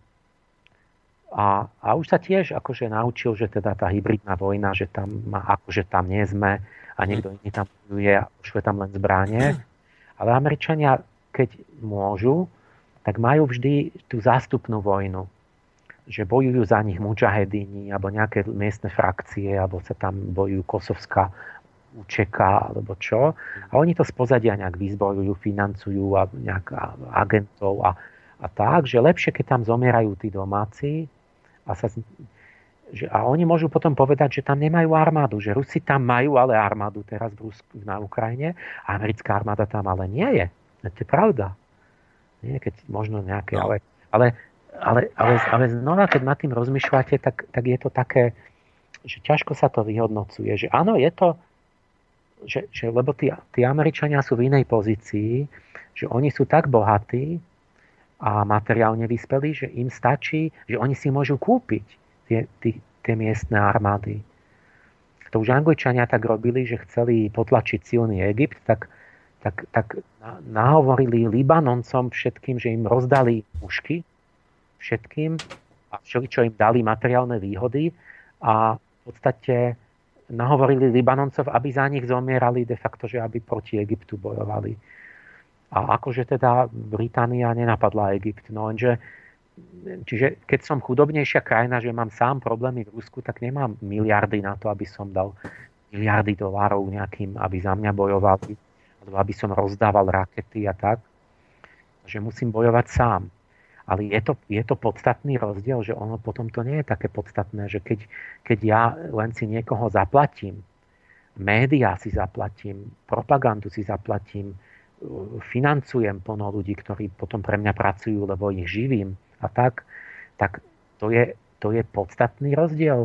Speaker 4: A, a už sa tiež akože naučil, že teda tá hybridná vojna, že tam má, akože tam nie sme a niekto iný tam bojuje a pošle tam len zbranie. Ale Američania, keď môžu, tak majú vždy tú zástupnú vojnu. Že bojujú za nich mudžahedíni alebo nejaké miestne frakcie, alebo sa tam bojujú kosovská účeka, alebo čo. A oni to z pozadia nejak vyzbojujú, financujú a nejak agentov a, a tak, že lepšie, keď tam zomierajú tí domáci a, sa, že, a oni môžu potom povedať, že tam nemajú armádu, že Rusi tam majú ale armádu teraz v Rusku, na Ukrajine a americká armáda tam ale nie je. To je pravda. Nie, keď možno nejaké, no. ale, ale Ale, ale, ale znova, keď nad tým rozmýšľate, tak, tak je to také, že ťažko sa to vyhodnocuje. Že áno, je to, že, že, lebo tí, tí Američania sú v inej pozícii, že oni sú tak bohatí a materiálne vyspelí, že im stačí, že oni si môžu kúpiť tie, tie, tie miestne armády. To už Angličania tak robili, že chceli potlačiť silný Egypt, tak, tak, tak nahovorili Libanoncom všetkým, že im rozdali pušky, všetkým a všeli, čo im dali materiálne výhody a v podstate nahovorili Libanoncov, aby za nich zomierali de facto, že aby proti Egyptu bojovali. A akože teda Británia nenapadla Egypt. No lenže, čiže keď som chudobnejšia krajina, že mám sám problémy v Rusku, tak nemám miliardy na to, aby som dal miliardy dolárov nejakým, aby za mňa bojovali, alebo aby som rozdával rakety a tak. Že musím bojovať sám. Ale je to, je to podstatný rozdiel, že ono potom to nie je také podstatné, že keď, keď ja len si niekoho zaplatím, médiá si zaplatím, propagandu si zaplatím, financujem plno ľudí, ktorí potom pre mňa pracujú, lebo ich živím a tak, tak to je, to je podstatný rozdiel,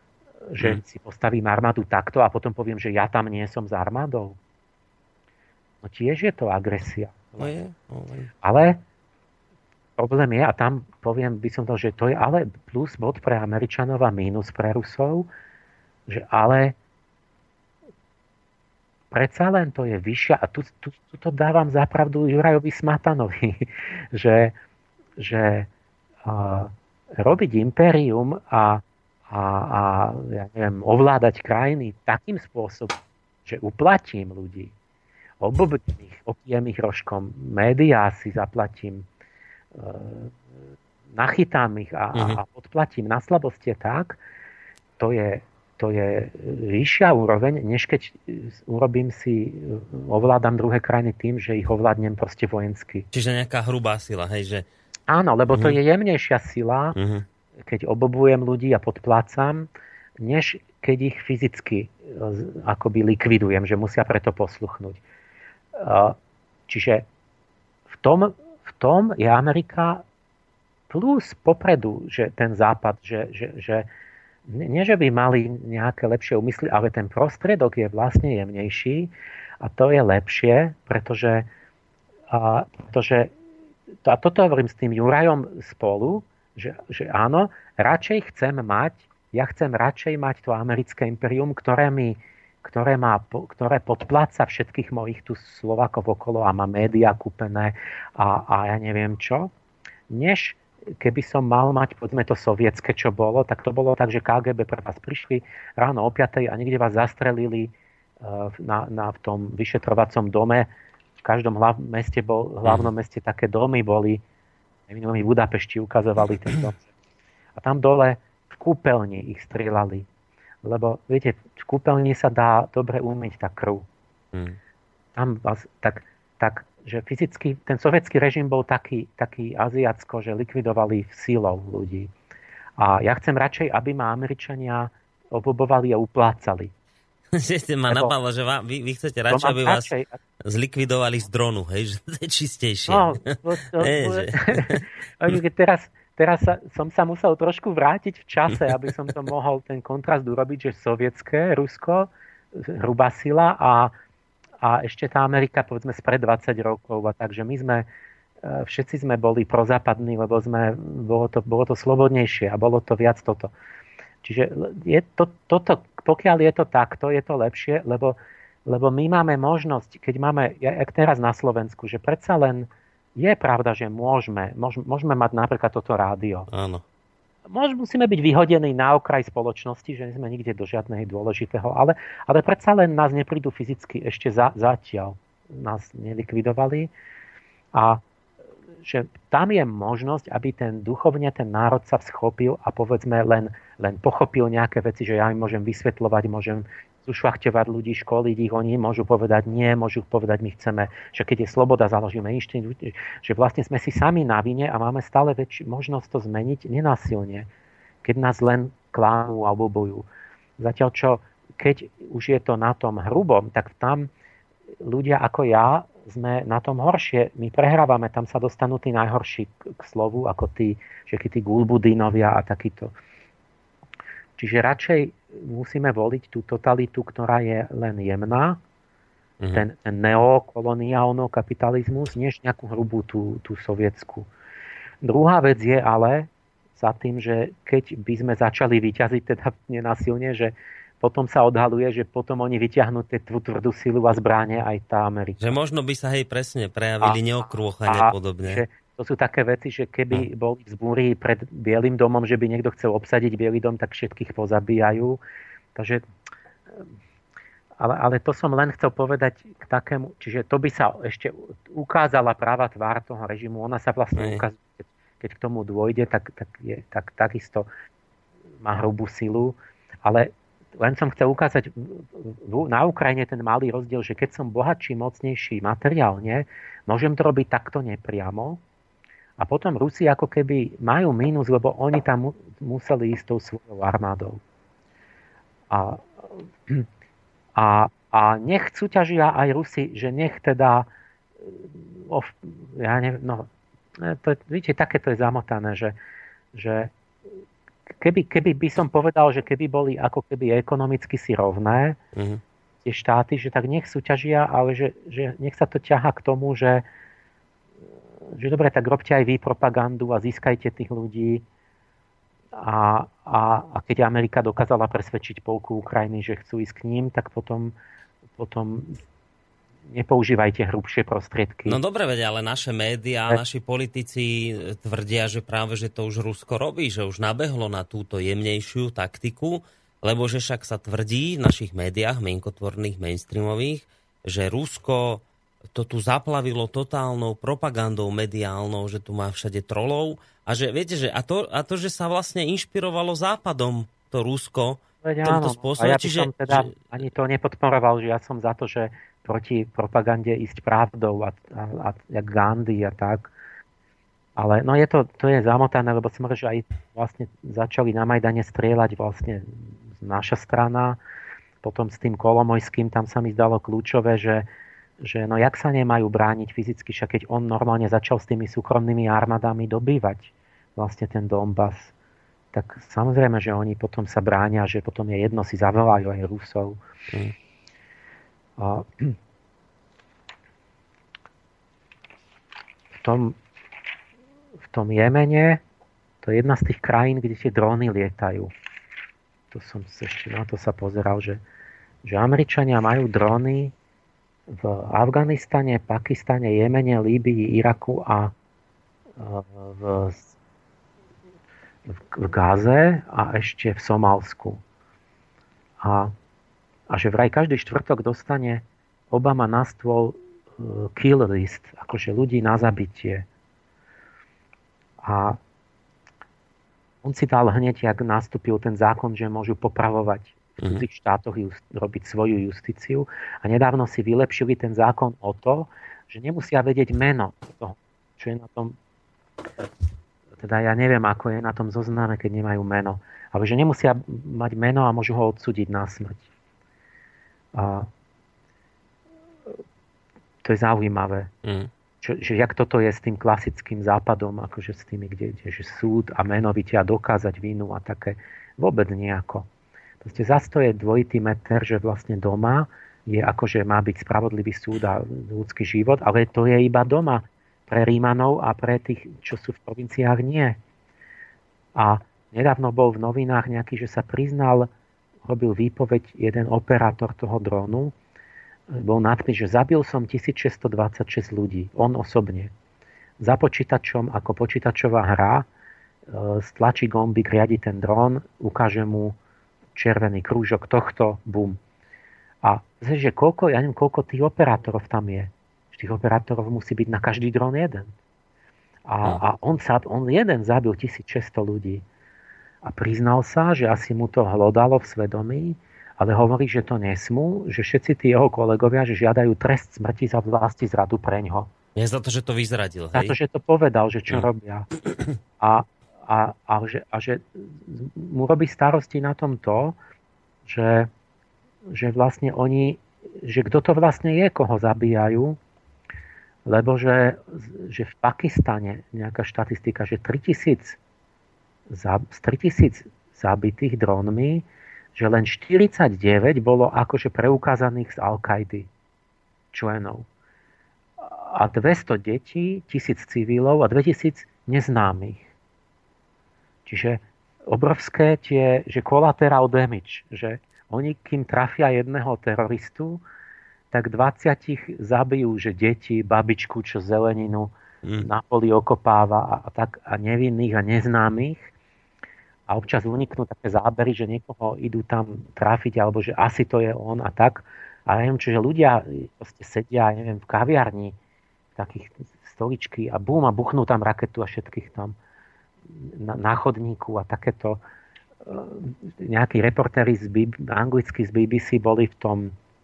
Speaker 4: že hmm. si postavím armádu takto a potom poviem, že ja tam nie som s armádou. No tiež je to agresia.
Speaker 2: No je, no je.
Speaker 4: Ale problém je, a tam poviem, by som to, že to je ale plus bod pre Američanov a mínus pre Rusov, že ale predsa len to je vyššia, a tu, tu, tu to dávam zapravdu Jurajovi Smatanovi, že, že uh, robiť impérium a, a, a ja neviem, ovládať krajiny takým spôsobom, že uplatím ľudí, obobním ich, opijem ich rožkom, médiá si zaplatím, nachytám ich a, mm-hmm. a podplatím na slabosti tak, to je, to je vyššia úroveň, než keď urobím si, ovládam druhé krajiny tým, že ich ovládnem proste vojensky.
Speaker 2: Čiže nejaká hrubá sila, hej, že...
Speaker 4: Áno, lebo mm-hmm. to je jemnejšia sila,
Speaker 2: mm-hmm. keď
Speaker 4: obobujem ľudí a podplácam, než keď ich fyzicky akoby likvidujem, že musia preto posluchnúť. Čiže v tom, v tom je Amerika plus popredu, že ten západ, že, že, že nie, že by mali nejaké lepšie úmysly, ale ten prostriedok je vlastne jemnejší a to je lepšie, pretože, a, pretože a toto hovorím s tým Jurajom spolu, že, že áno, radšej chcem mať, ja chcem radšej mať to americké imperium, ktoré mi ktoré, má, ktoré podpláca všetkých mojich tu Slovákov okolo a má médiá kúpené a, a ja neviem čo, než keby som mal mať, povedzme to sovietské, čo bolo, tak to bolo tak, že ká gé bé pre vás prišli ráno o piatej a niekde vás zastrelili na, na, v tom vyšetrovacom dome. V každom hlav, meste bol, hlavnom meste také domy boli, neviem, v Budapešti ukazovali ten dom. A tam dole v kúpeľni ich strieľali. Lebo, viete, v kúpeľni sa dá dobre umyť tá krv. Hmm. Tam vás, tak, tak, že fyzicky, ten sovietský režim bol taký, taký aziatsko, že likvidovali silou ľudí. A ja chcem radšej, aby ma Američania obobovali a uplácali.
Speaker 2: Že ma
Speaker 4: Lebo,
Speaker 2: napadlo, že vám, vy, vy chcete radšej, aby vás radšej, zlikvidovali z dronu, hej, že to je čistejšie. No, to, to, hey, že...
Speaker 4: teraz, teraz sa, som sa musel trošku vrátiť v čase, aby som to mohol ten kontrast urobiť, že sovietské, Rusko, hrubá sila a, a ešte tá Amerika, povedzme, spred dvadsať rokov. A takže my sme, všetci sme boli prozápadní, lebo sme, bolo to, bolo to slobodnejšie a bolo to viac toto. Čiže je to, toto, pokiaľ je to takto, je to lepšie, lebo, lebo my máme možnosť, keď máme, jak teraz na Slovensku, že predsa len je pravda, že môžeme, môžeme mať napríklad toto rádio.
Speaker 2: Áno.
Speaker 4: Môž, musíme byť vyhodení na okraj spoločnosti, že nie sme nikde do žiadneho dôležitého, ale, ale predsa len nás neprídu fyzicky ešte za, zatiaľ. Nás nelikvidovali a že tam je možnosť, aby ten duchovne, ten národ sa schopil a povedzme len, len pochopil nejaké veci, že ja im môžem vysvetľovať, môžem zušľachťovať ľudí, školiť ich, oni môžu povedať nie, môžu povedať my chceme, že keď je sloboda, založíme inštitút, že vlastne sme si sami na vine a máme stále väčšiu možnosť to zmeniť nenásilne, keď nás len klámu a obobujú. Zatiaľ čo, keď už je to na tom hrubom, tak tam ľudia ako ja sme na tom horšie. My prehrávame, tam sa dostanú tí najhorší k slovu, ako tí, že tí Gulbudinovia a takýto. Čiže radšej musíme voliť tú totalitu, ktorá je len jemná, mm-hmm. ten, ten neokoloniálny kapitalizmus, než nejakú hrubú tú, tú sovietsku. Druhá vec je ale za tým, že keď by sme začali vyťaziť teda nenasilne, že potom sa odhaluje, že potom oni vyťahnú tú tvrdú silu a zbráne aj tá Amerika.
Speaker 2: Že možno by sa hej presne prejavili neokrôchane podobne.
Speaker 4: Že to sú také veci, že keby no. boli vzbúry pred Bielým domom, že by niekto chcel obsadiť Bielý dom, tak všetkých pozabíjajú. Takže, ale, ale to som len chcel povedať k takému, čiže to by sa ešte ukázala práva tvár toho režimu. Ona sa vlastne ukazuje, keď k tomu dôjde, tak, tak, je, tak takisto má hrubú silu, ale len som chcel ukázať na Ukrajine ten malý rozdiel, že keď som bohatší, mocnejší materiálne, môžem to robiť takto nepriamo a potom Rusi ako keby majú mínus, lebo oni tam museli ísť tou svojou armádou. A, a, a nech súťažia aj Rusi, že nech teda of, ja neviem, no to, víte, také to je zamotané, že, že Keby, keby by som povedal, že keby boli ako keby ekonomicky si rovné uh-huh. tie štáty, že tak nech súťažia, ale že, že nech sa to ťahá k tomu, že, že dobre, tak robte aj vy propagandu a získajte tých ľudí. A, a, a keď Amerika dokázala presvedčiť polku Ukrajiny, že chcú ísť k ním, tak potom, potom nepoužívajte hrubšie prostriedky.
Speaker 2: No dobre, veď, ale naše médiá, naši politici tvrdia, že práve, že to už Rusko robí, že už nabehlo na túto jemnejšiu taktiku, lebo že však sa tvrdí v našich médiách, mienkotvorných, mainstreamových, že Rusko to tu zaplavilo totálnou propagandou mediálnou, že tu má všade trolov a že viete, že a to, a to že sa vlastne inšpirovalo Západom to Rusko
Speaker 4: veď
Speaker 2: tomto
Speaker 4: áno,
Speaker 2: spôsobom.
Speaker 4: a ja by
Speaker 2: čiže,
Speaker 4: som teda
Speaker 2: že...
Speaker 4: ani to nepodporoval, že ja som za to, že proti propagande ísť pravdou a, a, a jak Gandhi a tak. Ale no je to, to je zamotané, lebo som že aj vlastne začali na Majdane strieľať vlastne naša strana, potom s tým Kolomojským, tam sa mi zdalo kľúčové, že že no jak sa nemajú brániť fyzicky, však keď on normálne začal s tými súkromnými armádami dobývať vlastne ten Donbas, tak samozrejme, že oni potom sa bránia, že potom je jedno, si zavolajú aj Rusov. Mm. A v tom, v tom Jemene, to je jedna z tých krajín, kde tie dróny lietajú. To som ešte na to sa pozeral, že, že Američania majú dróny v Afganistane, Pakistane, Jemene, Líbii, Iraku a v, v Gaze a ešte v Somálsku. A, a že vraj každý štvrtok dostane Obama na stôl kill list, akože ľudí na zabitie. A on si dal hneď, jak nastúpil ten zákon, že môžu popravovať v cudzích štátoch just, robiť svoju justíciu. A nedávno si vylepšili ten zákon o to, že nemusia vedieť meno toho, čo je na tom, teda ja neviem, ako je na tom zozname, keď nemajú meno. Ale že nemusia mať meno a môžu ho odsúdiť na smrť. A to je zaujímavé. Mm. Čo, že jak toto je s tým klasickým západom, akože s tými, kde, kde že súd a menovite a dokázať vinu a také, vôbec nejako. Proste zase to je dvojitý meter, že vlastne doma je akože má byť spravodlivý súd a ľudský život, ale to je iba doma. Pre Rímanov a pre tých, čo sú v provinciách, nie. A nedávno bol v novinách nejaký, že sa priznal, robil výpoveď jeden operátor toho drónu, bol nadpis, že zabil som tisícšesťstodvadsaťšesť ľudí, on osobne. Za počítačom, ako počítačová hra, stlačí gombík, riadi ten dron, ukáže mu červený krúžok tohto, bum. A že koľko, ja neviem, koľko tých operátorov tam je. Tých operátorov musí byť na každý dron jeden. A, a on, sa, on jeden zabil tisícšesťsto ľudí. A priznal sa, že asi mu to hlodalo v svedomí, ale hovorí, že to nesmú, že všetci tí jeho kolegovia, že žiadajú trest smrti za vlasti zradu preňho.
Speaker 2: Je za to, že to vyzradil, hej?
Speaker 4: Za to, že to povedal, že čo mm. robia. A, a, a, že, a že mu robí starosti na tom to, že, že vlastne oni, že kto to vlastne je, koho zabíjajú, lebo že, že v Pakistane nejaká štatistika, že tritisíc z tritisíc zabitých drónmi, že len štyridsaťdeväť bolo akože preukázaných z Al-Kaidy členov. A dvesto detí, tisíc civilov a dvetisíc neznámych. Čiže obrovské tie, že collateral damage, že oni, kým trafia jedného teroristu, tak dvadsať zabijú, že deti, babičku, čo zeleninu mm. na poli okopáva a, a, tak, a nevinných a neznámych. A občas uniknú také zábery, že niekoho idú tam trafiť, alebo že asi to je on a tak. A neviem, čiže ľudia proste sedia, neviem, v kaviarni, v takých stoličky a bum, a buchnú tam raketu a všetkých tam na, na chodníku a takéto. Nejakí reportéri z B B, anglicky z B B C boli v tom,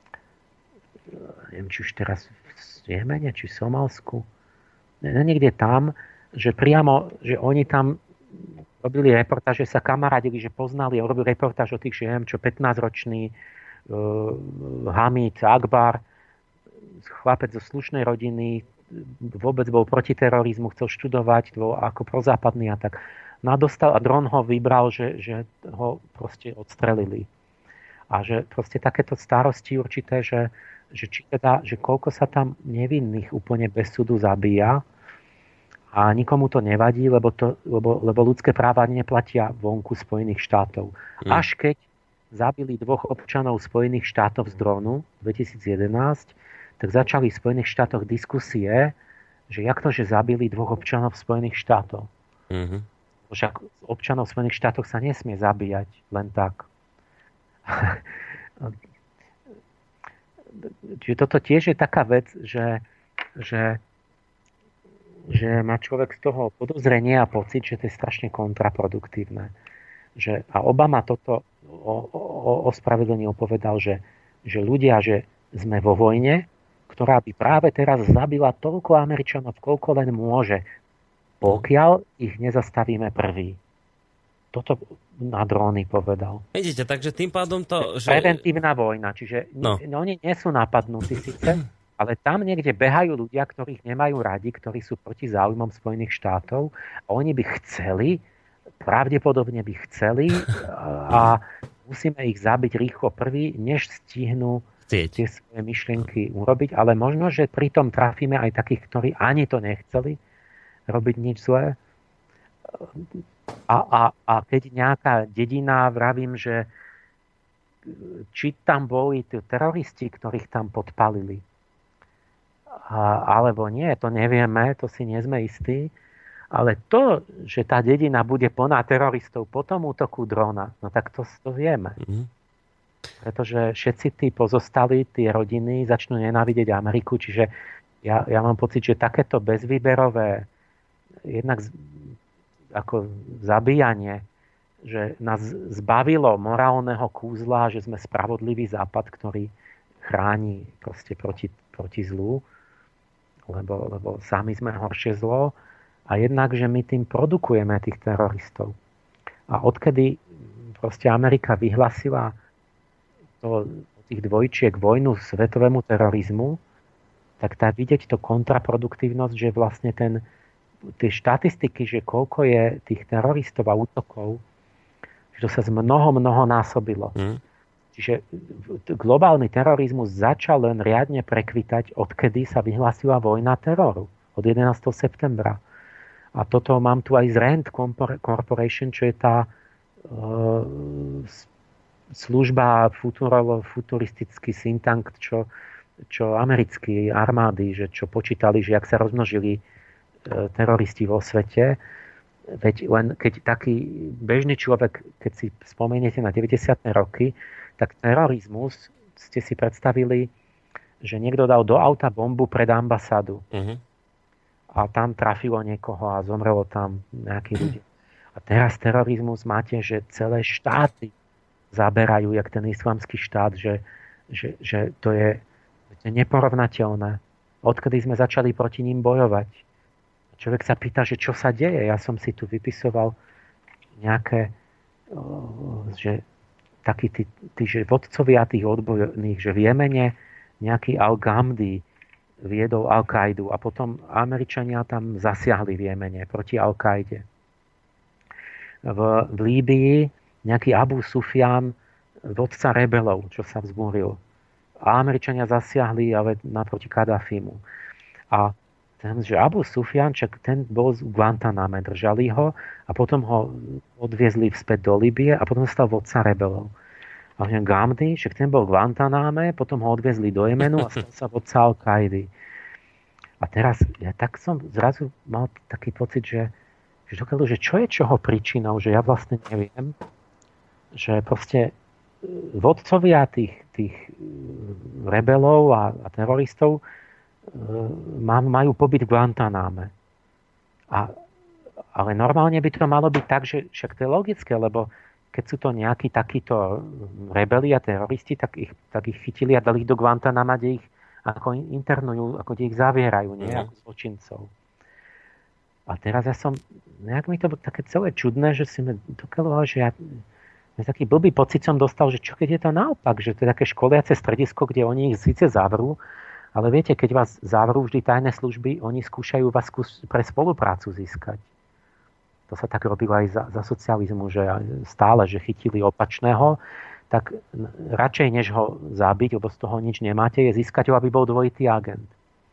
Speaker 4: neviem, či už teraz v Jemene, či v Somálsku, niekde tam, že priamo, že oni tam robili reportáž, že sa kamarádili, že poznali a robili reportáž o tých, že neviem čo, pätnásťročný uh, Hamid Akbar, chlapec zo slušnej rodiny, vôbec bol proti terorizmu, chcel študovať, bol ako prozápadný a tak. No a dostal, a dron ho vybral, že, že ho proste odstrelili. A že proste takéto starosti určité, že, že, či teda, že koľko sa tam nevinných úplne bez súdu zabíja, a nikomu to nevadí, lebo, to, lebo, lebo ľudské práva neplatia vonku Spojených štátov. Mm. Až keď zabili dvoch občanov Spojených štátov z drónu v dvetisíc jedenásť, tak začali v Spojených štátoch diskusie, že jak to, že zabili dvoch občanov Spojených štátov.
Speaker 2: Mm-hmm.
Speaker 4: Však občanov v Spojených štátoch sa nesmie zabíjať len tak. Čiže toto tiež je taká vec, že, že, že má človek z toho podozrenie a pocit, že to je strašne kontraproduktívne. Že, a Obama toto o, o, ospravedlnil, povedal, že, že ľudia, že sme vo vojne, ktorá by práve teraz zabila toľko Američanov, koľko len môže, pokiaľ ich nezastavíme prvý. Toto na dróny povedal.
Speaker 2: Vidíte, takže tým pádom to... Že...
Speaker 4: Preventívna vojna, čiže
Speaker 2: no.
Speaker 4: No, oni nie sú napadnutí síce, ale tam niekde behajú ľudia, ktorých nemajú radi, ktorí sú proti záujmom Spojených štátov a oni by chceli, pravdepodobne by chceli a musíme ich zabiť rýchlo prvý, než stihnú Chcieť. tie svoje myšlienky urobiť, ale možno, že pritom trafíme aj takých, ktorí ani to nechceli robiť nič zlé. A, a, a keď nejaká dedina, vravím, že či tam boli tí teroristi, ktorých tam podpalili, a, alebo nie, to nevieme, to si nie sme istí, ale to, že tá dedina bude plná teroristov po tom útoku drona, no tak to, to vieme. Mm-hmm. Pretože všetci tí pozostali, tie rodiny začnú nenávidieť Ameriku, čiže ja, ja mám pocit, že takéto bezvýberové jednak z, ako zabíjanie, že nás zbavilo morálneho kúzla, že sme spravodlivý západ, ktorý chráni proste proti, proti zlu, lebo, lebo sami sme horšie zlo, a jednak, že my tým produkujeme tých teroristov. A odkedy proste Amerika vyhlasila to, tých dvojčiek vojnu svetovému terorizmu, tak tá vidieť to kontraproduktívnosť, že vlastne ten, tie štatistiky, že koľko je tých teroristov a útokov, že to sa z mnoho, mnoho násobilo. Mm. Čiže globálny terorizmus začal len riadne prekvitať, odkedy sa vyhlásila vojna teroru. Od jedenásteho septembra. A toto mám tu aj z Rand Corporation, čo je tá uh, služba futuro, futuristický think tank, čo, čo americkí armády, že čo počítali, že ak sa rozmnožili uh, teroristi vo svete, veď len keď taký bežný človek, keď si spomeniete na deväťdesiate roky, tak terorizmus ste si predstavili, že niekto dal do auta bombu pred ambasádu. Uh-huh. A tam trafilo niekoho a zomrelo tam nejakí ľudia. A teraz terorizmus máte, že celé štáty zaberajú, jak ten islamský štát, že, že, že to je, to je neporovnateľné. Odkedy sme začali proti ním bojovať. Človek sa pýta, že čo sa deje. Ja som si tu vypisoval nejaké, že takí tí, tí že vodcovia tých odbojných, že v Jemene nejaký Al-Ghamdi viedol Al-Kaidu a potom Američania tam zasiahli v Jemene proti Al-Kaide. V, v Líbii nejaký Abu Sufjan, vodca rebelov, čo sa vzbúril. A Američania zasiahli ale naproti Kadáfimu. A ten, že Abu Sufjan, čak ten bol z Guantaname, držali ho a potom ho odviezli späť do Líbie a potom stal vodca rebelov. A Ghamdi, však ten bol v Guantaname, potom ho odviezli do Jemenu a stal sa vodca Al-Kaidy. A teraz, ja tak som zrazu mal taký pocit, že, že, dokážu, že čo je čoho príčinou, že ja vlastne neviem, že proste vodcovia tých, tých rebelov a, a teroristov majú pobyt v Guantaname. A, ale normálne by to malo byť tak, že však to je logické, lebo keď sú to nejakí takíto rebeli a teroristi, tak ich, tak ich chytili a dali ich do Guantanama, kde ich ako internujú, ako kde ich zavierajú, nie? Ako zločincov. A teraz ja som, nejak mi to také celé čudné, že si mi dokázalo, že ja, ja taký blbý pocit som dostal, že čo keď je to naopak, že to je také školiace stredisko, kde oni ich síce zavrú, ale viete, keď vás zavrú vždy tajné služby, oni skúšajú vás pre spoluprácu získať. To sa tak robilo aj za, za socializmu, že stále, že chytili opačného, tak radšej než ho zabiť, lebo z toho nič nemáte, je získať ho, aby bol dvojitý agent.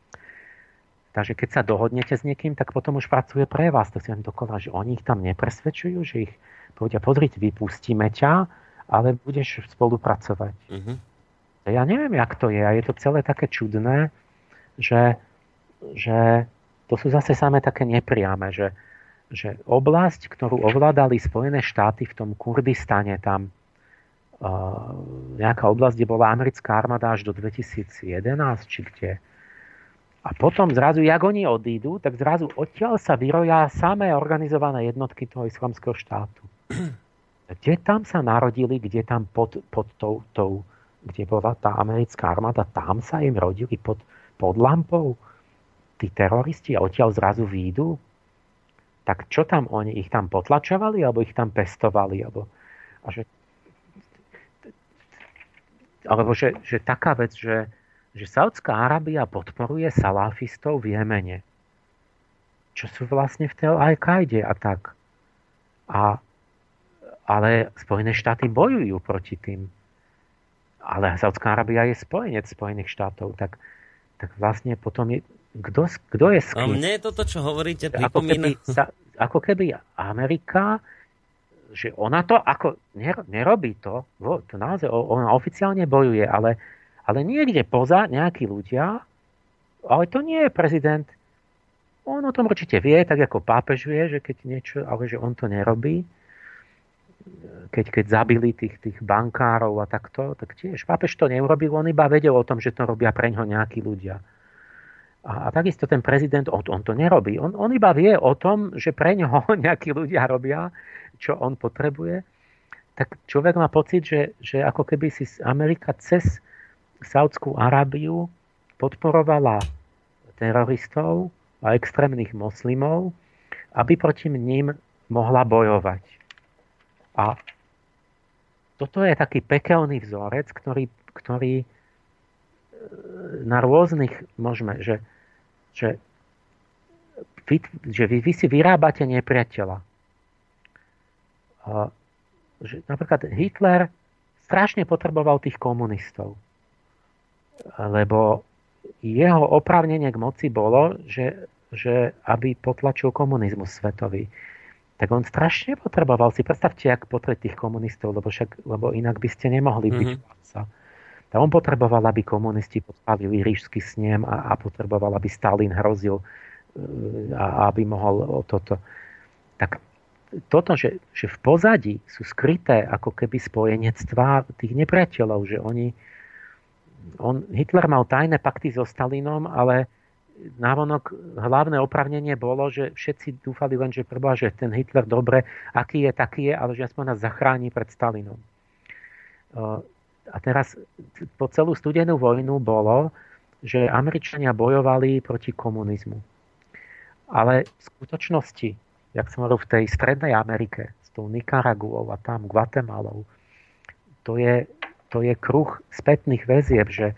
Speaker 4: Takže keď sa dohodnete s niekým, tak potom už pracuje pre vás. To si len dokola, že oni ich tam nepresvedčujú, že ich povedia, pozrite, vypustíme ťa, ale budeš spolupracovať. Uh-huh. Ja neviem, jak to je. A je to celé také čudné, že, že to sú zase samé také nepriame, že, že oblasť, ktorú ovládali Spojené štáty v tom Kurdistane, tam uh, nejaká oblasť, kde bola americká armáda až do dvetisíc jedenásť, či kde. A potom zrazu, jak oni odídu, tak zrazu odtiaľ sa vyroja samé organizované jednotky toho islamského štátu. Kde tam sa narodili, kde tam pod, pod tou, tou kde bola tá americká armáda, tam sa im rodili pod, pod lampou tí teroristi a odtiaľ zrazu výjdu. Tak čo tam oni? Ich tam potlačovali, alebo ich tam pestovali? Alebo, a že, alebo že, že taká vec, že, že Saudská Arábia podporuje salafistov v Jemene. Čo sú vlastne v tej Al-Kaide a tak. A, ale Spojené štáty bojujú proti tým. Ale Saudská Arábia je spojenec Spojených štátov, tak, tak vlastne potom je... Kto, kto je s kým?
Speaker 2: A mne toto, čo hovoríte,
Speaker 4: pripomína... Ako keby, sa, ako keby Amerika, že ona to ako... Nerobí to, to naozaj, ona oficiálne bojuje, ale, ale niekde poza nejakí ľudia, ale to nie je prezident. On o tom určite vie, tak ako pápež vie, že keď niečo, ale že on to nerobí. Keď, keď zabili tých, tých bankárov a takto, tak tiež pápež to neurobil, on iba vedel o tom, že to robia preňho nejakí ľudia. A, a takisto ten prezident, on, on to nerobí. On, on iba vie o tom, že preňho nejakí ľudia robia, čo on potrebuje. Tak človek má pocit, že, že ako keby si Amerika cez Saudskú Arábiu podporovala teroristov a extrémnych moslimov, aby proti ním mohla bojovať. A toto je taký pekelný vzorec, ktorý, ktorý na rôznych môžeme, že, že, vy, že vy, vy si vyrábate nepriateľa. A, že napríklad Hitler strašne potreboval tých komunistov, lebo jeho oprávnenie k moci bolo, že, že aby potlačil komunizmus svetový. Tak on strašne potreboval. Si predstavte, jak potrieť tých komunistov, lebo, však, lebo inak by ste nemohli byť vládca. Tak on potreboval, aby komunisti podpálili Ríšsky snem a, a potreboval, aby Stalin hrozil a aby mohol toto. Tak toto, že, že v pozadí sú skryté ako keby spojenectvá tých nepriateľov, že oni on, Hitler mal tajné pakty so Stalinom, ale návonok hlavné oprávnenie bolo, že všetci dúfali len, že preboha, že ten Hitler dobre, aký je, taký je, ale že aspoň nás zachráni pred Stalinom. A teraz po celú studenú vojnu bolo, že Američania bojovali proti komunizmu. Ale v skutočnosti, jak som hovoril v tej strednej Amerike, s tou Nikaraguou a tam Guatemalou, to je, to je kruh spätných väzieb, že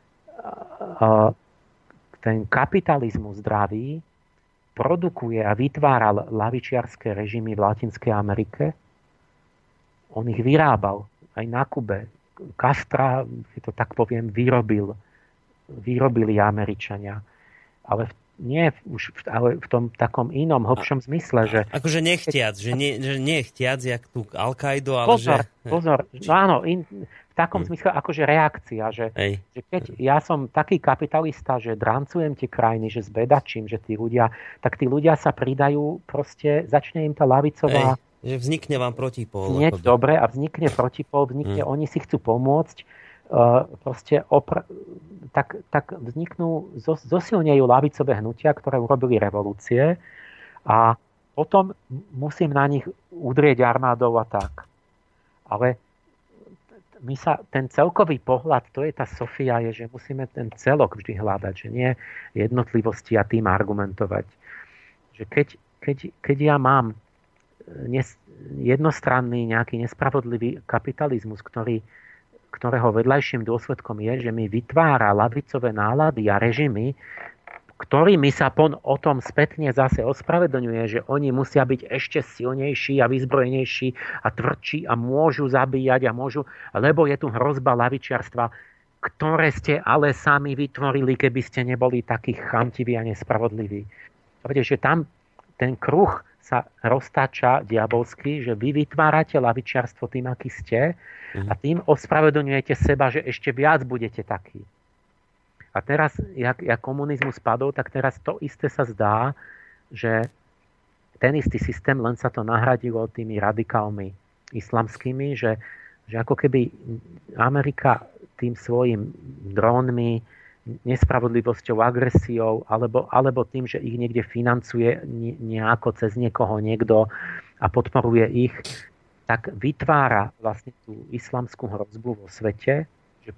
Speaker 4: ten kapitalizmus zdravý produkuje a vytváral lavičiarske režimy v Latinskej Amerike. On ich vyrábal aj na Kube. Castra, si to tak poviem, vyrobil. Vyrobili Američania. Ale v, nie už v, ale v tom takom inom, hlbšom zmysle, že... Akože
Speaker 2: nechtiac, že, nie, že nechtiac, jak tú Al-Kaidu, ale
Speaker 4: pozor,
Speaker 2: že...
Speaker 4: Pozor, no áno, in, v takom hmm. zmysle akože reakcia, že, že keď ja som taký kapitalista, že drancujem tie krajiny, že zbedačím, že tí ľudia, tak tí ľudia sa pridajú, proste začne im tá lavicová...
Speaker 2: Ej, že vznikne vám protipol.
Speaker 4: Nie, dobre, a vznikne protipol, vznikne, hmm. oni si chcú pomôcť, uh, proste opr- tak, tak vzniknú, zos, zosilnejú lavicové hnutia, ktoré urobili revolúcie a potom musím na nich udrieť armádou a tak. Ale my sa, ten celkový pohľad, to je tá Sofia, je, že musíme ten celok vždy hľadať, že nie jednotlivosti a tým argumentovať. Že keď, keď, keď ja mám nes, jednostranný nejaký nespravodlivý kapitalizmus, ktorý, ktorého vedľajším dôsledkom je, že mi vytvára lavicové nálady a režimy, ktorými sa pon o tom spätne zase ospravedlňuje, že oni musia byť ešte silnejší a vyzbrojenejší a tvrdší a môžu zabíjať a môžu, lebo je tu hrozba lavičiarstva, ktoré ste ale sami vytvorili, keby ste neboli takí chamtiví a nespravodliví. Pretože tam ten kruh sa roztáča diabolsky, že vy vytvárate lavičiarstvo tým, aký ste a tým ospravedlňujete seba, že ešte viac budete takí. A teraz, jak, jak komunizmus padol, tak teraz to isté sa zdá, že ten istý systém, len sa to nahradilo tými radikálmi islamskými, že, že ako keby Amerika tým svojim drónmi, nespravodlivosťou, agresiou, alebo, alebo tým, že ich niekde financuje nejako cez niekoho niekto a podporuje ich, tak vytvára vlastne tú islamskú hrozbu vo svete, že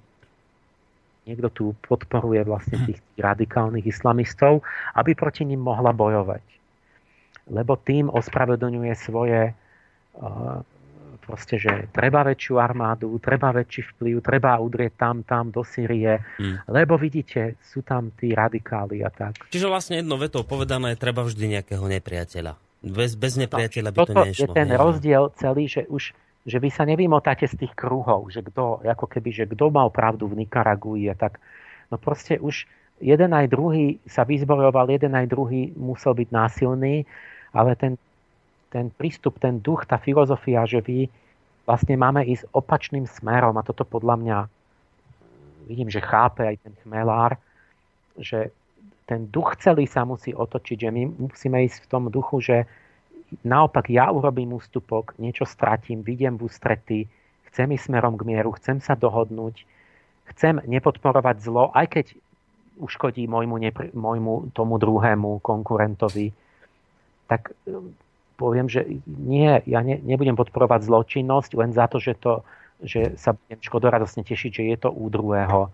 Speaker 4: niekto tu podporuje vlastne tých radikálnych islamistov, aby proti nim mohla bojovať. Lebo tým ospravedlňuje svoje uh, proste, že treba väčšiu armádu, treba väčší vplyv, treba udrieť tam, tam, do Sýrie, hmm. lebo vidíte, sú tam tí radikáli a tak.
Speaker 2: Čiže vlastne jedno vetou povedané, treba vždy nejakého nepriateľa. Bez, bez nepriateľa by to nešlo.
Speaker 4: Toto je ten ne? rozdiel celý, že už že vy sa nevymotáte z tých kruhov, že kto, ako keby, že kto mal pravdu v Nikaragui a tak. No proste už jeden aj druhý sa vyzboroval, jeden aj druhý musel byť násilný, ale ten ten prístup, ten duch, tá filozofia, že vy vlastne máme ísť opačným smerom a toto podľa mňa vidím, že chápe aj ten Chmelár, že ten duch celý sa musí otočiť, že my musíme ísť v tom duchu, že naopak ja urobím ústupok, niečo stratím, vidiem v ústretí, chcem ísť smerom k mieru, chcem sa dohodnúť, chcem nepodporovať zlo, aj keď uškodí môjmu, nepr- môjmu tomu druhému konkurentovi, tak poviem, že nie, ja ne, nebudem podporovať zločinnosť len za to, že, to, že sa budem škodoradosne tešiť, že je to u druhého.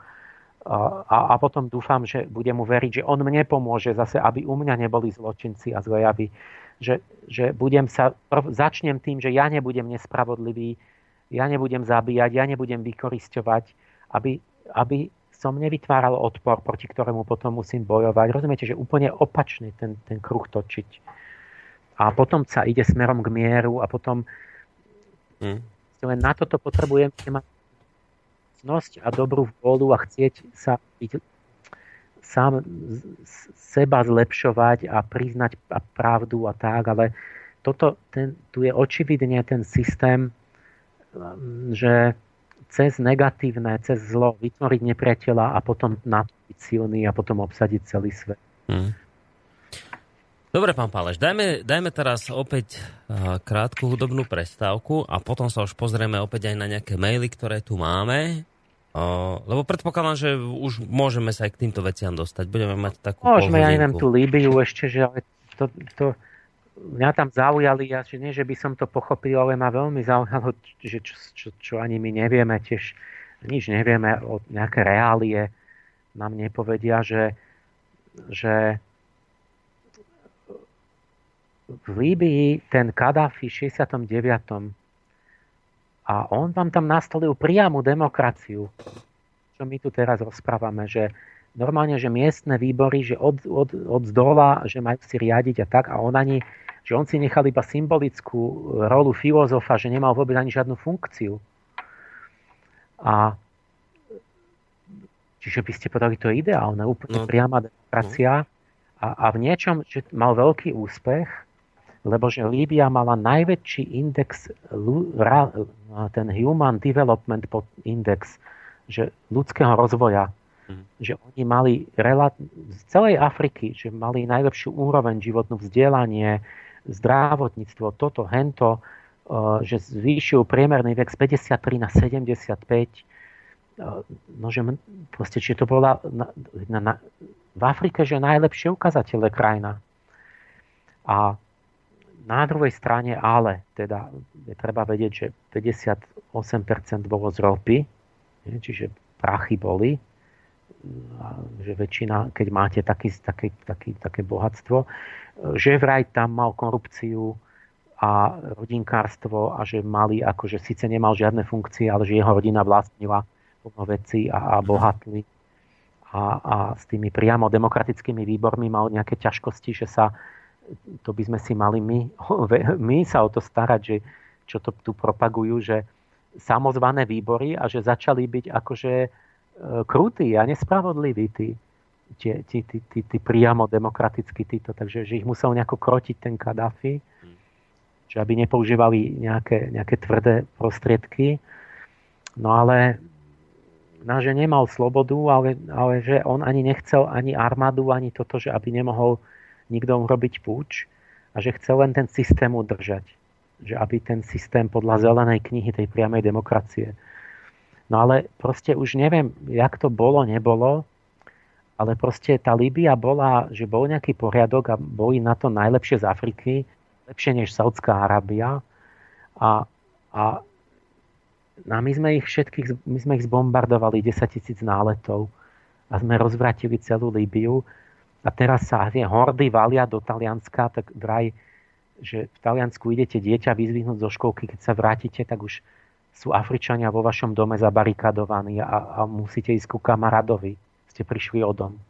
Speaker 4: A, a potom dúfam, že budem mu veriť, že on mne pomôže zase, aby u mňa neboli zločinci a zlé javy. Že, že budem sa, prv, začnem tým, že ja nebudem nespravodlivý, ja nebudem zabíjať, ja nebudem vykorisťovať, aby, aby som nevytváral odpor, proti ktorému potom musím bojovať. Rozumiete, že úplne opačne ten, ten kruh točiť. A potom sa ide smerom k mieru a potom mm. len na toto potrebujem mať cnosť a dobrú vôľu a chcieť sa byť, sám seba zlepšovať a priznať a pravdu a tak, ale toto, ten, tu je očividne ten systém, že cez negatívne, cez zlo vytvoriť nepriateľa a potom na to byť silný a potom obsadiť celý svet. Mm.
Speaker 2: Dobre, pán Páleš, dajme, dajme teraz opäť uh, krátku hudobnú prestávku a potom sa už pozrieme opäť aj na nejaké maily, ktoré tu máme. Uh, lebo predpokladám, že už môžeme sa aj k týmto veciam dostať. Budeme mať takú
Speaker 4: Môžeme, ja neviem, tú Líbiu ešte, že ale to, to, mňa tam zaujali, ja, že nie, že by som to pochopil, ale ma veľmi zaujalo, že čo, čo, čo ani my nevieme, tiež nič nevieme o nejaké reálie. Nám nepovedia, že, že v Líbii ten Kadáfi v šesťdesiatom deviatom a on vám tam nastolil priamu demokraciu, čo my tu teraz rozprávame, že normálne, že miestne výbory, že od, od, od zdola, že majú si riadiť a tak a on ani, že on si nechal iba symbolickú rolu filozofa, že nemal vôbec ani žiadnu funkciu. A čiže by ste povedali, to je ideálne, úplne no, priama demokracia a, a v niečom, že mal veľký úspech, lebo že Líbia mala najväčší index, ten Human Development Index, že ľudského rozvoja, mm. že oni mali z celej Afriky, že mali najlepšiu úroveň životnú, vzdelanie, zdravotníctvo, toto, hento, že zvýšil priemerný vek z päťdesiattri na sedemdesiatpäť. No, že proste, či to bola na, na, na, v Afrike, že najlepšie ukazatele krajina. A na druhej strane ale, teda je treba vedieť, že päťdesiatosem percent bolo z ropy, čiže prachy boli, že väčšina, keď máte taký, také, taký, také bohatstvo, že vraj tam mal korupciu a rodinkárstvo a že mali, akože síce nemal žiadne funkcie, ale že jeho rodina vlastnila plno veci a, a bohatli. A, a s tými priamo demokratickými výbormi mal nejaké ťažkosti, že sa to by sme si mali my, my sa o to starať, že čo to tu propagujú, že samozvané výbory a že začali byť akože krutí a nespravodliví tí. tí, tí, tí, tí, tí priamo demokraticky títo, takže že ich musel nejako krotiť ten Kadáfi, že aby nepoužívali nejaké, nejaké tvrdé prostriedky. No ale no, že nemal slobodu, ale, ale že on ani nechcel ani armádu, ani toto, že aby nemohol nikto urobiť púč a že chcel len ten systém udržať. Že aby ten systém podľa zelenej knihy tej priamej demokracie. No ale proste už neviem, jak to bolo, nebolo, ale proste tá Líbia bola, že bol nejaký poriadok a boli na to najlepšie z Afriky, lepšie než Saudská Arábia a, a No a my sme ich všetkých, my sme ich zbombardovali desaťtisíc náletov a sme rozvrátili celú Líbiu a teraz sa tie hordy valia do Talianska, tak vraj, že v Taliansku idete dieťa vyzvihnúť zo školky, keď sa vrátite, tak už sú Afričania vo vašom dome zabarikadovaní a, a musíte ísť ku kamarádovi. Ste prišli o dom.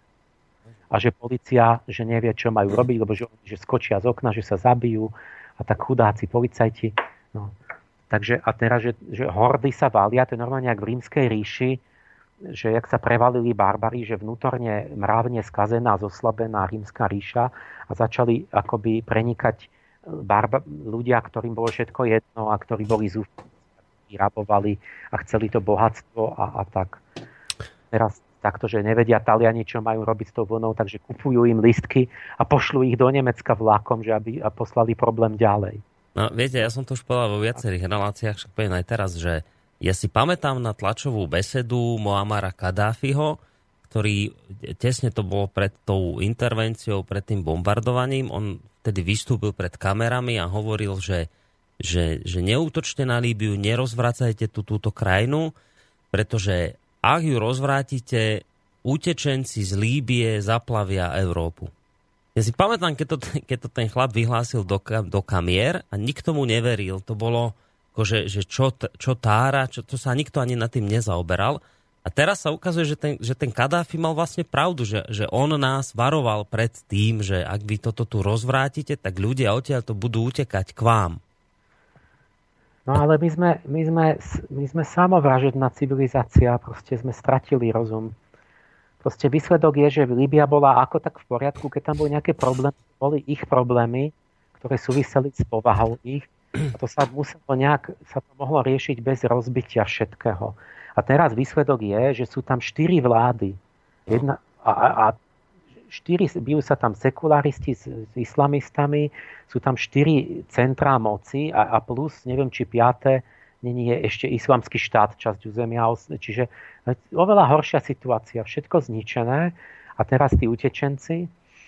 Speaker 4: A že polícia, že nevie, čo majú robiť, lebo že, že skočia z okna, že sa zabijú a tak chudáci policajti. No. Takže a teraz, že, že hordy sa valia, to je normálne jak v Rímskej ríši, že jak sa prevalili barbari, že vnútorne mravne skazená, zoslabená Rímska ríša a začali akoby prenikať barba- ľudia, ktorým bolo všetko jedno a ktorí boli zúfali, rabovali a chceli to bohatstvo a, a tak. Teraz takto, že nevedia Taliani, čo majú robiť s tou vlnou, takže kupujú im listky a pošlú ich do Nemecka vlakom, že aby a poslali problém ďalej.
Speaker 2: No, viete, ja som to už povedal vo viacerých reláciách, však poviem aj teraz, že ja si pamätám na tlačovú besedu Moamara Kadáfiho, ktorý, tesne to bolo pred tou intervenciou, pred tým bombardovaním, on vtedy vystúpil pred kamerami a hovoril, že, že, že neútočte na Líbiu, nerozvracajte tú, túto krajinu, pretože ak ju rozvrátite, utečenci z Líbie zaplavia Európu. Ja si pamätám, keď to, keď to ten chlap vyhlásil do, do kamier a nikto mu neveril. To bolo, že, že čo, čo tára, čo, to sa nikto ani nad tým nezaoberal. A teraz sa ukazuje, že ten, že ten Kadáfi mal vlastne pravdu, že, že on nás varoval pred tým, že ak vy toto tu rozvrátite, tak ľudia odtiaľ to budú utekať k vám.
Speaker 4: No ale my sme, my sme, my sme samovražedná civilizácia, proste sme stratili rozum. Proste výsledok je, že Líbia bola ako tak v poriadku, keď tam boli nejaké problémy, boli ich problémy, ktoré súviseli s povahou ich. A to sa muselo nejak, sa to mohlo riešiť bez rozbitia všetkého. A teraz výsledok je, že sú tam štyri vlády. Jedna, a, a štyri, bijú sa tam sekularisti s, s islamistami, sú tam štyri centrá moci a, a plus, neviem, či piate, není je ešte islamský štát, časť územia, čiže oveľa horšia situácia, všetko zničené a teraz tí utečenci,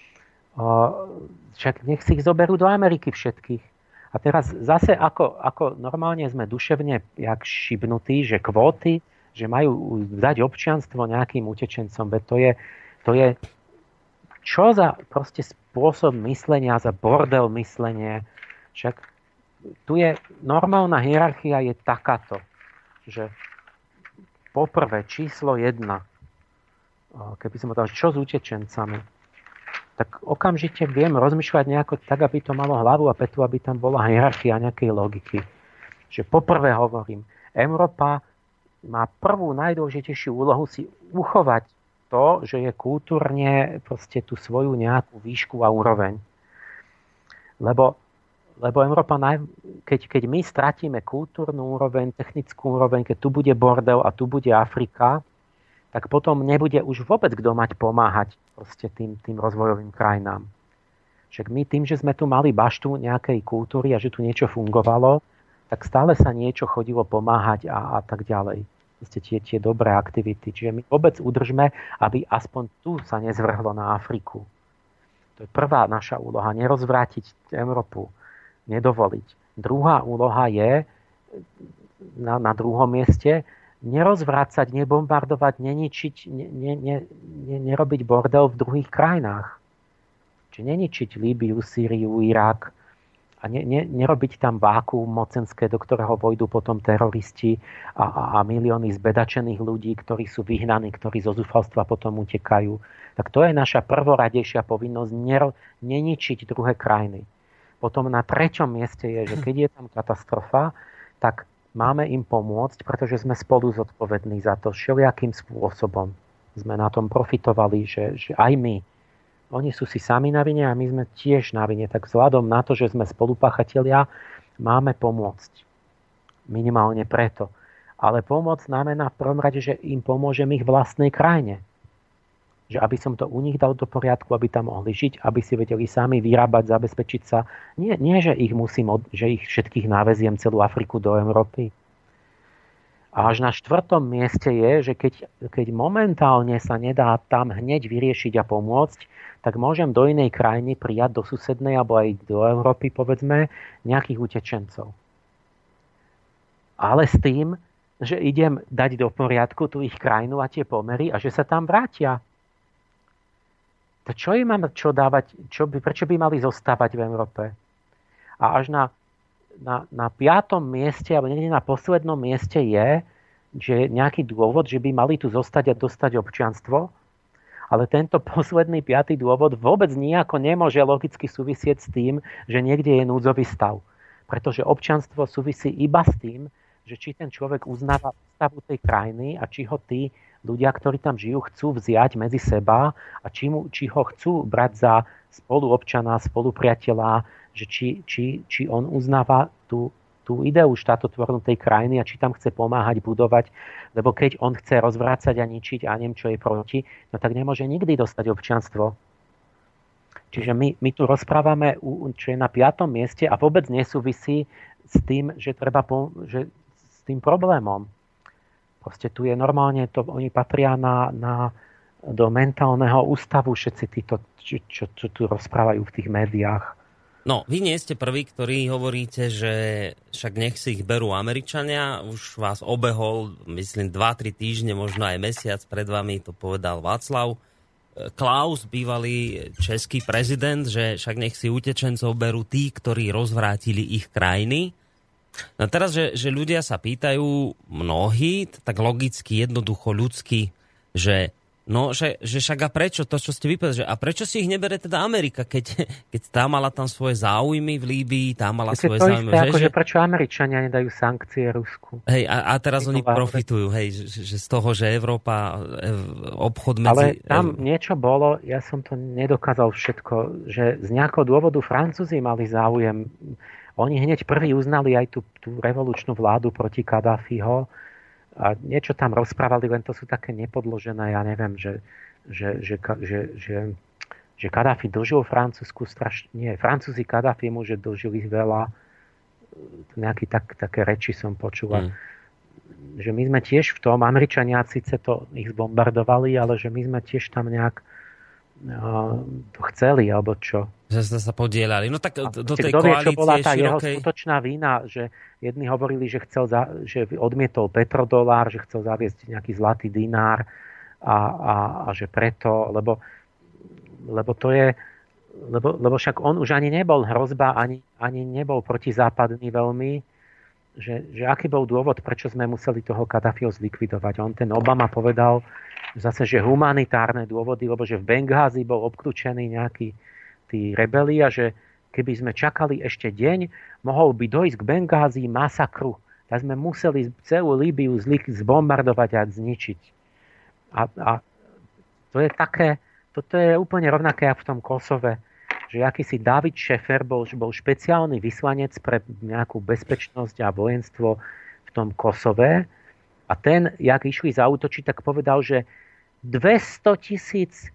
Speaker 4: však nech si ich zoberú do Ameriky všetkých. A teraz zase ako, ako normálne sme duševne jak šibnutí, že kvóty, že majú dať občianstvo nejakým utečencom, veď to je, to je čo za proste spôsob myslenia, za bordel myslenie, však tu je normálna hierarchia je takáto, že poprvé číslo jedna, keby som povedal, čo s utečencami, tak okamžite viem rozmýšľať nejako tak, aby to malo hlavu a petu, aby tam bola hierarchia nejakej logiky. Že poprvé hovorím, Európa má prvú najdôležitejšiu úlohu si uchovať to, že je kultúrne proste tú svoju nejakú výšku a úroveň. Lebo Lebo Európa, keď, keď my stratíme kultúrnu úroveň, technickú úroveň, keď tu bude bordel a tu bude Afrika, tak potom nebude už vôbec kto mať pomáhať proste tým, tým rozvojovým krajinám. Však my tým, že sme tu mali baštu nejakej kultúry a že tu niečo fungovalo, tak stále sa niečo chodilo pomáhať a, a tak ďalej. Proste tie, tie dobré aktivity. Čiže my vôbec udržme, aby aspoň tu sa nezvrhlo na Afriku. To je prvá naša úloha, nerozvrátiť Európu. Nedovoliť. Druhá úloha je na, na druhom mieste nerozvrácať, nebombardovať, neničiť, ne, ne, ne, nerobiť bordel v druhých krajinách. Čiže neničiť Líbiu, Sýriu, Irak a ne, ne, nerobiť tam vákuum mocenské, do ktorého vojdu potom teroristi a, a, a milióny zbedačených ľudí, ktorí sú vyhnaní, ktorí zo zúfalstva potom utekajú. Tak to je naša prvoradejšia povinnosť, ner, neničiť druhé krajiny. Potom na treťom mieste je, že keď je tam katastrofa, tak máme im pomôcť, pretože sme spolu zodpovední za to všelijakým spôsobom. sme na tom profitovali, že, že aj my. Oni sú si sami na vine a my sme tiež na vine. Tak vzhľadom na to, že sme spolupáchatelia, máme pomôcť. Minimálne preto. Ale pomoc znamená v prvom rade, že im pomôžem ich vlastnej krajine. Že aby som to u nich dal do poriadku, aby tam mohli žiť, aby si vedeli sami vyrábať, zabezpečiť sa. Nie, nie že ich musím, od, že ich všetkých náveziem celú Afriku do Európy. A až na štvrtom mieste je, že keď, keď momentálne sa nedá tam hneď vyriešiť a pomôcť, tak môžem do inej krajiny prijať, do susednej alebo aj do Európy, povedzme, nejakých utečencov. Ale s tým, že idem dať do poriadku tú ich krajinu a tie pomery a že sa tam vrátia. To čo im mám čo dávať, čo by, prečo by mali zostávať v Európe? A až na, na, na piatom mieste, alebo niekde na poslednom mieste je, že nejaký dôvod, že by mali tu zostať a dostať občianstvo, ale tento posledný piatý dôvod vôbec nejako nemôže logicky súvisieť s tým, že niekde je núdzový stav. Pretože občianstvo súvisí iba s tým, že či ten človek uznáva ústavu tej krajiny a či ho tí ľudia, ktorí tam žijú, chcú vziať medzi seba a či, mu, či ho chcú brať za spoluobčana, spolupriateľa, že či, či, či on uznáva tú, tú ideu štátotvornú tej krajiny a či tam chce pomáhať, budovať. Lebo keď on chce rozvrácať a ničiť a neviem, čo je proti, no tak nemôže nikdy dostať občianstvo. Čiže my, my tu rozprávame, čo je na piatom mieste a vôbec nesúvisí s tým, že treba pom- že s tým problémom. Proste tu je normálne, to, oni patria na, na, do mentálneho ústavu všetci títo, čo, čo, čo tu rozprávajú v tých médiách.
Speaker 2: No, vy nie ste prví, ktorí hovoríte, že však nech si ich berú Američania. Už vás obehol, myslím, dva tri týždne, možno aj mesiac pred vami, to povedal Václav Klaus, bývalý český prezident, že však nech si utečencov berú tí, ktorí rozvrátili ich krajiny. No teraz, že, že ľudia sa pýtajú, mnohí, tak logicky, jednoducho, ľudsky, že no, že, že však a prečo, to, čo ste vypovedali, že a prečo si ich nebere teda Amerika, keď, keď tá mala tam svoje záujmy v Líbii, tá mala Viete, svoje záujmy.
Speaker 4: Isté, že, ako, že prečo Američania nedajú sankcie Rusku?
Speaker 2: Hej, a, a teraz oni profitujú, hej, že, že z toho, že Európa, obchod medzi...
Speaker 4: Ale tam niečo bolo, ja som to nedokázal všetko, že z nejakého dôvodu Francúzi mali záujem. Oni hneď prvý uznali aj tú, tú revolučnú vládu proti Kadáfiho a niečo tam rozprávali, len to sú také nepodložené, ja neviem, že, že, že, že, že, že Kadáfi dožil Francúzsku strašne, nie, Francúzi Kadáfimu, že dožili veľa, nejaké tak, také reči som počula, mm. že my sme tiež v tom, Američania síce to ich zbombardovali, ale že my sme tiež tam nejak to chceli, alebo čo.
Speaker 2: Že ste sa podielali. No tak do tej
Speaker 4: kto vie,
Speaker 2: koalície
Speaker 4: čo bola tá
Speaker 2: širokej...
Speaker 4: jeho skutočná vina, že jedni hovorili, že chcel za, že odmietol petrodolár, že chcel zaviesť nejaký zlatý dinár a, a, a že preto, lebo, lebo to je lebo, lebo však on už ani nebol hrozba, ani, ani nebol protizápadný veľmi, že, že aký bol dôvod, prečo sme museli toho Kadáfiho zlikvidovať. On ten Obama povedal zase, že humanitárne dôvody, lebo že v Bengázi bol obklúčený nejaký tí rebeli a že keby sme čakali ešte deň, mohol by dojsť k Bengázi masakru. Tak sme museli celú Líbiu zlik, zbombardovať a zničiť. A, a to je také, toto je úplne rovnaké ako v tom Kosove, že akýsi David Šefer bol, bol špeciálny vyslanec pre nejakú bezpečnosť a vojenstvo v tom Kosove. A ten, jak išli zaútočiť, tak povedal, že dvesto tisíc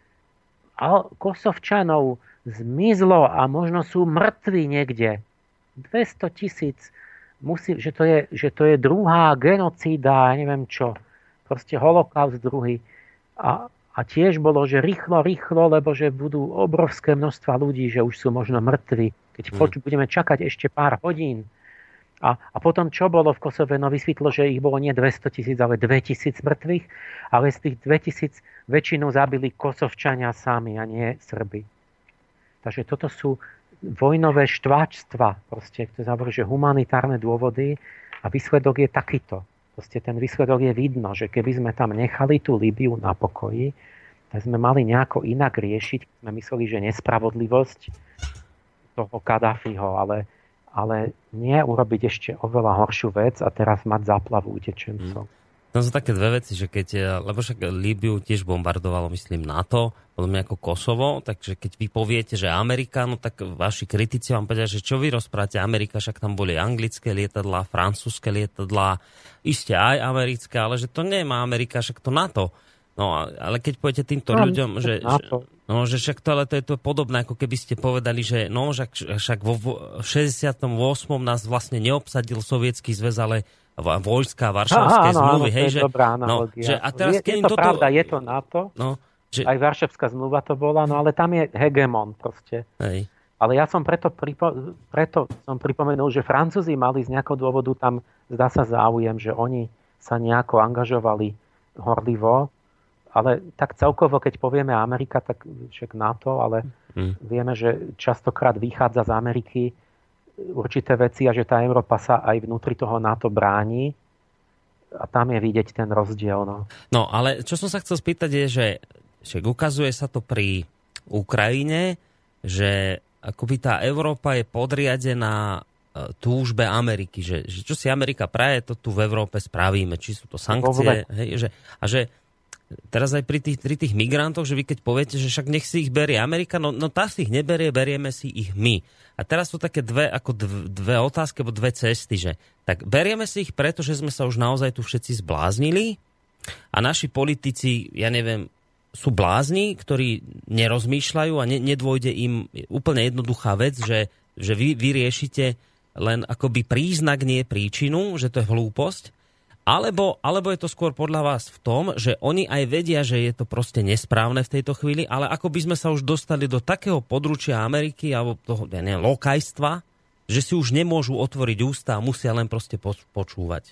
Speaker 4: Kosovčanov zmizlo a možno sú mŕtvi niekde. dvesto tisíc, musí, že, to je, že to je druhá genocída, neviem čo. Proste holokaust druhý. A, a tiež bolo, že rýchlo, rýchlo, lebo že budú obrovské množstva ľudí, že už sú možno mŕtvi. Keď mm. budeme čakať ešte pár hodín. A, a potom, čo bolo v Kosove? No vysvetlo, že ich bolo nie dvesto tisíc, ale dvetisíc mŕtvych, ale z tých dvetisíc väčšinu zabili Kosovčania sami a nie Srby. Takže toto sú vojnové štváčstva. Proste, to znamená, že humanitárne dôvody a výsledok je takýto. Proste ten výsledok je vidno, že keby sme tam nechali tú Líbiu na pokoji, tak sme mali nejako inak riešiť. Sme mysleli, že nespravodlivosť toho Kadáfiho, ale ale nie urobiť ešte oveľa horšiu vec a teraz mať záplavu utečencov.
Speaker 2: Tam sú také dve veci, že keď, lebo však Líbiu tiež bombardovalo, myslím, NATO, potom ako Kosovo, takže keď vy poviete, že Amerika, no tak vaši kritici vám povedia, že čo vy rozprávate, Amerika, však tam boli anglické lietadlá, francúzske lietadlá, iste aj americké, ale že to nemá Amerika, však to NATO. No, ale keď poviete týmto no, ľuďom, že, že, no, že však to, ale to je to podobné, ako keby ste povedali, že no, však, však vo šesťdesiatom ôsmom nás vlastne neobsadil Sovietský zväz, ale vojská Varšavské
Speaker 4: Aha,
Speaker 2: zmluvy,
Speaker 4: áno,
Speaker 2: hej,
Speaker 4: že... dobrá analogia.
Speaker 2: No, že, a teraz,
Speaker 4: je, je to toto... pravda, je to NATO,
Speaker 2: no, že...
Speaker 4: aj Varšavská zmluva to bola, no ale tam je hegemon proste.
Speaker 2: Hej.
Speaker 4: Ale ja som preto, pripo... preto som pripomenul, že Francúzi mali z nejakého dôvodu tam, zdá sa, záujem, že oni sa nejako angažovali horlivo, ale tak celkovo, keď povieme Amerika, tak však NATO, ale mm. vieme, že častokrát vychádza z Ameriky určité veci a že tá Európa sa aj vnútri toho NATO bráni a tam je vidieť ten rozdiel. No,
Speaker 2: no ale čo som sa chcel spýtať je, že, že ukazuje sa to pri Ukrajine, že akoby tá Európa je podriadená túžbe Ameriky, že, že čo si Amerika praje, to tu v Európe spravíme, či sú to sankcie, hej, že, a že teraz aj pri tých, pri tých migrantoch, že vy keď poviete, že však nech si ich berie Amerika, no, no tá si ich neberie, berieme si ich my. A teraz sú také dve, ako dve, dve otázky, alebo dve cesty, že tak berieme si ich preto, že sme sa už naozaj tu všetci zbláznili a naši politici, ja neviem, sú blázni, ktorí nerozmýšľajú a ne, nedôjde im úplne jednoduchá vec, že, že vy vyriešite len akoby príznak, nie príčinu, že to je hlúposť. Alebo, alebo je to skôr podľa vás v tom, že oni aj vedia, že je to proste nesprávne v tejto chvíli, ale ako by sme sa už dostali do takého područia Ameriky alebo toho, ja neviem, lokajstva, že si už nemôžu otvoriť ústa a musia len proste počúvať.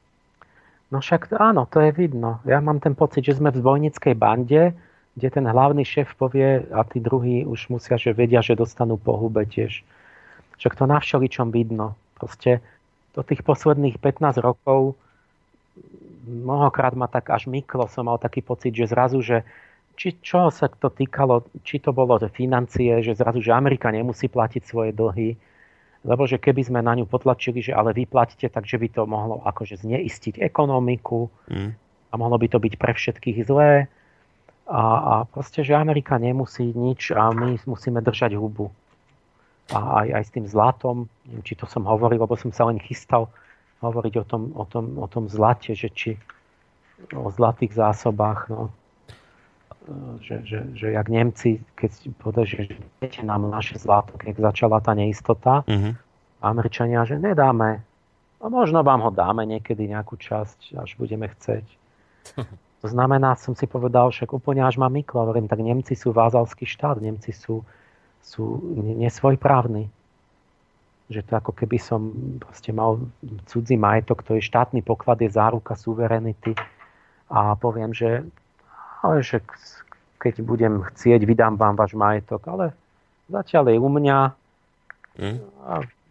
Speaker 4: No však áno, to je vidno. Ja mám ten pocit, že sme v zbojníckej bande, kde ten hlavný šéf povie a tí druhí už musia, že vedia, že dostanú po hube tiež. Však to na všeličom vidno. Proste do tých posledných pätnásť rokov mnohokrát ma tak až myklo, som mal taký pocit, že zrazu, že či čo sa to týkalo, či to bolo financie, že zrazu, že Amerika nemusí platiť svoje dlhy, lebo že keby sme na ňu potlačili, že ale vy platíte, takže by to mohlo akože zneistiť ekonomiku mm. a mohlo by to byť pre všetkých zlé a, a proste, že Amerika nemusí nič a my musíme držať hubu. A aj, aj s tým zlatom, neviem, či to som hovoril, lebo som sa len chystal hovoriť o tom, o tom, o tom zlate, že či o zlatých zásobách, no. Že, že, že jak Nemci, keď povedali, že dajte nám naše zlato, keď začala tá neistota, uh-huh. Američania, že nedáme. A možno vám ho dáme niekedy nejakú časť, až budeme chceť. To znamená, som si povedal, však úplne až ma myklo, hovorím, tak Nemci sú vázalský štát, Nemci sú, sú nesvojprávni. Že to ako keby som proste mal cudzí majetok, to je štátny poklad, je záruka suverenity a poviem, že, ale že keď budem chcieť, vydám vám váš majetok, ale zatiaľ je u mňa mm. a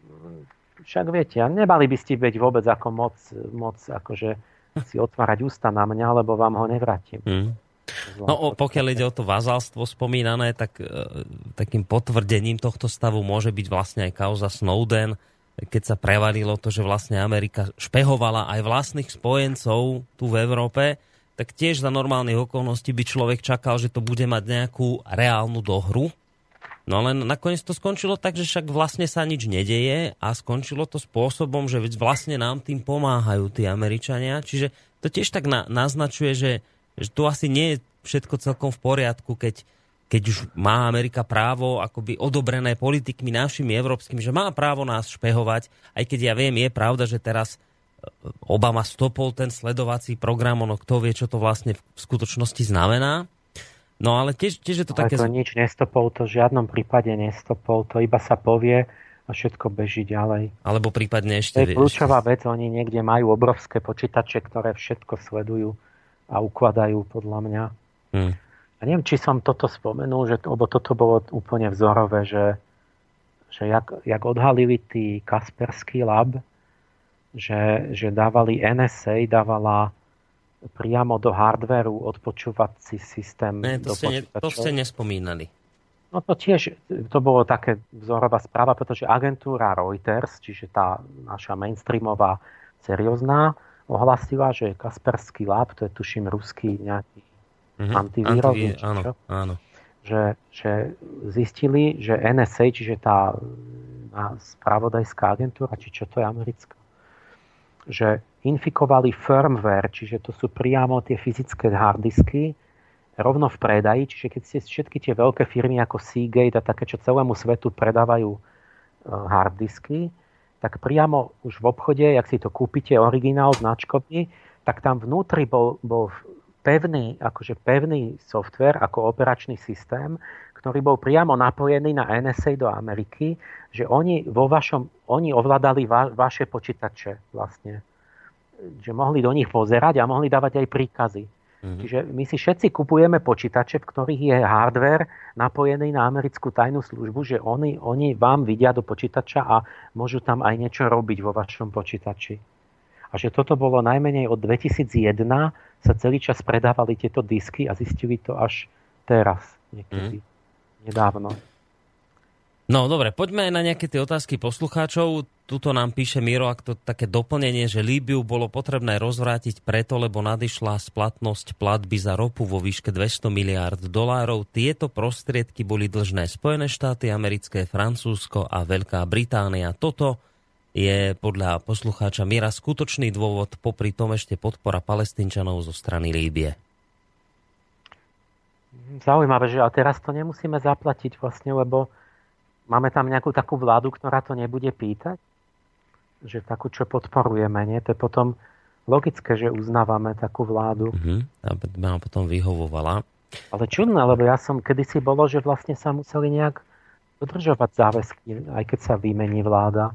Speaker 4: však viete, a nemali by ste byť vôbec ako moc, moc akože si otvárať ústa na mňa, lebo vám ho nevrátim. Mm.
Speaker 2: No pokiaľ ide o to vazalstvo spomínané, tak e, takým potvrdením tohto stavu môže byť vlastne aj kauza Snowden, keď sa prevalilo to, že vlastne Amerika špehovala aj vlastných spojencov tu v Európe, tak tiež za normálnych okolností by človek čakal, že to bude mať nejakú reálnu dohru. No len nakoniec to skončilo tak, že však vlastne sa nič nedeje a skončilo to spôsobom, že vlastne nám tým pomáhajú tí Američania. Čiže to tiež tak na, naznačuje, že že tu asi nie je všetko celkom v poriadku, keď, keď už má Amerika právo akoby odobrené politikmi našimi európskymi, že má právo nás špehovať, aj keď ja viem, je pravda, že teraz Obama stopol ten sledovací program, ono kto vie, čo to vlastne v skutočnosti znamená. No ale tiež, tiež je to
Speaker 4: ale
Speaker 2: také...
Speaker 4: to nič nestopol, to v žiadnom prípade nestopol, to iba sa povie a všetko beží ďalej.
Speaker 2: Alebo prípadne ešte...
Speaker 4: To je kľúčová vec, oni niekde majú obrovské počítače, ktoré všetko sledujú a ukladajú podľa mňa. Hmm. A neviem, či som toto spomenul, že, lebo toto bolo úplne vzorové, že, že jak, jak odhalili tí Kaspersky Lab, že, že dávali en es á, dávala priamo do hardvéru odpočúvací systém.
Speaker 2: Ne, to,
Speaker 4: do
Speaker 2: ste ne, to ste nespomínali.
Speaker 4: No to tiež, to bolo také vzorová správa, pretože agentúra Reuters, čiže tá naša mainstreamová, seriózna, ohlasila, že Kaspersky Lab, to je tuším ruský nejaký mm-hmm. antivírus,
Speaker 2: Antiví- áno, áno.
Speaker 4: Že, že zistili, že en es á, čiže tá spravodajská agentúra, či čo to je americká, že infikovali firmware, čiže to sú priamo tie fyzické harddisky, rovno v predaji, čiže keď ste všetky tie veľké firmy ako Seagate a také, čo celému svetu predávajú harddisky, tak priamo už v obchode, jak si to kúpite originál značkový, tak tam vnútri bol, bol pevný, akože pevný software ako operačný systém, ktorý bol priamo napojený na en es á do Ameriky, že oni vo vašom, oni ovládali va, vaše počítače vlastne. Že mohli do nich pozerať a mohli dávať aj príkazy. Mm-hmm. Čiže my si všetci kupujeme počítače, v ktorých je hardware napojený na americkú tajnú službu, že oni, oni vám vidia do počítača a môžu tam aj niečo robiť vo vašom počítači. A že toto bolo najmenej od dvetisícjeden sa celý čas predávali tieto disky a zistili to až teraz, niekedy, mm. nedávno.
Speaker 2: No dobre, poďme aj na nejaké tie otázky poslucháčov. Tuto nám píše Miro, ak to také doplnenie, že Líbiu bolo potrebné rozvrátiť preto, lebo nadišla splatnosť platby za ropu vo výške dvesto miliárd dolárov. Tieto prostriedky boli dlžné Spojené štáty americké, Francúzsko a Veľká Británia. Toto je podľa poslucháča Mira skutočný dôvod, popri tom ešte podpora Palestínčanov zo strany Líbie.
Speaker 4: Zaujímavé, že a teraz to nemusíme zaplatiť vlastne, lebo máme tam nejakú takú vládu, ktorá to nebude pýtať? Že takú, čo podporujeme, nie? To je potom logické, že uznávame takú vládu.
Speaker 2: Uh-huh. A nám potom vyhovovala.
Speaker 4: Ale čudné, lebo ja som kedysi bolo, že vlastne sa museli nejak dodržovať záväzky, aj keď sa vymení vláda.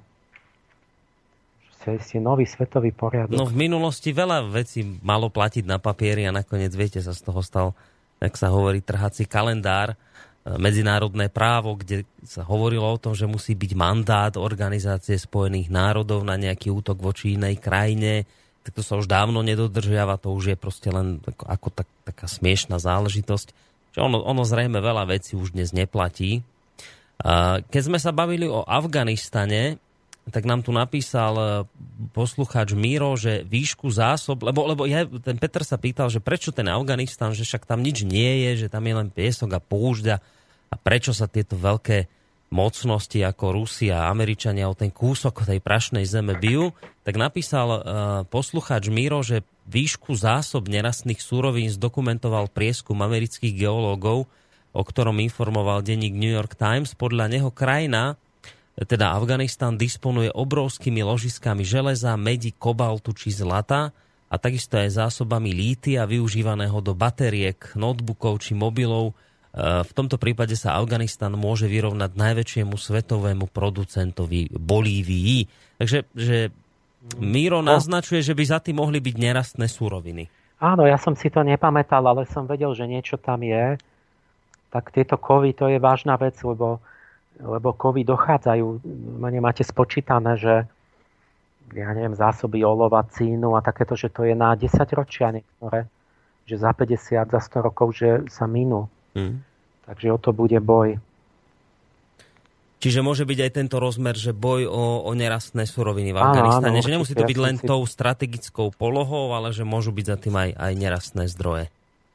Speaker 4: Že je nový svetový poriadok.
Speaker 2: No v minulosti veľa vecí malo platiť na papieri a nakoniec, viete, sa z toho stal, jak sa hovorí, trhací kalendár, medzinárodné právo, kde sa hovorilo o tom, že musí byť mandát Organizácie spojených národov na nejaký útok voči inej krajine. Tak to sa už dávno nedodržiava, to už je proste len ako, ako tak, taká smiešná záležitosť. Že ono, ono zrejme veľa vecí už dnes neplatí. Keď sme sa bavili o Afganistane, tak nám tu napísal poslucháč Miro, že výšku zásob, lebo, lebo ja, ten Peter sa pýtal, že prečo ten Afganistan, že však tam nič nie je, že tam je len piesok a púšť a prečo sa tieto veľké mocnosti ako Rusia a Američania o ten kúsok tej prašnej zeme bijú, tak napísal uh, poslucháč Miro, že výšku zásob nerastných surovín zdokumentoval prieskum amerických geológov, o ktorom informoval denník New York Times. Podľa neho krajina, teda Afganistan, disponuje obrovskými ložiskami železa, medi, kobaltu či zlata a takisto aj zásobami lítia využívaného do batériek, notebookov či mobilov. V tomto prípade sa Afganistan môže vyrovnať najväčšiemu svetovému producentovi Bolívii. Takže že Miro naznačuje, že by za tým mohli byť nerastné suroviny.
Speaker 4: Áno, ja som si to nepamätal, ale som vedel, že niečo tam je. Tak tieto kovy, to je vážna vec, lebo, lebo kovy dochádzajú. Máte spočítané, že ja neviem, zásoby olova, cínu a takéto, že to je na desaťročia niektoré. Že za päťdesiat, za sto rokov, že sa minú. Hmm. Takže o to bude boj.
Speaker 2: Čiže môže byť aj tento rozmer, že boj o, o nerastné suroviny v Afganistane. Áno, áno, že nemusí to byť len si... tou strategickou polohou, ale že môžu byť za tým aj, aj nerastné zdroje.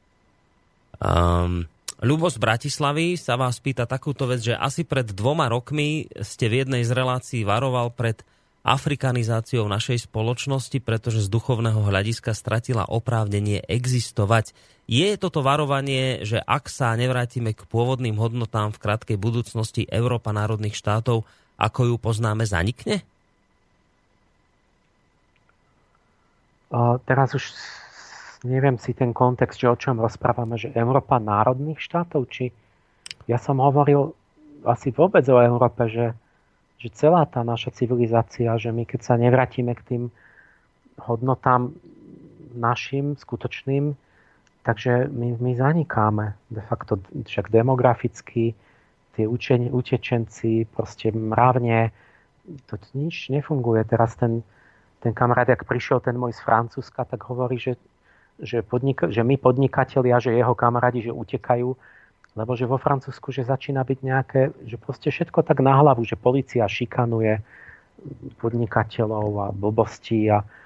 Speaker 2: Um, Ľubo z Bratislavy sa vás pýta takúto vec, že asi pred dvoma rokmi ste v jednej z relácií varoval pred afrikanizáciou našej spoločnosti, pretože z duchovného hľadiska stratila oprávnenie existovať. Je toto varovanie, že ak sa nevrátime k pôvodným hodnotám v krátkej budúcnosti, Európa národných štátov, ako ju poznáme, zanikne?
Speaker 4: Uh, teraz už neviem si ten kontext, že o čom rozprávame, že Európa národných štátov, či ja som hovoril asi vôbec o Európe, že že celá tá naša civilizácia, že my keď sa nevrátime k tým hodnotám našim, skutočným, takže my, my zanikáme. De facto však demograficky, tie učen, utečenci, proste mravne, to nič nefunguje. Teraz ten, ten kamarát, jak prišiel ten môj z Francúzska, tak hovorí, že, že, podnik, že my podnikatelia, že jeho kamarádi, že utekajú, lebo že vo Francúzsku, že začína byť nejaké, že proste všetko tak na hlavu, že polícia šikanuje podnikateľov a blbosti a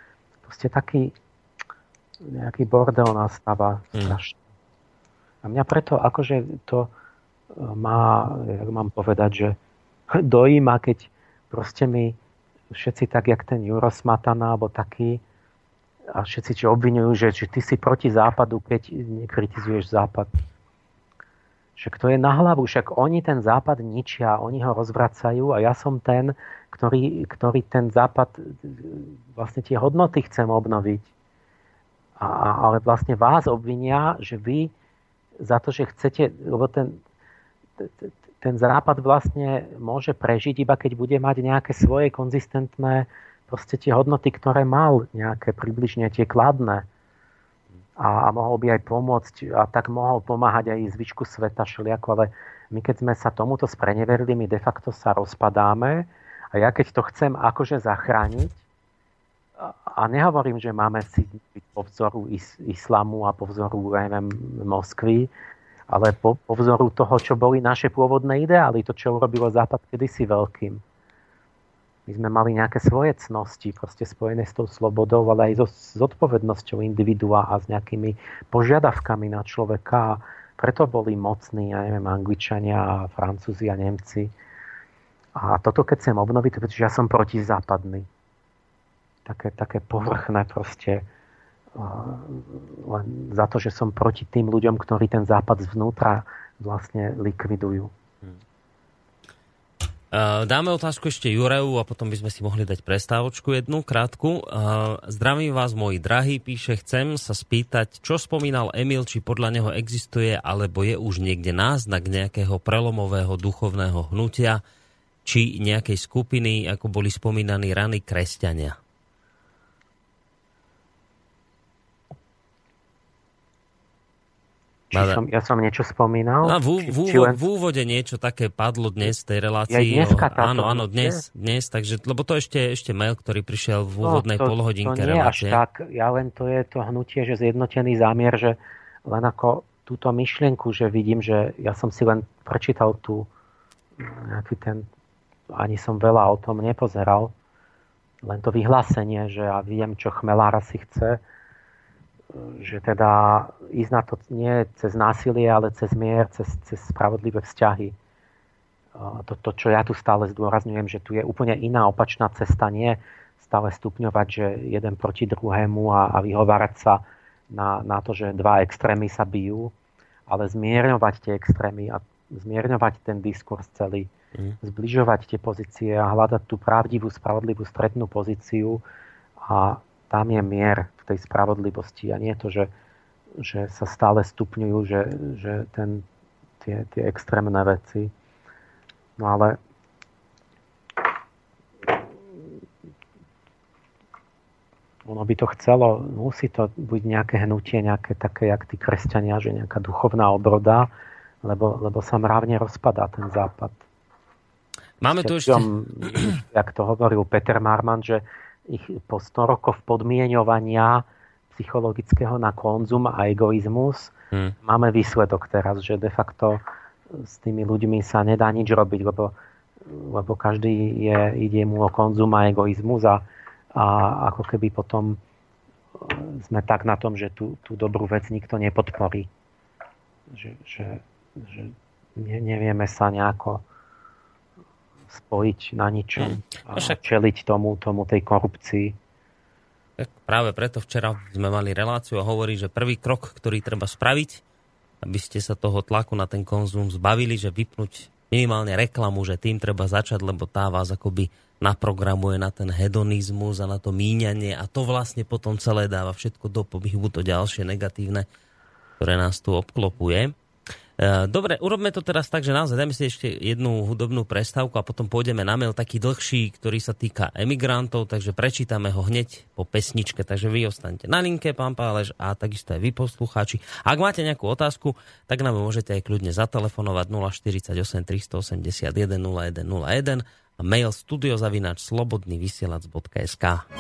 Speaker 4: proste taký nejaký bordel nastáva strašne. A mňa preto akože to má, jak mám povedať, že dojíma, keď proste mi všetci tak, jak ten Juro Smatana, alebo taký, a všetci, čo obvinujú, že, že ty si proti západu, keď nekritizuješ západ. Však to je na hlavu, však oni ten západ ničia, oni ho rozvracajú a ja som ten, ktorý, ktorý ten západ, vlastne tie hodnoty chcem obnoviť. A, ale vlastne vás obvinia, že vy za to, že chcete, lebo ten, ten západ vlastne môže prežiť, iba keď bude mať nejaké svoje konzistentné proste tie hodnoty, ktoré mal nejaké približne tie kladné. A, a mohol by aj pomôcť a tak mohol pomáhať aj zvyšku sveta všelijako, ale my keď sme sa tomuto spreneverili, my de facto sa rozpadáme a ja keď to chcem akože zachrániť a, a nehovorím, že máme si po vzoru is, islamu a po vzoru, neviem, Moskvy, ale po, po vzoru toho, čo boli naše pôvodné ideály, to, čo urobilo Západ kedysi veľkým. My sme mali nejaké svoje cnosti, proste spojené s tou slobodou, ale aj so zodpovednosťou individua a s nejakými požiadavkami na človeka. Preto boli mocní, ja neviem, Angličania, Francúzi a Nemci. A toto keď chcem obnoviť, pretože ja som protizápadný. Také, také povrchné proste. Len za to, že som proti tým ľuďom, ktorí ten západ zvnútra vlastne likvidujú.
Speaker 2: Dáme otázku ešte Jureu a potom by sme si mohli dať prestávočku jednu, krátku. Zdravím vás, moji drahí, píše, chcem sa spýtať, čo spomínal Emil, či podľa neho existuje, alebo je už niekde náznak nejakého prelomového duchovného hnutia, či nejakej skupiny, ako boli spomínaní rany kresťania.
Speaker 4: Či som, ja som niečo spomínal?
Speaker 2: A v, v, v, len... v úvode niečo také padlo dnes v tej relácii.
Speaker 4: Ja dneska táto
Speaker 2: áno, áno, dnes, dnes, takže, lebo to ešte, ešte mail, ktorý prišiel v úvodnej no, to, polhodinke
Speaker 4: to nie
Speaker 2: relácie.
Speaker 4: Až tak, ja len to je to hnutie, že zjednotený zámier, že len ako túto myšlienku, že vidím, že ja som si len prečítal tú nejaký ten, ani som veľa o tom nepozeral, len to vyhlásenie, že ja viem, čo Chmelára si chce, že teda ísť na to nie cez násilie, ale cez mier, cez, cez spravodlivé vzťahy. To, to, čo ja tu stále zdôrazňujem, že tu je úplne iná opačná cesta, nie stále stupňovať, že jeden proti druhému a, a vyhovárať sa na, na to, že dva extrémy sa bijú, ale zmierňovať tie extrémy a zmierňovať ten diskurs celý, mm. zbližovať tie pozície a hľadať tú pravdivú, spravodlivú strednú pozíciu a tam je mier v tej spravodlivosti a nie to, že, že sa stále stupňujú, že, že ten, tie, tie extrémne veci. No ale ono by to chcelo, musí to byť nejaké hnutie, nejaké také, jak tí kresťania, že nejaká duchovná obroda, lebo, lebo sa mravne rozpadá ten západ.
Speaker 2: Máme tu ešte...
Speaker 4: Jak to hovoril Peter Marman, že ich po sto rokov podmieňovania psychologického na konzum a egoizmus hmm. máme výsledok teraz, že de facto s tými ľuďmi sa nedá nič robiť, lebo, lebo každý je, ide mu o konzum a egoizmus a, a ako keby potom sme tak na tom, že tú, tú dobrú vec nikto nepodporí. Že, že, že ne, nevieme sa nejako spojiť na ničom a však čeliť tomu, tomu tej korupcii.
Speaker 2: Tak práve preto včera sme mali reláciu a hovorí, že prvý krok, ktorý treba spraviť, aby ste sa toho tlaku na ten konzum zbavili, že vypnúť minimálne reklamu, že tým treba začať, lebo tá vás akoby naprogramuje na ten hedonizmus a na to míňanie a to vlastne potom celé dáva všetko do pohybu, to ďalšie negatívne, ktoré nás tu obklopuje. Dobre, urobme to teraz tak, že naozaj dajme si ešte jednu hudobnú prestávku a potom pôjdeme na mail taký dlhší, ktorý sa týka emigrantov, takže prečítame ho hneď po pesničke, takže vy ostaňte na linke, pán Pálež, a takisto aj vy poslucháči. Ak máte nejakú otázku, tak nám môžete aj kľudne zatelefonovať nula štyridsaťosem tristoosemdesiatjeden nula jeden nula jeden a mail studio zavináč slobodný vysielač bodka es ká.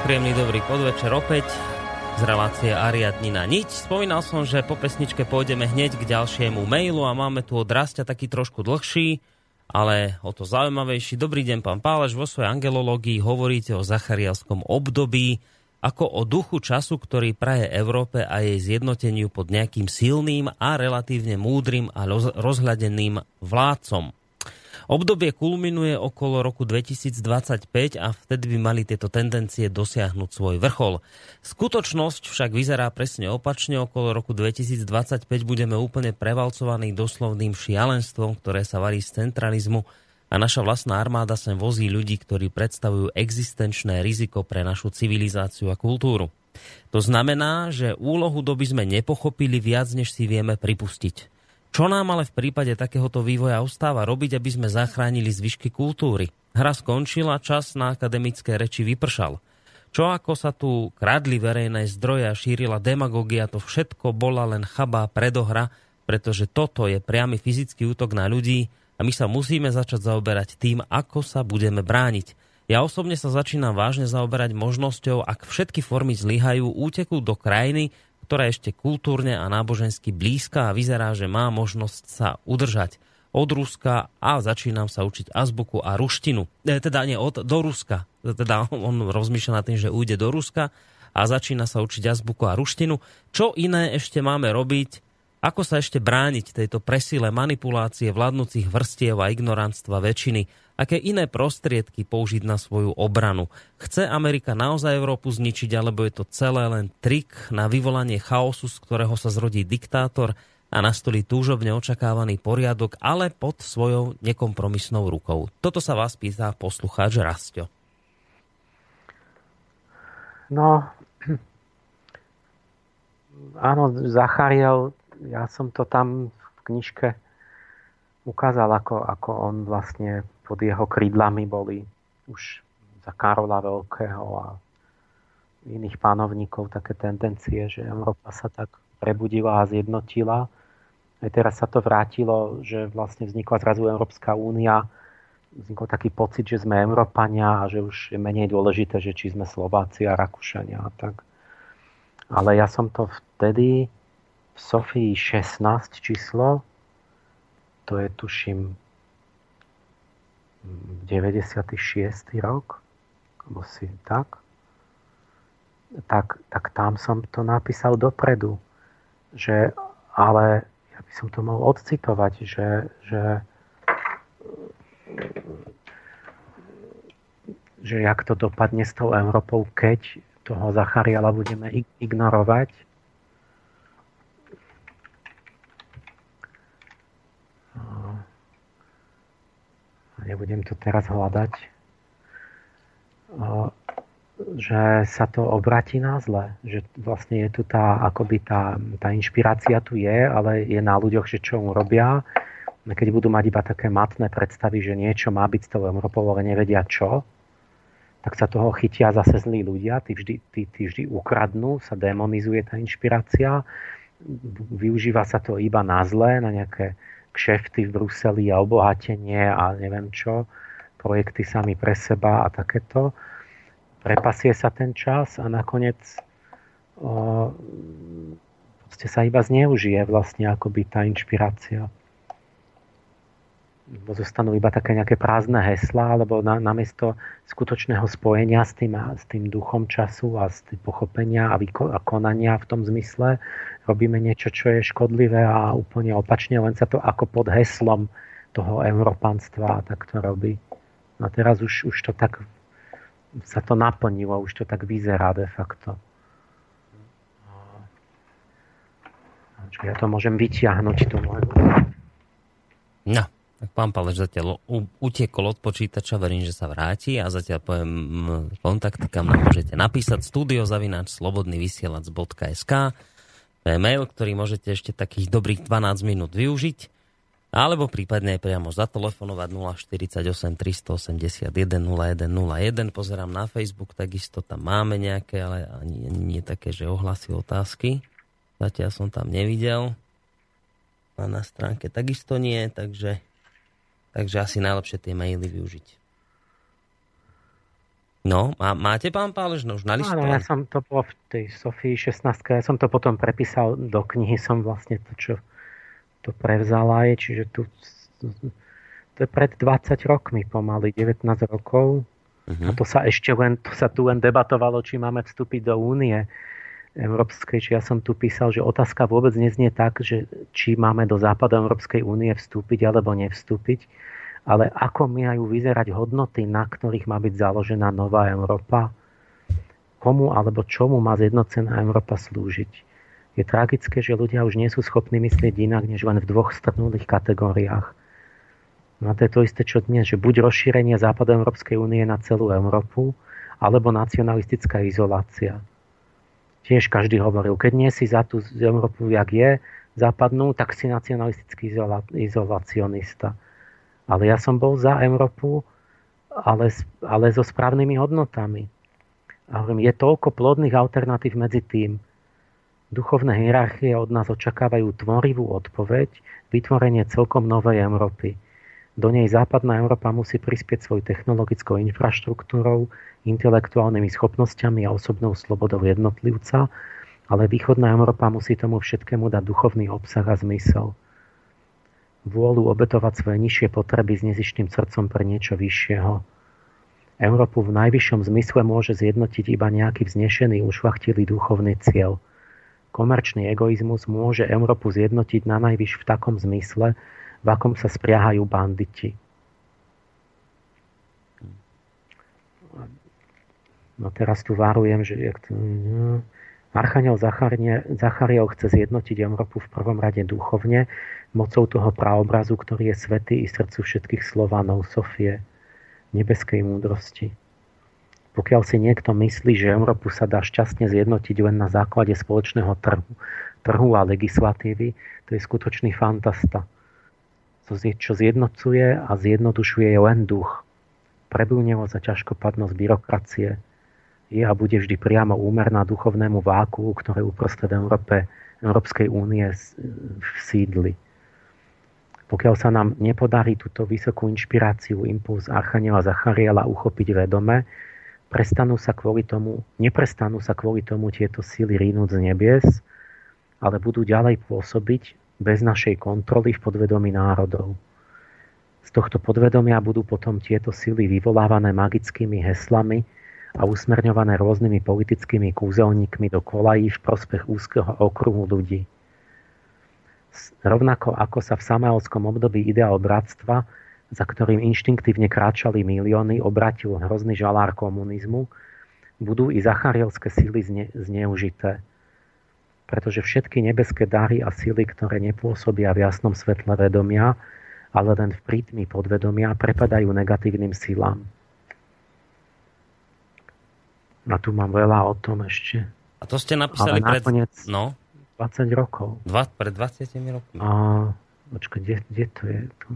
Speaker 2: Príjemný dobrý podvečer opäť z relácie Ariadni na niť. Spomínal som, že po pesničke pôjdeme hneď k ďalšiemu mailu a máme tu od Rastia taký trošku dlhší, ale o to zaujímavejší. Dobrý deň, pán Páleš, vo svojej angelológii hovoríte o zachariálskom období ako o duchu času, ktorý praje Európe a jej zjednoteniu pod nejakým silným a relatívne múdrym a rozhľadeným vládcom. Obdobie kulminuje okolo roku dvetisícdvadsaťpäť a vtedy by mali tieto tendencie dosiahnuť svoj vrchol. Skutočnosť však vyzerá presne opačne. Okolo roku dvetisícdvadsaťpäť budeme úplne prevalcovaní doslovným šialenstvom, ktoré sa varí z centralizmu a naša vlastná armáda sem vozí ľudí, ktorí predstavujú existenčné riziko pre našu civilizáciu a kultúru. To znamená, že úlohu doby sme nepochopili viac, než si vieme pripustiť. Čo nám ale v prípade takéhoto vývoja ostáva robiť, aby sme zachránili zvyšky kultúry? Hra skončila, čas na akademické reči vypršal. Čo ako sa tu kradli verejné zdroje a šírila demagógia, to všetko bola len chabá predohra, pretože toto je priamy fyzický útok na ľudí a my sa musíme začať zaoberať tým, ako sa budeme brániť. Ja osobne sa začínam vážne zaoberať možnosťou, ak všetky formy zlyhajú, úteku do krajiny, ktorá je ešte kultúrne a nábožensky blízka a vyzerá, že má možnosť sa udržať od Ruska a začínam sa učiť azbuku a ruštinu. E, teda nie, od, do Ruska. Teda on rozmýšľa nad tým, že ujde do Ruska a začína sa učiť azbuku a ruštinu. Čo iné ešte máme robiť? Ako sa ešte brániť tejto presile manipulácie vládnúcich vrstiev a ignorantstva väčšiny? Aké iné prostriedky použiť na svoju obranu? Chce Amerika naozaj Európu zničiť, alebo je to celé len trik na vyvolanie chaosu, z ktorého sa zrodí diktátor a nastolí túžobne očakávaný poriadok, ale pod svojou nekompromisnou rukou? Toto sa vás pýta poslucháč Rastio.
Speaker 4: No, áno, Zachariel, ja som to tam v knižke ukázal, ako, ako on vlastne pod jeho krídlami boli už za Karola Veľkého a iných pánovníkov také tendencie, že Európa sa tak prebudila a zjednotila. Aj teraz sa to vrátilo, že vlastne vznikla zrazu Európska únia. Vznikol taký pocit, že sme Európania a že už je menej dôležité, že či sme Slováci a Rakúšania a tak. Ale ja som to vtedy v Sofii šestnásť číslo, to je tuším deväťdesiaty šiesty rok, alebo si tak, tak, tak tam som to napísal dopredu, že, ale ja by som to mohol odcitovať, že, že, že jak to dopadne s tou Európou, keď toho Zachariela budeme ignorovať. Nebudem to teraz hľadať, že sa to obratí na zle, že vlastne je tu tá, akoby tá, tá inšpirácia tu je, ale je na ľuďoch, že čo urobia, keď budú mať iba také matné predstavy, že niečo má byť s tou Európou, ale nevedia čo, tak sa toho chytia zase zlí ľudia, tí vždy, tí, tí vždy ukradnú, sa demonizuje tá inšpirácia, využíva sa to iba na zle, na nejaké kšefty v Bruseli a obohatenie a neviem čo, projekty sami pre seba a takéto. Prepasie sa ten čas a nakoniec o, sa iba zneužije vlastne akoby tá inšpirácia. Bo zostanú iba také nejaké prázdne heslá, alebo na, namiesto skutočného spojenia s tým, s tým duchom času a s tým pochopenia a, vyko, a konania v tom zmysle robíme niečo, čo je škodlivé a úplne opačne, len sa to ako pod heslom toho európanstva tak to robí. No teraz už, už to tak sa to naplnilo, už to tak vyzerá de facto. Ja to môžem vyťahnuť tu moju.
Speaker 2: No. Tak pán Páleš zatiaľ utiekol od počítača, verím, že sa vráti a zatiaľ poviem kontakty, kam nám môžete napísať studio zavináč slobodný vysielač bodka es ká. To je mail, ktorý môžete ešte takých dobrých dvanásť minút využiť, alebo prípadne aj priamo zatelefonovať nula štyridsaťosem tristoosemdesiatjeden nula jeden nula jeden. Pozerám na Facebook, takisto tam máme nejaké, ale ani nie také, že ohlasy, otázky. Zatiaľ som tam nevidel. A na stránke takisto nie, takže Takže asi najlepšie tie maily využiť. No, má, máte, pán Pálež, no už nalistované?
Speaker 4: Áno, ja som to bolo v tej Sofii šestnástke, ja som to potom prepísal do knihy, som vlastne to, čo to prevzala je, čiže tu to je pred dvadsať rokmi pomaly, devätnásť rokov. Uh-huh. A to sa ešte len, to sa tu len debatovalo, či máme vstúpiť do Únie Európskej, či ja som tu písal, že otázka vôbec neznie tak, že či máme do Západu Európskej únie vstúpiť alebo nevstúpiť, ale ako majú vyzerať hodnoty, na ktorých má byť založená nová Európa, komu alebo čomu má zjednocená Európa slúžiť. Je tragické, že ľudia už nie sú schopní myslieť inak, než len v dvoch strnulých kategóriách. No to je to isté, čo dnes, že buď rozšírenie Západoeurópskej únie na celú Európu, alebo nacionalistická izolácia. Tiež každý hovoril, keď nie si za tú Európu, jak je, západnú, tak si nacionalistický izola- izolacionista. Ale ja som bol za Európu, ale, ale so správnymi hodnotami. A hovorím, je toľko plodných alternatív medzi tým. Duchovné hierarchie od nás očakávajú tvorivú odpoveď, vytvorenie celkom novej Európy. Do nej západná Európa musí prispieť svojou technologickou infraštruktúrou, intelektuálnymi schopnosťami a osobnou slobodou jednotlivca, ale východná Európa musí tomu všetkému dať duchovný obsah a zmysel. Vôľu obetovať svoje nižšie potreby s nezištným srdcom pre niečo vyššieho. Európu v najvyššom zmysle môže zjednotiť iba nejaký vznešený, ušľachtilý duchovný cieľ. Komerčný egoizmus môže Európu zjednotiť na najvyš v takom zmysle, v akom sa spriahajú banditi. No teraz tu varujem, že jak to... Archaniel Zachariel chce zjednotiť Európu v prvom rade duchovne, mocou toho praobrazu, ktorý je svätý i srdcu všetkých Slovanov, Sofie, nebeskej múdrosti. Pokiaľ si niekto myslí, že Európu sa dá šťastne zjednotiť len na základe spoločného trhu, trhu a legislatívy, to je skutočný fantasta. Čo zjednocuje a zjednodušuje je len duch. Prebúnevosť a ťažkopadnosť byrokracie je a bude vždy priamo úmerná duchovnému váku, ktoré uprostred Európe, Európskej únie sídli. Pokiaľ sa nám nepodarí túto vysokú inšpiráciu, impuls Archaniela Zachariela uchopiť vedome, prestanú sa kvôli tomu, neprestanú sa kvôli tomu tieto síly rínúť z nebies, ale budú ďalej pôsobiť bez našej kontroly v podvedomí národov. Z tohto podvedomia budú potom tieto síly vyvolávané magickými heslami a usmerňované rôznymi politickými kúzelníkmi do kolají v prospech úzkeho okruhu ľudí. Rovnako ako sa v samaelskom období ideál bratstva, za ktorým inštinktívne kráčali milióny, obratil hrozný žalár komunizmu, budú i zacharielské síly zne, zneužité. Pretože všetky nebeské dary a síly, ktoré nepôsobia v jasnom svetle vedomia, ale len v prítmi podvedomia, prepadajú negatívnym silám. A tu mám veľa o tom ešte.
Speaker 2: A to ste napísali
Speaker 4: ale nakoniec
Speaker 2: pred... No?
Speaker 4: dvadsať rokov.
Speaker 2: Dva, pred dvadsiatimi rokmi.
Speaker 4: A, počkaj, kde, kde to je? Tu?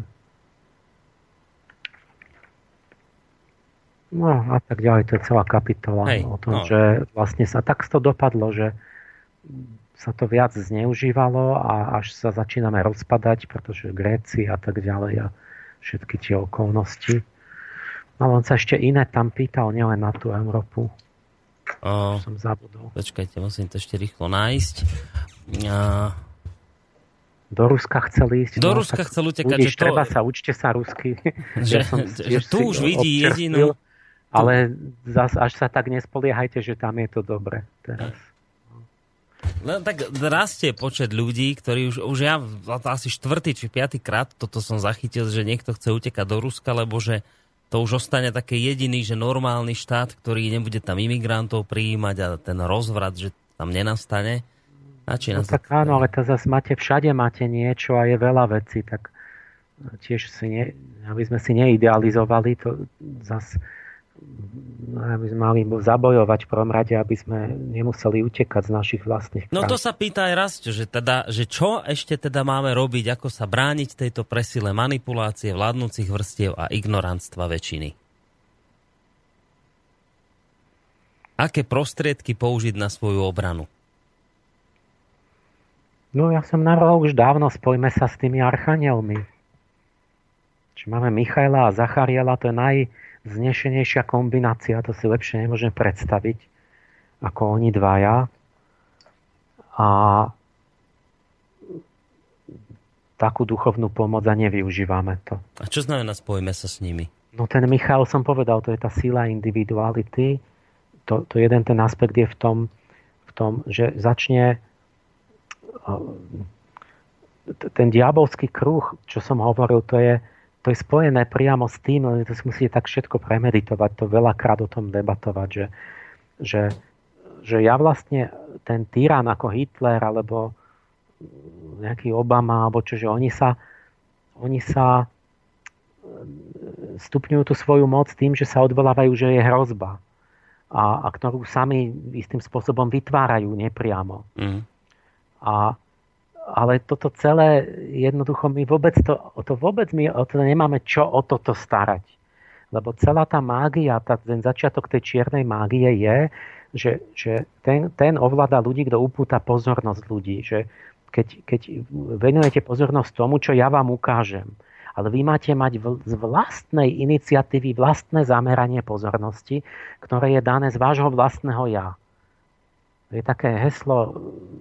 Speaker 4: No a tak ďalej, to je celá kapitola Hej, o tom, no. že vlastne sa tak to dopadlo, že sa to viac zneužívalo a až sa začíname rozpadať, pretože Gréci a tak ďalej a všetky tie okolnosti. No on sa ešte iné tam pýtal, nielen na tú Európu.
Speaker 2: O,
Speaker 4: som zabudol.
Speaker 2: Počkajte, musím to ešte rýchlo nájsť. A...
Speaker 4: Do Ruska chcel ísť.
Speaker 2: Do
Speaker 4: no,
Speaker 2: Ruska chcel utekať.
Speaker 4: Budíš,
Speaker 2: že to...
Speaker 4: treba sa, učte sa rusky.
Speaker 2: Že,
Speaker 4: ja som,
Speaker 2: že tu už vidí jedinú...
Speaker 4: Ale zas, až sa tak nespoliehajte, že tam je to dobre teraz.
Speaker 2: No, tak rastie počet ľudí, ktorí už, už ja asi štvrtý či piatý krát toto som zachytil, že niekto chce utekať do Ruska, lebo že to už ostane také jediný, že normálny štát, ktorý nebude tam imigrantov prijímať a ten rozvrat, že tam nenastane.
Speaker 4: No tak áno, ale to zase máte, všade máte niečo a je veľa vecí, tak tiež si ne, aby sme si neidealizovali, to zase aby sme mali zabojovať v prvom rade, aby sme nemuseli utekať z našich vlastných krajín.
Speaker 2: No to sa pýta aj Rastio, že, teda, že čo ešte teda máme robiť, ako sa brániť tejto presile manipulácie vládnúcich vrstiev a ignorantstva väčšiny. Aké prostriedky použiť na svoju obranu?
Speaker 4: No ja som navrhol už dávno, spojme sa s tými archanielmi. Čiže máme Michaela a Zachariela, to je naj vznešenejšia kombinácia, to si lepšie nemôžem predstaviť, ako oni dvaja. A takú duchovnú pomoc a nevyužívame to.
Speaker 2: A čo znamená spojíme sa s nimi?
Speaker 4: No ten Michal som povedal, to je tá sila individuality. To, to jeden ten aspekt je v tom, v tom, že začne ten diabolský kruh, čo som hovoril, to je, to je spojené priamo s tým, len to si musíte tak všetko premeditovať, to veľakrát o tom debatovať, že, že, že ja vlastne ten tyran ako Hitler alebo nejaký Obama, alebo čo, že oni sa oni sa stupňujú tú svoju moc tým, že sa odvolávajú, že je hrozba. A, a ktorú sami istým spôsobom vytvárajú nepriamo. Mm. A, ale toto celé jednoducho my vôbec to, to vôbec my o to nemáme čo o toto starať. Lebo celá tá mágia, tá, ten začiatok tej čiernej mágie je, že, že ten, ten ovláda ľudí, kto upúta pozornosť ľudí. Že keď, keď venujete pozornosť tomu, čo ja vám ukážem, ale vy máte mať z vlastnej iniciatívy vlastné zameranie pozornosti, ktoré je dané z vášho vlastného ja. Je také heslo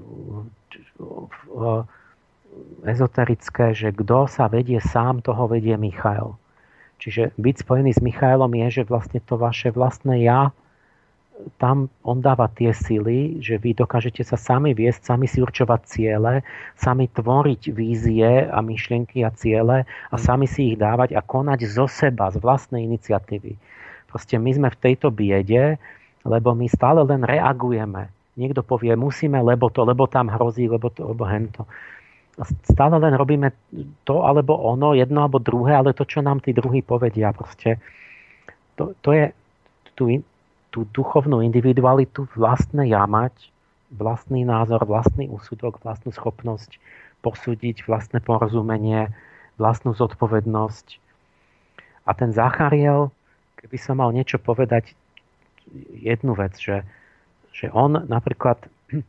Speaker 4: ezoterické, že kto sa vedie sám, toho vedie Michael. Čiže byť spojený s Michaelom je, že vlastne to vaše vlastné ja, tam on dáva tie sily, že vy dokážete sa sami viesť, sami si určovať ciele, sami tvoriť vízie a myšlienky a ciele a sami si ich dávať a konať zo seba, z vlastnej iniciatívy. Proste my sme v tejto biede, lebo my stále len reagujeme. Niekto povie, musíme, lebo to, lebo tam hrozí, lebo to, lebo hento. Stále len robíme to, alebo ono, jedno, alebo druhé, ale to, čo nám tí druhí povedia. Proste to, to je tú, tú duchovnú individualitu vlastné ja mať, vlastný názor, vlastný úsudok, vlastnú schopnosť posúdiť, vlastné porozumenie, vlastnú zodpovednosť. A ten Zachariel, keby som mal niečo povedať, jednu vec, že, že on napríklad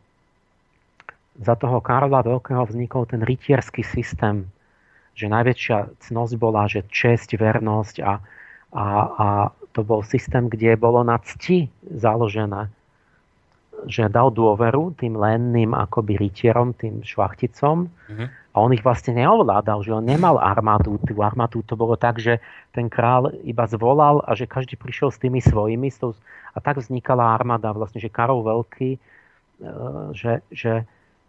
Speaker 4: za toho Karola Veľkého vznikol ten rytierský systém, že najväčšia cnosť bola, že česť, vernosť a, a, a to bol systém, kde bolo na cti založené. Že dal dôveru tým lenným akoby rytierom, tým šlachticom uh-huh. a on ich vlastne neovládal, že on nemal armádu. Tú armádu to bolo tak, že ten král iba zvolal a že každý prišiel s tými svojimi a tak vznikala armáda. Vlastne, že Karol Veľký že, že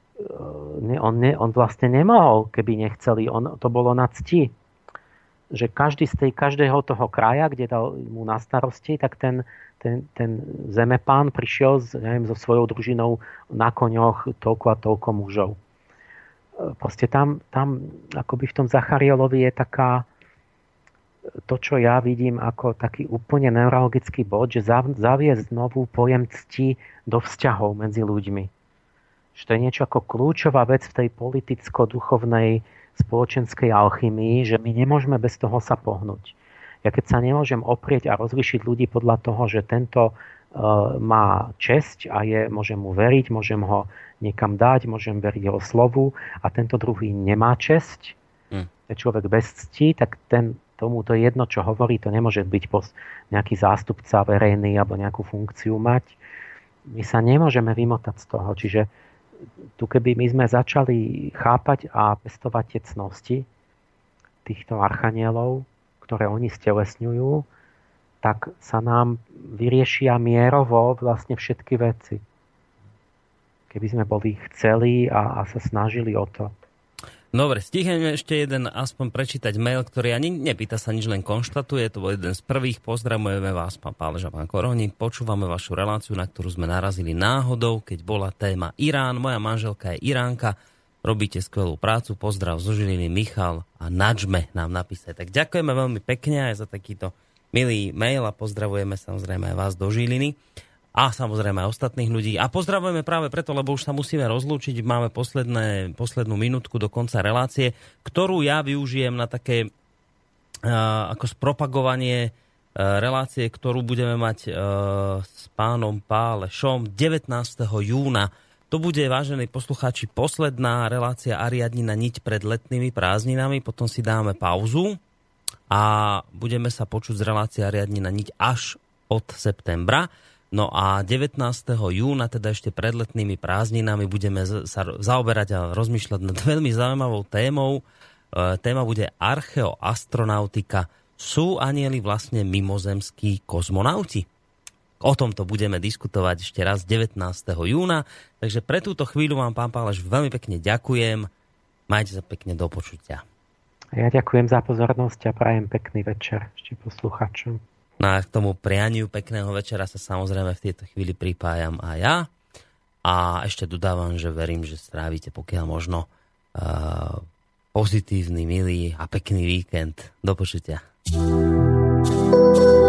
Speaker 4: on, ne, on vlastne nemohol, keby nechceli. On, to bolo na cti. Že každý z tej, každého toho kraja, kde dal mu na starosti, tak ten, ten, ten zemepán prišiel s, neviem, so svojou družinou na koňoch toľko a toľko mužov. Proste tam, tam akoby v tom Zacharíelovi je taká to, čo ja vidím ako taký úplne neurologický bod, že zaviesť znovu pojem cti do vzťahov medzi ľuďmi. Že to je niečo ako kľúčová vec v tej politicko-duchovnej spoločenskej alchymii, že my nemôžeme bez toho sa pohnúť. Ja keď sa nemôžem oprieť a rozlíšiť ľudí podľa toho, že tento uh, má česť a je, môžem mu veriť, môžem ho niekam dať, môžem veriť jeho slovu a tento druhý nemá česť, mm. je človek bez cti, tak ten, tomu to je jedno, čo hovorí, to nemôže byť pos, nejaký zástupca verejný alebo nejakú funkciu mať. My sa nemôžeme vymotať z toho, čiže tu keby my sme začali chápať a pestovať tie cnosti týchto archanielov, ktoré oni stelesňujú, tak sa nám vyriešia mierovo vlastne všetky veci. Keby sme boli chceli a, a sa snažili o to.
Speaker 2: Dobre, stihneme ešte jeden aspoň prečítať mail, ktorý ani nepýta sa nič, len konštatuje. To bol jeden z prvých. Pozdravujeme vás, pán Pálež a pán Koroni. Počúvame vašu reláciu, na ktorú sme narazili náhodou, keď bola téma Irán. Moja manželka je Iránka. Robíte skvelú prácu. Pozdrav zo Žiliny, Michal a Nadžme nám napísať. Tak ďakujeme veľmi pekne aj za takýto milý mail a pozdravujeme samozrejme aj vás do Žiliny. A samozrejme aj ostatných ľudí. A pozdravujeme práve preto, lebo už sa musíme rozlúčiť. Máme posledné, poslednú minútku do konca relácie, ktorú ja využijem na také uh, ako spropagovanie uh, relácie, ktorú budeme mať uh, s pánom Pálešom devätnásteho júna. To bude, vážení poslucháči, posledná relácia Ariadnina niť pred letnými prázdninami. Potom si dáme pauzu a budeme sa počuť z relácie Ariadne na niť až od septembra. No a devätnásteho júna, teda ešte pred letnými prázdninami, budeme sa zaoberať a rozmýšľať nad veľmi zaujímavou témou. Téma bude archeoastronautika. Sú anjeli vlastne mimozemskí kozmonauti? O tomto budeme diskutovať ešte raz devätnásteho júna. Takže pre túto chvíľu vám, pán Páleš, veľmi pekne ďakujem. Majte sa pekne, do počutia.
Speaker 4: Ja ďakujem za pozornosť a prajem pekný večer ešte posluchačom.
Speaker 2: No a k tomu prianiu pekného večera sa samozrejme v tejto chvíli pripájam aj ja. A ešte dodávam, že verím, že strávite pokiaľ možno uh, pozitívny, milý a pekný víkend. Do počutia.